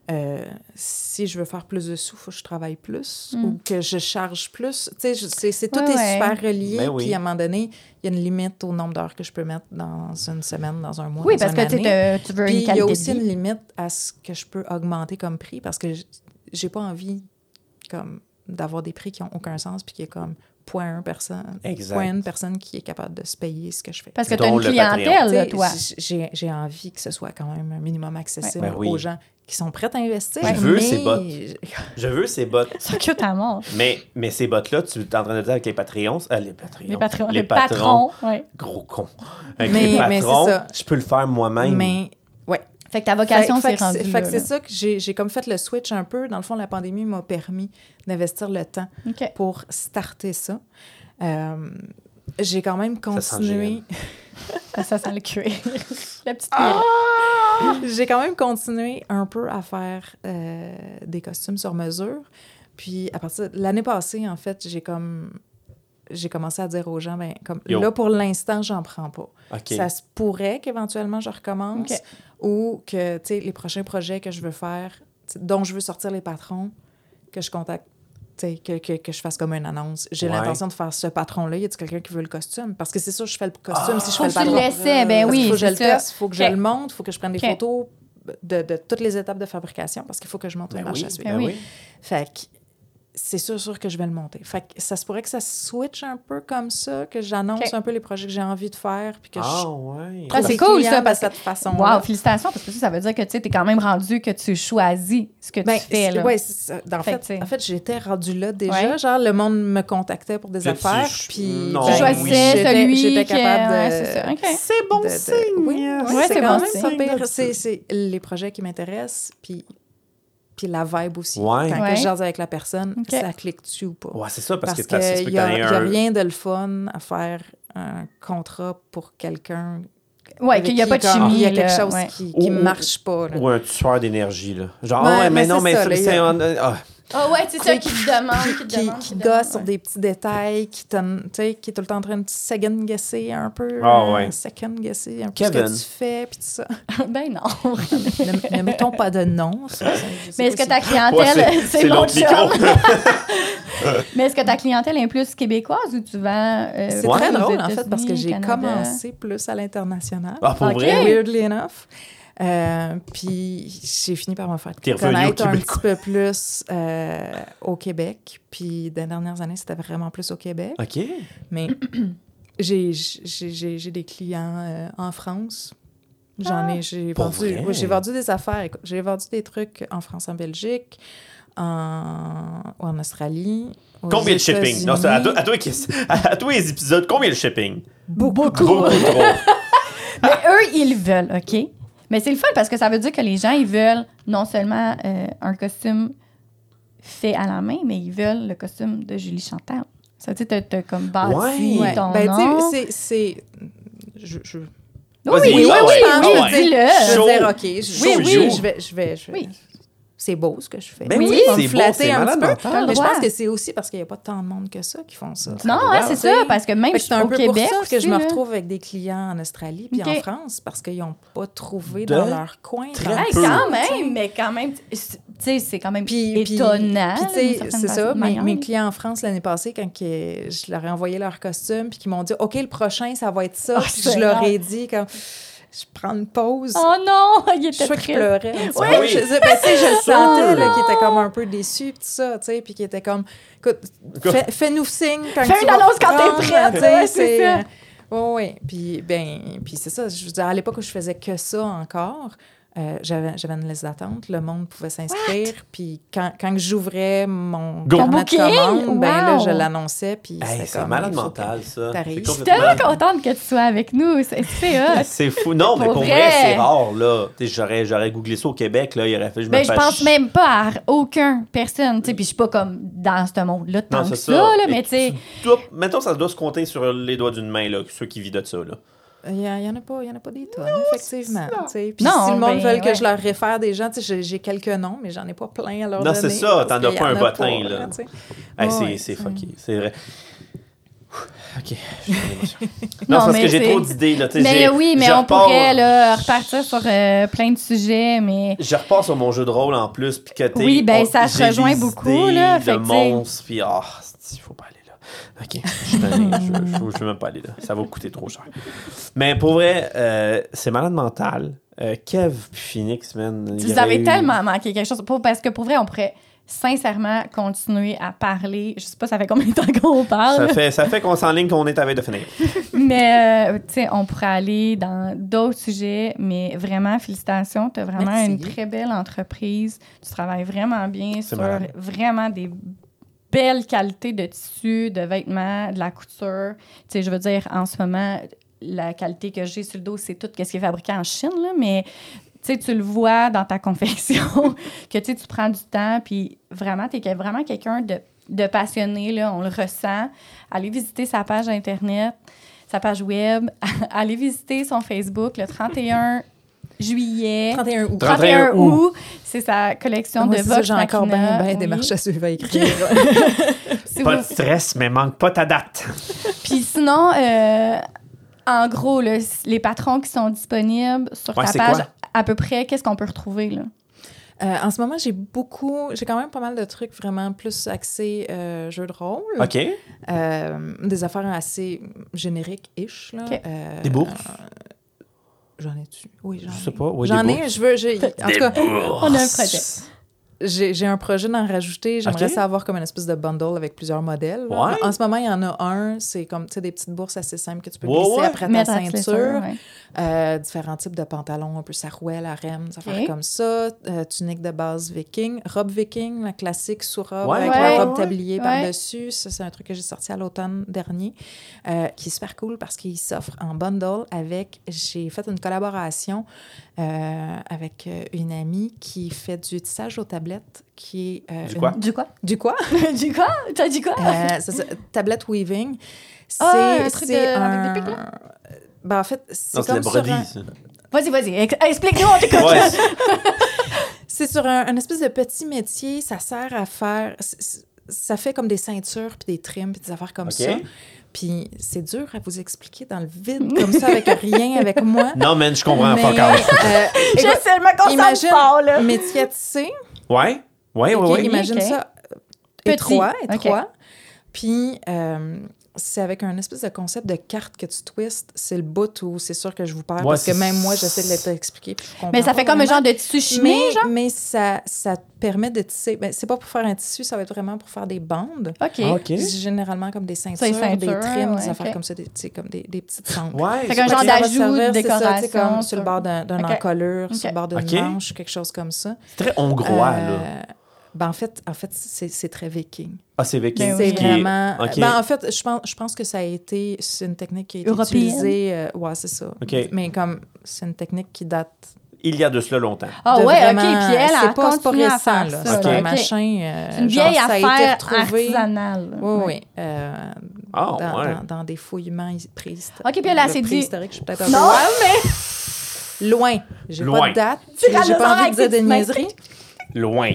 Speaker 3: si je veux faire plus de sous, il faut que je travaille plus ou que je charge plus. Tu sais, tout est super relié. Puis à un moment donné, il y a une limite au nombre d'heures que je peux mettre dans une semaine, dans un mois, dans une année.
Speaker 2: Oui, parce que tu veux une qualité de vie.
Speaker 3: Puis il y a aussi une limite à ce que je peux augmenter comme prix parce que j'ai pas envie comme d'avoir des prix qui n'ont aucun sens puis qui est comme 0.1 personne qui est capable de se payer ce que je fais.
Speaker 2: Parce que tu as une clientèle, là, toi.
Speaker 3: J'ai envie que ce soit quand même un minimum accessible aux gens qui sont prêts à investir.
Speaker 1: Je veux ces bottes. Je veux ces bottes.
Speaker 2: C'est cute à mort.
Speaker 1: Mais ces bottes-là, tu es en train de dire avec les Patreons.
Speaker 2: Les patrons. Ouais.
Speaker 1: Gros con. Avec les patrons, je peux le faire moi-même.
Speaker 3: Mais, ouais.
Speaker 2: Fait que ta vocation s'est rendue
Speaker 3: là. Fait que c'est ça que j'ai comme fait le switch un peu. Dans le fond, la pandémie m'a permis d'investir le temps pour starter ça. J'ai quand même continué...
Speaker 2: Ça sent le cuir. La petite
Speaker 3: J'ai quand même continué un peu à faire des costumes sur mesure. Puis, à partir de l'année passée, en fait, j'ai commencé à dire aux gens, là, pour l'instant, j'en prends pas.
Speaker 1: Okay.
Speaker 3: Ça se pourrait qu'éventuellement, je recommence ou que, tu sais, les prochains projets que je veux faire, dont je veux sortir les patrons, que je contacte, que je fasse comme une annonce. J'ai l'intention de faire ce patron-là. Y a-t-il quelqu'un qui veut le costume? Parce que c'est sûr, je fais le costume si je fais le patron.
Speaker 2: Faut que tu le laisses, ben oui,
Speaker 3: il faut que je le teste, il faut que je
Speaker 2: le
Speaker 3: monte, il faut que je prenne des photos de toutes les étapes de fabrication parce qu'il faut que je monte une marche à suivre. Fait que c'est sûr que je vais le monter. Fait que ça se pourrait que ça switch un peu comme ça, que j'annonce un peu les projets que j'ai envie de faire, puis que
Speaker 2: c'est cool, ça,
Speaker 3: parce que de cette façon.
Speaker 2: Wow, félicitations, parce que ça veut dire que tu es quand même rendu que tu choisis ce que tu fais. Là.
Speaker 3: Oui, c'est ça. En fait, j'étais rendue là déjà. Genre, le monde me contactait pour des affaires, puis
Speaker 2: tu choisissais celui
Speaker 3: j'étais capable de...
Speaker 1: C'est bon signe!
Speaker 3: Oui, c'est bon signe. C'est les projets qui m'intéressent, puis la vibe aussi. Quand je jase avec la personne, ça clique-tu ou pas?
Speaker 1: Ouais, c'est ça, parce que
Speaker 3: il n'y a rien de le fun à faire un contrat pour quelqu'un.
Speaker 2: Oui, qu'il n'y a pas de chimie.
Speaker 3: Il y a quelque chose qui ne marche pas. Là.
Speaker 1: Ou un tueur d'énergie. Là. Genre, mais non, mais c'est
Speaker 2: Ah ouais, c'est ça qui te demande.
Speaker 3: Qui gosse sur des petits détails, qui est tout le temps en train de second-guesser un peu. Second-guesser un peu ce que tu fais, puis tout ça.
Speaker 2: Ben non.
Speaker 3: Ne mettons pas de nom.
Speaker 2: Mais est-ce que ta clientèle...
Speaker 1: c'est l'autre micro.
Speaker 2: Mais est-ce que ta clientèle est plus québécoise ou tu vends...
Speaker 3: c'est très drôle, en fait, parce que j'ai commencé plus à l'international.
Speaker 1: Ah, pour vrai?
Speaker 3: Weirdly enough. Puis j'ai fini par me faire connaître un petit peu plus au Québec. Puis dans les dernières années, c'était vraiment plus au Québec.
Speaker 1: OK.
Speaker 3: Mais j'ai des clients en France. J'ai vendu des affaires. Écoute, j'ai vendu des trucs en France, en Belgique, en Australie.
Speaker 1: Combien de shipping? Non, à tous les épisodes, combien de shipping?
Speaker 2: Beaucoup trop. Mais eux, ils veulent, OK? Mais c'est le fun parce que ça veut dire que les gens, ils veulent non seulement un costume fait à la main, mais ils veulent le costume de Julie Chantal. Ça veut dire que t'as comme bâti ton nom.
Speaker 3: C'est...
Speaker 2: Oui, dis-le.
Speaker 3: Je veux dire, OK, je vais. C'est beau ce que je fais.
Speaker 1: Ben oui, c'est beau, c'est malade mental.
Speaker 3: Mais je pense que c'est aussi parce qu'il n'y a pas tant de monde que ça qui font ça.
Speaker 2: Non, c'est ça, parce que même
Speaker 3: c'est un peu
Speaker 2: Québec
Speaker 3: pour ça que je me retrouve avec des clients en Australie puis en France parce qu'ils n'ont pas trouvé dans leur coin.
Speaker 2: Quand même, tu sais, c'est quand même étonnant.
Speaker 3: C'est ça, mes clients en France l'année passée, quand je leur ai envoyé leur costume puis qu'ils m'ont dit « OK, le prochain, ça va être ça. » Puis je leur ai dit comme... Je prends une pause.
Speaker 2: Oh non, il était
Speaker 3: triste. Qu'il pleurait.
Speaker 2: Oui.
Speaker 3: Je le sentais, qu'il était comme un peu déçu, tout ça, tu sais, puis qu'il était comme, écoute, fais-nous signe quand tu vas.
Speaker 2: Fais une annonce quand t'es prête, c'est ça.
Speaker 3: Oui. Puis c'est ça. Je veux dire, à l'époque où je faisais que ça encore, j'avais une liste d'attente. Le monde pouvait s'inscrire. Puis quand j'ouvrais mon carnet de commandes, là, je l'annonçais. Puis
Speaker 1: c'est malade mental, ça.
Speaker 2: Je suis tellement contente que tu sois avec nous.
Speaker 1: C'est fou. Non, mais pour vrai, c'est rare. Là. J'aurais googlé ça au Québec. Là, il aurait fait...
Speaker 2: Je pense même pas à aucune personne. Puis je suis pas comme dans ce monde-là tant que ça. Là, mais tu sais...
Speaker 1: Mettons, ça doit se compter sur les doigts d'une main, là, ceux qui vivent de ça, là.
Speaker 3: Il y en a pas des tonnes, effectivement. Puis si le monde veut que je leur réfère des gens, j'ai quelques noms, mais j'en ai pas plein à leur donner.
Speaker 1: Non, c'est ça, t'en as pas un bottin, là. C'est fucké, c'est vrai. OK, je suis émotion. Non, c'est parce que j'ai trop d'idées, là.
Speaker 2: Mais oui, mais on pourrait là, repartir sur plein de sujets, mais...
Speaker 1: Je repars sur mon jeu de rôle en plus, puis que
Speaker 2: oui, ça se rejoint beaucoup, là.
Speaker 1: De monstres, puis il faut pas aller. OK, je veux même pas aller là. Ça va coûter trop cher. Mais pour vrai, c'est malade mental. Kev puis Phoenix, man.
Speaker 2: Vous avez tellement manqué quelque chose. Parce que pour vrai, on pourrait sincèrement continuer à parler. Je sais pas, ça fait combien de temps qu'on parle.
Speaker 1: Ça fait qu'on s'enligne qu'on est à veille de finir.
Speaker 2: Mais, tu sais, on pourrait aller dans d'autres sujets. Mais vraiment, félicitations. Tu as vraiment une très belle entreprise. Tu travailles vraiment bien sur vraiment des belle qualité de tissu, de vêtements, de la couture. Tu sais, je veux dire, en ce moment, la qualité que j'ai sur le dos, c'est tout ce qui est fabriqué en Chine, là, mais tu sais, tu le vois dans ta confection, que tu prends du temps, puis vraiment, tu es vraiment quelqu'un de passionné, là, on le ressent. Allez visiter sa page Internet, sa page web, allez visiter son Facebook, le 31 juillet.
Speaker 3: 31
Speaker 2: août. C'est sa collection de Vox
Speaker 3: J'ai encore bien des marches à suivre à écrire.
Speaker 1: Pas de stress, mais manque pas ta date.
Speaker 2: Puis sinon, en gros, là, les patrons qui sont disponibles sur ta page, à peu près, qu'est-ce qu'on peut retrouver, là?
Speaker 3: En ce moment, j'ai quand même pas mal de trucs vraiment plus axés jeux de rôle.
Speaker 1: OK.
Speaker 3: Des affaires assez génériques-ish, là.
Speaker 2: Okay.
Speaker 1: Des bourses?
Speaker 3: J'en ai-tu? Oui, j'en ai.
Speaker 1: Je sais pas. Oui,
Speaker 3: j'en ai. En tout cas,
Speaker 2: on a un projet.
Speaker 3: J'ai un projet d'en rajouter. J'aimerais ça avoir comme une espèce de bundle avec plusieurs modèles.
Speaker 1: Ouais.
Speaker 3: En ce moment, il y en a un. C'est comme, tu sais, des petites bourses assez simples que tu peux glisser après ta ceinture. Différents types de pantalons, un peu sarouel, harem, des affaires comme ça. Tunique de base viking. Robe viking, la classique sous-robe avec la robe tablier par-dessus. Ça, c'est un truc que j'ai sorti à l'automne dernier, qui est super cool parce qu'il s'offre en bundle avec... J'ai fait une collaboration avec une amie qui fait du tissage aux tablettes, qui est...
Speaker 1: Du quoi?
Speaker 2: Du quoi?
Speaker 3: Du quoi?
Speaker 2: Du quoi? Tu as dit quoi?
Speaker 3: Tablette weaving.
Speaker 2: C'est un truc avec des pics, là?
Speaker 3: Ben, en fait, c'est
Speaker 1: comme
Speaker 3: sur
Speaker 1: brodie, ça.
Speaker 2: Vas-y. Explique-nous, on t'écoute.
Speaker 3: C'est sur un espèce de petit métier. Ça sert à faire... Ça fait comme des ceintures, puis des trims, puis des affaires comme ça. Puis c'est dur à vous expliquer dans le vide, comme ça, avec rien, avec moi.
Speaker 1: Non, man, je comprends pas encore.
Speaker 2: Je me concentre fort, là.
Speaker 3: Métier de C.
Speaker 1: Ouais.
Speaker 3: Imagine ça étroit. Puis c'est avec un espèce de concept de carte que tu twistes. C'est le bout où c'est sûr que je vous perds, parce que même moi, j'essaie de l'expliquer, puis je comprends.
Speaker 2: Mais ça fait comme un genre de tissu chimé, genre?
Speaker 3: Mais ça te permet de tisser. Ben, c'est pas pour faire un tissu, ça va être vraiment pour faire des bandes.
Speaker 2: OK.
Speaker 3: Généralement comme des ceintures, des trims, des affaires comme ça, comme des petites sangles.
Speaker 2: Fait qu'un genre d'ajout de décoration.
Speaker 3: C'est comme sur le bord d'une encolure, sur le bord d'une manche, quelque chose comme ça.
Speaker 1: C'est très hongrois, là.
Speaker 3: Ben en fait c'est très viking.
Speaker 1: Ah, c'est viking.
Speaker 3: C'est vraiment... Ben, en fait, je pense que ça a été... C'est une technique qui a été utilisée... ouais, c'est ça. Mais comme c'est une technique qui date...
Speaker 1: Il y a de cela longtemps.
Speaker 2: Ah ouais,
Speaker 3: vraiment,
Speaker 2: OK. Puis elle continue à faire
Speaker 3: récent,
Speaker 2: ça.
Speaker 3: C'est un machin...
Speaker 2: C'est une vieille affaire artisanale.
Speaker 3: Oui. Dans des fouillements préhistoriques.
Speaker 2: OK, puis elle a s'est dit...
Speaker 3: Préhistorique, je suis peut-être un peu loin, mais... Loin. J'ai pas de date. J'ai pas envie de dire des niaiseries.
Speaker 1: Loin.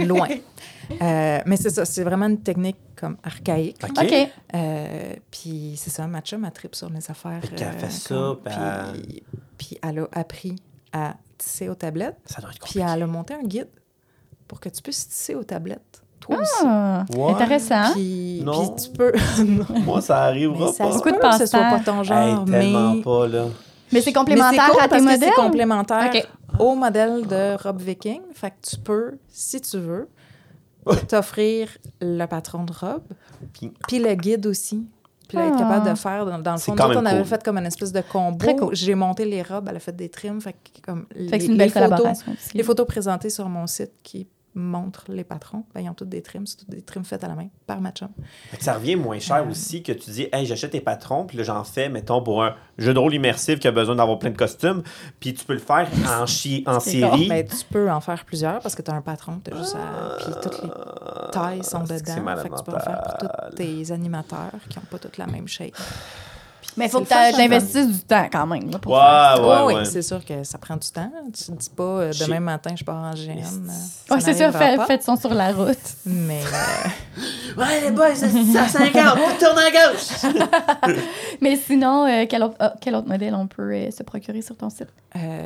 Speaker 3: Mais c'est ça, c'est vraiment une technique comme archaïque.
Speaker 2: OK.
Speaker 3: Puis c'est ça, ma chum, elle tripe sur mes affaires.
Speaker 1: Elle fait ça,
Speaker 3: puis elle a appris à tisser aux tablettes.
Speaker 1: Ça doit être compliqué.
Speaker 3: Puis elle a monté un guide pour que tu puisses tisser aux tablettes. Toi aussi.
Speaker 2: Intéressant.
Speaker 3: Puis tu peux...
Speaker 1: Moi, ça arrivera
Speaker 3: ça
Speaker 1: pas.
Speaker 3: se peut que ce soit pas ton genre,
Speaker 1: tellement pas, là.
Speaker 2: Mais c'est complémentaire à tes modèles?
Speaker 3: C'est complémentaire au modèle de robe viking. Fait que tu peux, si tu veux, t'offrir le patron de robe, puis le guide aussi. Puis là, être capable de faire, dans le fond, nous autres, on avait fait comme une espèce de combo. Cool. J'ai monté les robes, elle a fait des trims. Fait que comme
Speaker 2: c'est une belle collaboration aussi.
Speaker 3: Les photos présentées sur mon site qui montrent les patrons, ben, ils ont toutes des trims. C'est toutes des trims faites à la main par ma chum.
Speaker 1: Ça revient moins cher aussi que tu dis, hey, j'achète tes patrons, puis là, j'en fais, mettons, pour un jeu de rôle immersif qui a besoin d'avoir plein de costumes, puis tu peux le faire en série.
Speaker 3: Ben, tu peux en faire plusieurs parce que tu as un patron, tu as juste à... Puis toutes les tailles sont dedans. Fait que tu peux en faire pour tous tes animateurs qui n'ont pas toutes la même shape.
Speaker 2: Mais il faut que tu investisses du temps quand même. Là, pour
Speaker 3: oui, c'est sûr que ça prend du temps. Tu ne dis pas demain matin, je pars en GN.
Speaker 2: Oui, c'est ça, faites son sur la route.
Speaker 3: Mais.
Speaker 1: Ouais, les boys, c'est à 50, on tourne à gauche.
Speaker 2: Mais sinon, quel autre modèle on peut se procurer sur ton site?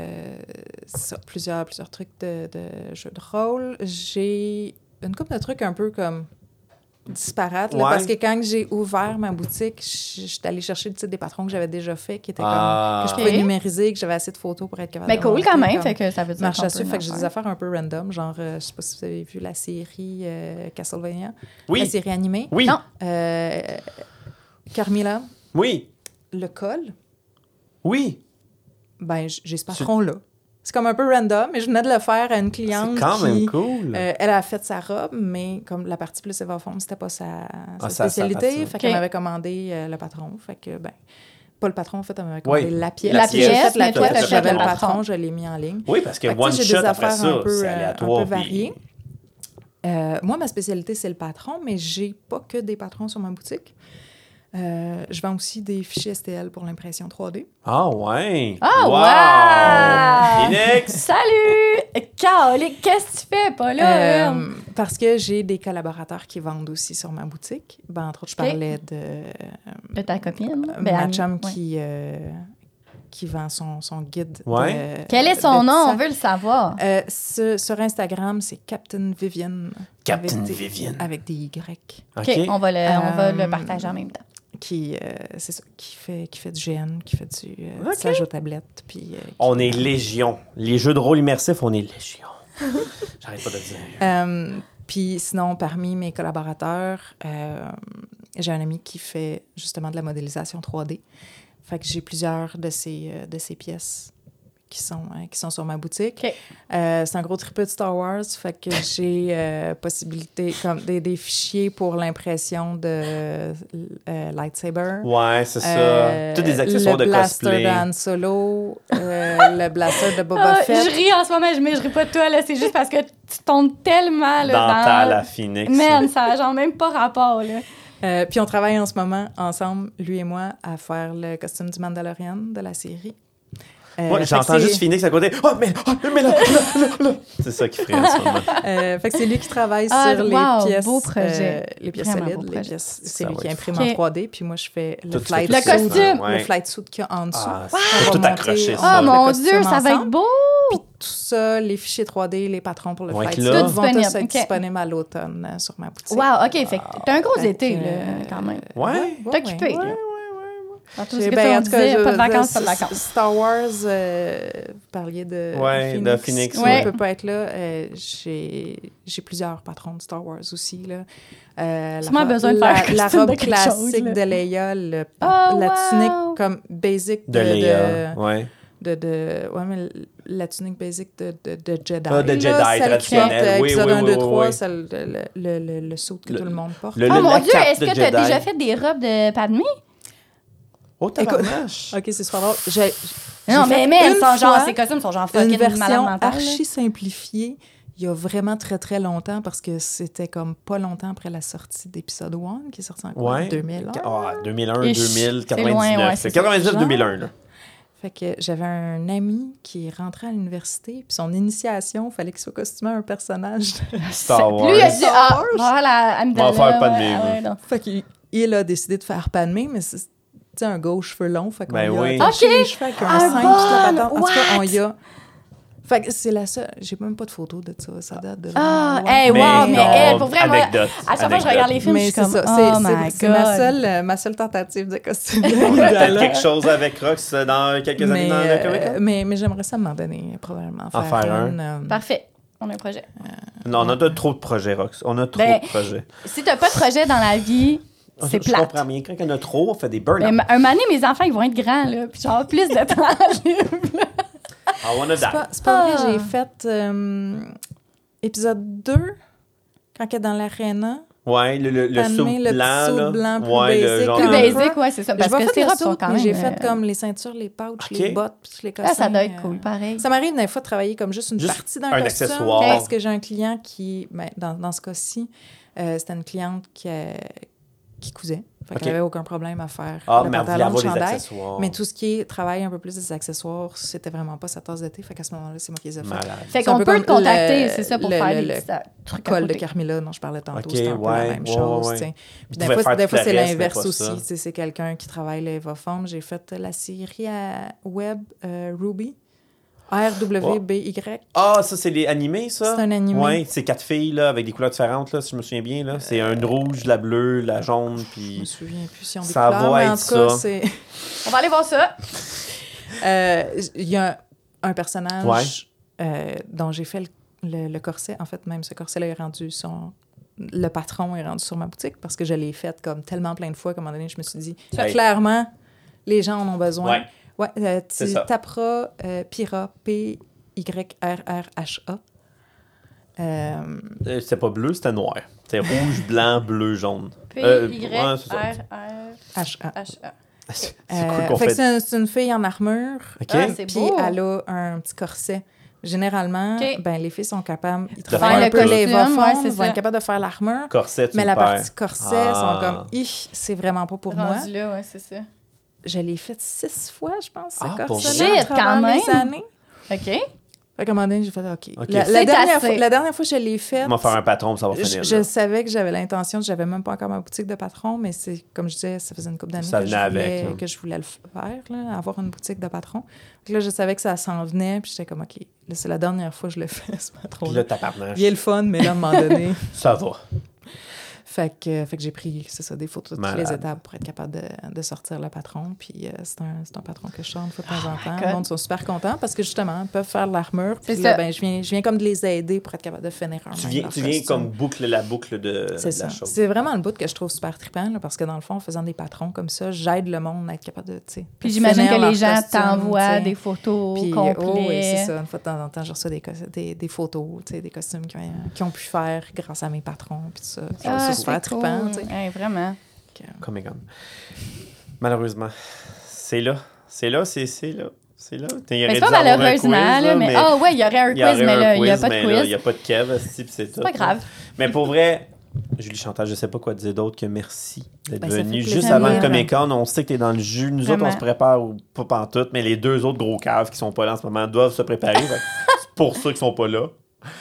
Speaker 3: Plusieurs trucs de jeux de rôle. J'ai une couple de trucs un peu comme disparate, là, parce que quand j'ai ouvert ma boutique, je suis allée chercher le titre des patrons que j'avais déjà fait, qui étaient comme que je pouvais numériser, que j'avais assez de photos pour être capable
Speaker 2: de cool quand même, fait que ça veut dire
Speaker 3: marche à suivre, fait que j'ai des affaires un peu random, genre je sais pas si vous avez vu la série Castlevania, la série animée.
Speaker 1: Oui.
Speaker 2: Non.
Speaker 3: Carmilla.
Speaker 1: Oui.
Speaker 3: Le col.
Speaker 1: Oui.
Speaker 3: Ben j'ai ce patron là. C'est comme un peu random, mais je venais de le faire à une cliente
Speaker 1: c'est quand même cool.
Speaker 3: Elle a fait sa robe, mais comme la partie plus évaforme, c'était pas sa spécialité. Fait qu'elle m'avait commandé le patron. Fait que, ben, pas le patron, en fait, elle m'avait commandé la pièce.
Speaker 2: La pièce, mais toi,
Speaker 3: j'avais le patron, je l'ai mis en ligne.
Speaker 1: Oui, parce que one shot après ça, c'est aléatoire.
Speaker 3: Un peu variées. Moi, ma spécialité, c'est le patron, mais j'ai pas que des patrons sur ma boutique. Je vends aussi des fichiers STL pour l'impression 3D.
Speaker 1: Ah ouais!
Speaker 2: Ah
Speaker 1: wow! Phoenix!
Speaker 2: Salut! Caroline, qu'est-ce que tu fais pas là?
Speaker 3: Parce que j'ai des collaborateurs qui vendent aussi sur ma boutique. Ben, entre autres, je parlais
Speaker 2: de ta copine.
Speaker 3: Ma chum qui vend son guide.
Speaker 1: Ouais.
Speaker 2: Quel est son nom? On veut le savoir.
Speaker 3: Sur Instagram, c'est Captain Vivian.
Speaker 1: Captain Vivian.
Speaker 3: Avec des Y.
Speaker 2: OK, on va le partager en même temps.
Speaker 3: C'est ça, qui fait du GN, qui fait du tissage aux tablettes. Puis,
Speaker 1: on est légion. Les jeux de rôle immersifs, on est légion. J'arrête pas de le dire.
Speaker 3: Puis sinon, parmi mes collaborateurs, j'ai un ami qui fait justement de la modélisation 3D. Fait que j'ai plusieurs de ces pièces qui sont sur ma boutique.
Speaker 2: Okay.
Speaker 3: C'est un gros triple de Star Wars, fait que j'ai possibilité, comme des fichiers pour l'impression de lightsaber.
Speaker 1: Ouais, c'est ça. Tous des accessoires de cosplay.
Speaker 3: Le blaster d'Han Solo, le blaster de Boba Fett.
Speaker 2: Je ris en ce moment, mais je ris pas de toi, là. C'est juste parce que tu tombes tellement là,
Speaker 1: dans la Phoenix.
Speaker 2: Man, ça n'a genre même pas rapport, là.
Speaker 3: Puis on travaille en ce moment ensemble, lui et moi, à faire le costume du Mandalorian de la série.
Speaker 1: Moi, j'entends juste Phoenix à côté. Oh, mais là. C'est ça qui ferait en ce moment.
Speaker 3: Fait que c'est lui qui travaille sur les pièces.
Speaker 2: Beau projet.
Speaker 3: Les pièces solides. C'est lui qui imprime en 3D. Puis moi, je fais le
Speaker 2: flight suit. Le costume.
Speaker 3: Le flight suit qu'il y a en dessous.
Speaker 1: Tout accroché, ça.
Speaker 2: Oh mon Dieu, ça va être beau!
Speaker 3: Puis tout ça, les fichiers 3D, les patrons pour le flight suit vont tous être disponibles à l'automne sur ma boutique.
Speaker 2: Wow, OK. Fait que t'as un gros été, là, quand même.
Speaker 1: Ouais.
Speaker 2: T'es occupé, là.
Speaker 3: En tout cas, pas de vacances, pas de vacances. Star Wars, vous parliez de Phoenix.
Speaker 1: De Phoenix.
Speaker 3: On ne peut pas être là. J'ai plusieurs patrons de Star Wars aussi.
Speaker 2: Sûrement besoin de faire
Speaker 3: la robe classique de Leia, la tunique comme basic
Speaker 1: de Leia.
Speaker 3: Mais la tunique basic de Jedi.
Speaker 1: De Jedi traditionnelle. Oui,
Speaker 3: Épisode 1, 2, 3, le saut que tout le monde porte.
Speaker 2: Oh mon Dieu, est-ce que tu as déjà fait des robes de Padmé?
Speaker 1: Oh, tabarnache!
Speaker 3: OK, c'est super drôle.
Speaker 2: Non, mais ces costumes sont genre fucking malade mental.
Speaker 3: Une version archi simplifiée il y a vraiment très, très longtemps parce que c'était comme pas longtemps après la sortie d'épisode 1 qui est sorti en quoi? 2001?
Speaker 1: 2001, 2000, 99. C'est 99-2001, là.
Speaker 3: Fait que j'avais un ami qui est rentré à l'université, puis son initiation, il fallait qu'il soit costumé à un personnage de
Speaker 1: Star Wars.
Speaker 2: Lui, il a dit, voilà, Amidala.
Speaker 1: On va faire Padmé.
Speaker 3: Fait qu'il a décidé de faire Padmé, mais c'est un gros cheveux longs, fait qu'on
Speaker 1: a
Speaker 3: attaché les cheveux avec un cintre, toute la patente. En tout cas, on y a... Fait que c'est la seule... J'ai même pas de photo de ça. Ça date de...
Speaker 2: mais elle, pour vrai, moi, à chaque fois que je regarde les films, je suis comme,
Speaker 3: c'est ma seule tentative de costume.
Speaker 1: Peut-être quelque chose avec Rox dans quelques années dans le Comic-Con?
Speaker 3: Mais j'aimerais ça m'en donner, probablement.
Speaker 1: Faire un.
Speaker 2: Parfait. On a un projet.
Speaker 1: Non, on a trop de projets, Rox. On a trop de projets.
Speaker 2: Si t'as pas de projet dans la vie... C'est plate.
Speaker 1: Je comprends bien. Quand il y en a trop, on fait des burn-out.
Speaker 2: Un moment donné, mes enfants, ils vont être grands, là. Puis genre, plus de temps libre.
Speaker 3: C'est pas vrai, j'ai fait épisode 2, quand elle est dans l'aréna.
Speaker 1: Ouais, le saut blanc,
Speaker 3: plus
Speaker 2: basic. Plus basic, ouais, c'est ça. Parce que
Speaker 3: c'est
Speaker 2: robes quand même...
Speaker 3: J'ai fait comme les ceintures, les pouches, les bottes, puis les cossins.
Speaker 2: Ça doit être cool, pareil.
Speaker 3: Ça m'arrive des fois de travailler comme juste une partie d'un costume.
Speaker 1: Accessoire.
Speaker 3: Parce que j'ai un client qui, dans ce cas-ci, c'était une cliente qui cousait. Fait qu'elle n'avait aucun problème à faire le pantalon, le chandail. Mais tout ce qui est travail un peu plus des accessoires, c'était vraiment pas sa tasse de thé. Fait qu'à ce moment-là, c'est moi qui les ai fait.
Speaker 2: Fait qu'on peut le contacter, c'est ça, pour faire les
Speaker 3: trucs col de Carmilla dont je parlais tantôt. C'est un peu la même chose. Puis des fois, c'est l'inverse aussi. C'est quelqu'un qui travaille les Evaform. J'ai fait la série web Ruby. RWBY.
Speaker 1: Ah, ça, c'est les animés, ça?
Speaker 3: C'est un animé.
Speaker 1: Oui, c'est 4 filles, là, avec des couleurs différentes, là, si je me souviens bien. Là. C'est un rouge, la bleue, la jaune, puis...
Speaker 3: Je me souviens plus si on des
Speaker 1: ça
Speaker 3: couleurs,
Speaker 1: va
Speaker 3: mais
Speaker 1: être
Speaker 3: en tout cas, c'est...
Speaker 2: On va aller voir ça.
Speaker 3: Il y a un personnage dont j'ai fait le corset. En fait, même ce corset-là est rendu le patron est rendu sur ma boutique parce que je l'ai fait comme tellement plein de fois qu'à un moment donné, je me suis dit, clairement, les gens en ont besoin. Ouais, tu taperas Pyra, P-Y-R-R-H-A.
Speaker 1: C'était pas bleu, c'était noir. C'était rouge, blanc, bleu, jaune.
Speaker 3: P-Y-R-R-H-A. C'est cool qu'on fait. C'est une fille en armure.
Speaker 2: C'est
Speaker 3: puis
Speaker 2: beau.
Speaker 3: elle a un petit corset. Généralement, les filles sont capables... Ils
Speaker 2: faire
Speaker 3: travaillent un peu les Evaform, ils vont
Speaker 2: ça.
Speaker 3: être capables de faire l'armure.
Speaker 1: Corset,
Speaker 3: mais la partie corset, sont comme, c'est vraiment pas pour moi.
Speaker 2: Là, ouais, c'est ça.
Speaker 3: Je l'ai fait 6 fois, je pense, ce
Speaker 2: corset-là, quand même.
Speaker 3: Années.
Speaker 2: OK.
Speaker 3: Fait qu'à un moment donné, j'ai fait OK.
Speaker 2: La dernière
Speaker 3: fois que je l'ai faite...
Speaker 1: On va faire un patron, ça va finir.
Speaker 3: Je savais que j'avais l'intention, j'avais même pas encore ma boutique de patron, mais c'est, comme je disais, ça faisait une couple d'années que je voulais le faire, là, avoir une boutique de patron. Donc là, je savais que ça s'en venait, puis j'étais comme OK, là, c'est la dernière fois que je le fais, ce patron.
Speaker 1: Puis là, tabarnache.
Speaker 3: Il est le fun, mais là, à un moment donné...
Speaker 1: ça va.
Speaker 3: Fait que j'ai pris, des photos de toutes les étapes pour être capable de sortir le patron. Puis c'est un patron que je sors une fois de temps en temps. Le monde sont super contents parce que justement, ils peuvent faire de l'armure. Puis là, je viens comme de les aider pour être capable de finir un
Speaker 1: Tu viens comme la boucle de la chose.
Speaker 3: C'est vraiment le bout que je trouve super trippant là, parce que dans le fond, en faisant des patrons comme ça, j'aide le monde à être capable de,
Speaker 2: puis j'imagine que les gens t'envoient des photos complets.
Speaker 3: Oui, c'est ça. Une fois de temps en temps, je reçois des photos, des costumes qu'ils ont pu faire grâce à mes patrons. Puis tout ça. C'est super trippant.
Speaker 2: Vraiment.
Speaker 1: Comic-Con. Malheureusement, c'est là. C'est là.
Speaker 2: C'est pas malheureusement, là, mais... il y aurait un quiz, mais là, il n'y a pas de quiz.
Speaker 1: Il n'y a pas de Kev, c'est tout.
Speaker 2: C'est pas grave.
Speaker 1: Mais pour vrai, Julie Chantal, je sais pas quoi dire d'autre que merci d'être venue. Juste avant le Comic-Con, on sait que t'es dans le jus. Nous autres, on se prépare, pas pantoute, mais les 2 autres gros caves qui sont pas là en ce moment doivent se préparer. C'est pour ça qu'ils sont pas là.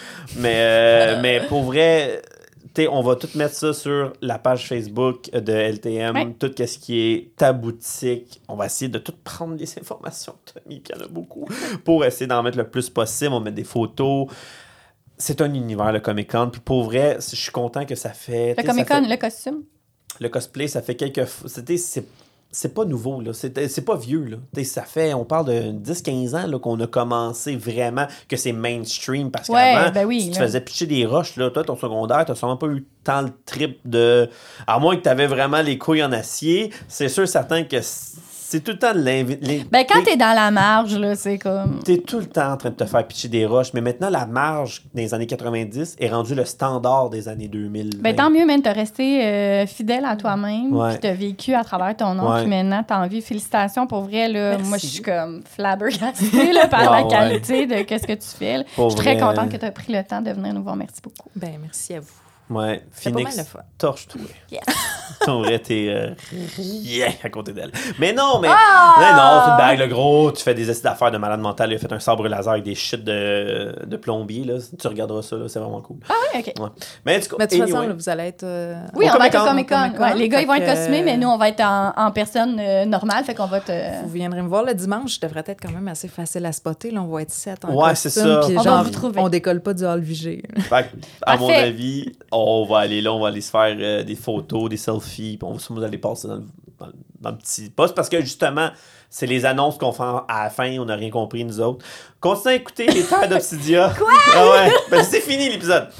Speaker 1: Mais pour vrai, on va tout mettre ça sur la page Facebook de LTM, tout ce qui est ta boutique. On va essayer de tout prendre des informations, Tommy, puis il y en a beaucoup, pour essayer d'en mettre le plus possible. On met des photos. C'est un univers, le Comic-Con. Puis pour vrai, je suis content que ça fait...
Speaker 2: Le Comic-Con, le costume.
Speaker 1: Le cosplay, ça fait quelques... C'est pas nouveau, là. C'est pas vieux, là. Ça fait... On parle de 10-15 ans là, qu'on a commencé vraiment, que c'est mainstream. Parce qu'avant, si tu faisais pitcher des roches, là, toi, ton secondaire, t'as sûrement pas eu tant le trip de... À moins que t'avais vraiment les couilles en acier, c'est sûr certain que... C'est tout le temps de
Speaker 2: quand t'es dans la marge, là, c'est comme...
Speaker 1: T'es tout le temps en train de te faire pitcher des roches, mais maintenant, la marge des années 90 est rendue le standard des années 2000.
Speaker 2: Tant mieux, même, t'as resté fidèle à toi-même, puis t'as vécu à travers ton nom, puis maintenant, t'as envie. Félicitations, pour vrai, là. Merci. Moi, je suis comme flabbergastée, là, par la qualité de ce que tu fais. Je suis très contente que t'aies pris le temps de venir nous voir. Merci beaucoup.
Speaker 3: Merci à vous.
Speaker 1: Ouais, Phoenix, torche-toi.
Speaker 2: Yes.
Speaker 1: Ton vrai, t'es à côté d'elle. Mais non, non, c'est une bague, le gros. Tu fais des essais d'affaires de malade mental. Il a fait un sabre laser avec des shit de plombier. Là. Tu regarderas ça, là, c'est vraiment cool.
Speaker 2: Ah oui, OK.
Speaker 1: Ouais. Mais de toute
Speaker 3: façon, là, vous allez être...
Speaker 2: Oui, on va être au Comic-Con. Ouais, les gars, ils vont être costumés, mais nous, on va être en personne normale. Fait qu'on va
Speaker 3: Vous viendrez me voir le dimanche. Je devrais être quand même assez facile à spotter. Là, on va être 7 en costume.
Speaker 1: Ouais, c'est ça.
Speaker 3: Puis
Speaker 2: on va vous trouver.
Speaker 3: On décolle pas du hall Vigée.
Speaker 1: À mon avis... On va aller là, on va aller se faire des photos, des selfies, puis on va aller passer dans le petit poste parce que justement, c'est les annonces qu'on fait à la fin, on n'a rien compris nous autres. Continuez à écouter les Terres d'Obsidia.
Speaker 2: Quoi?
Speaker 1: Ah ouais, c'est fini l'épisode.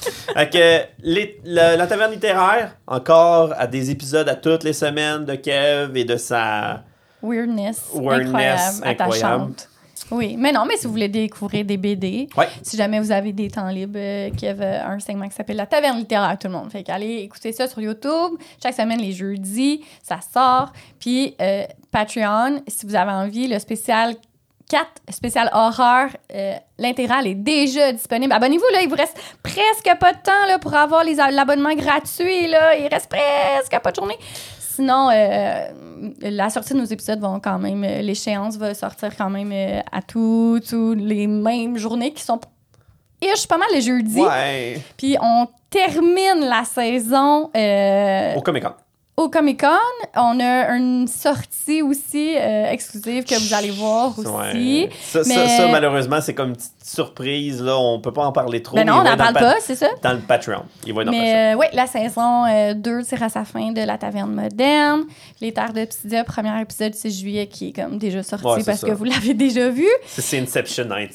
Speaker 1: La Taverne littéraire, encore à des épisodes à toutes les semaines de Kev et de sa
Speaker 2: weirdness incroyable. Attachante. Oui, mais si vous voulez découvrir des BD, si jamais vous avez des temps libres, Kev a un segment qui s'appelle La Taverne littéraire, tout le monde. Fait qu'allez écouter ça sur YouTube. Chaque semaine, les jeudis, ça sort. Puis Patreon, si vous avez envie, le spécial 4, spécial horreur, l'intégrale est déjà disponible. Abonnez-vous, là, il vous reste presque pas de temps là, pour avoir l'abonnement gratuit. Là. Il reste presque pas de journée. Sinon, la sortie de nos épisodes vont quand même... L'échéance va sortir quand même à toutes les mêmes journées qui sont... pas mal les jeudis.
Speaker 1: Ouais.
Speaker 2: Puis on termine la saison...
Speaker 1: au Comic-Con.
Speaker 2: Au Comic-Con, on a une sortie aussi exclusive que vous allez voir aussi.
Speaker 1: Ouais. Ça, malheureusement, c'est comme une petite surprise. Là. On peut pas en parler trop.
Speaker 2: Ben non, on n'en parle pas, c'est ça?
Speaker 1: Dans le Patreon. Il va être dans
Speaker 2: mais oui, la saison 2 tire à sa fin de La Taverne moderne. Les Terres d'Obsidia, premier épisode 6 juillet qui est comme déjà sorti parce que vous l'avez déjà vu.
Speaker 1: C'est Inception Night.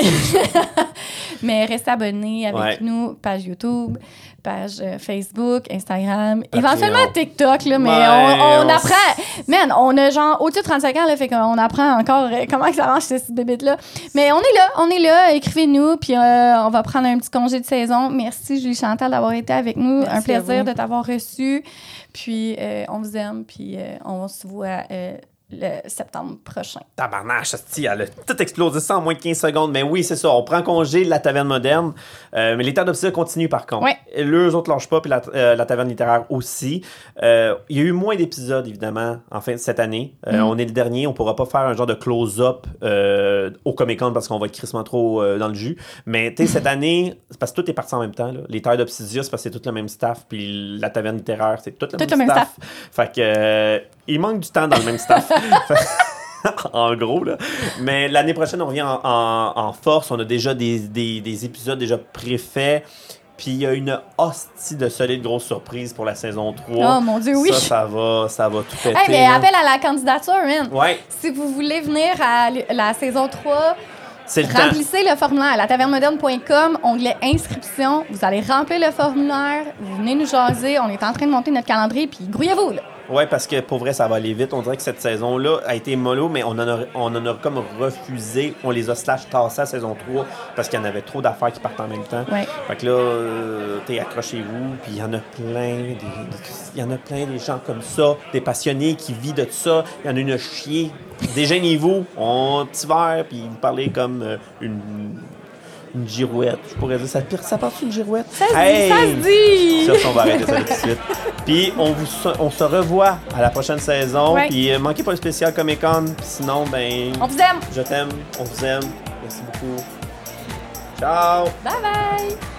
Speaker 2: Mais restez abonnés avec nous, page YouTube, page Facebook, Instagram, éventuellement TikTok, là, mais on apprend. Man, on a genre au-dessus de 35 ans, là, fait qu'on apprend encore comment ça marche, cette bébête-là. Mais on est là, écrivez-nous, puis on va prendre un petit congé de saison. Merci, Julie Chantal, d'avoir été avec nous. Merci, un plaisir de t'avoir reçu. Puis on vous aime, puis on se voit le septembre prochain.
Speaker 1: Tabarnache, elle a tout explosé ça en moins de 15 secondes. Mais oui, c'est ça. On prend congé de la Taverne moderne. Mais les Terres d'Obsidia continuent par contre.
Speaker 2: Ouais.
Speaker 1: Eux autres lâchent pas, puis la Taverne littéraire aussi. Il y a eu moins d'épisodes, évidemment, en fin de cette année. On est le dernier. On pourra pas faire un genre de close-up au Comic-Con parce qu'on va être crissement trop dans le jus. Mais tu sais, cette année, c'est parce que tout est parti en même temps. Là. Les Terres d'Obsidia, c'est parce que c'est tout le même staff. Puis la Taverne littéraire, c'est tout le même staff. Fait que il manque du temps dans le même staff. En gros, là. Mais l'année prochaine, on revient en force. On a déjà des épisodes déjà préfaits. Puis il y a une hostie de solide grosse surprise pour la saison 3.
Speaker 2: Oh mon Dieu, oui.
Speaker 1: Ça va tout péter.
Speaker 2: Hey, mais appel à la candidature, man.
Speaker 1: Ouais.
Speaker 2: Si vous voulez venir à la saison 3...
Speaker 1: Remplissez
Speaker 2: le formulaire à latavernmoderne.com, onglet inscription. Vous allez remplir le formulaire, vous venez nous jaser. On est en train de monter notre calendrier, puis grouillez-vous, là.
Speaker 1: Ouais, parce que pour vrai, ça va aller vite. On dirait que cette saison-là a été mollo, mais on en a comme refusé. On les a tassés à saison 3 parce qu'il y en avait trop d'affaires qui partent en même temps.
Speaker 2: Ouais.
Speaker 1: Fait que là, accrochez-vous. Puis il y en a plein. Il y en a plein des gens comme ça, des passionnés qui vivent de ça. Il y en a une chier. Déjeunez-vous, on petit verre, puis vous parlez comme une girouette. Je pourrais dire, ça part-tu une girouette?
Speaker 2: Ça se dit!
Speaker 1: Ça, on va arrêter ça tout de suite. Puis, on se revoit à la prochaine saison. Puis, manquez pas le spécial Comic-Con. Puis sinon, ben...
Speaker 2: On vous aime!
Speaker 1: Je t'aime, on vous aime. Merci beaucoup. Ciao!
Speaker 2: Bye bye!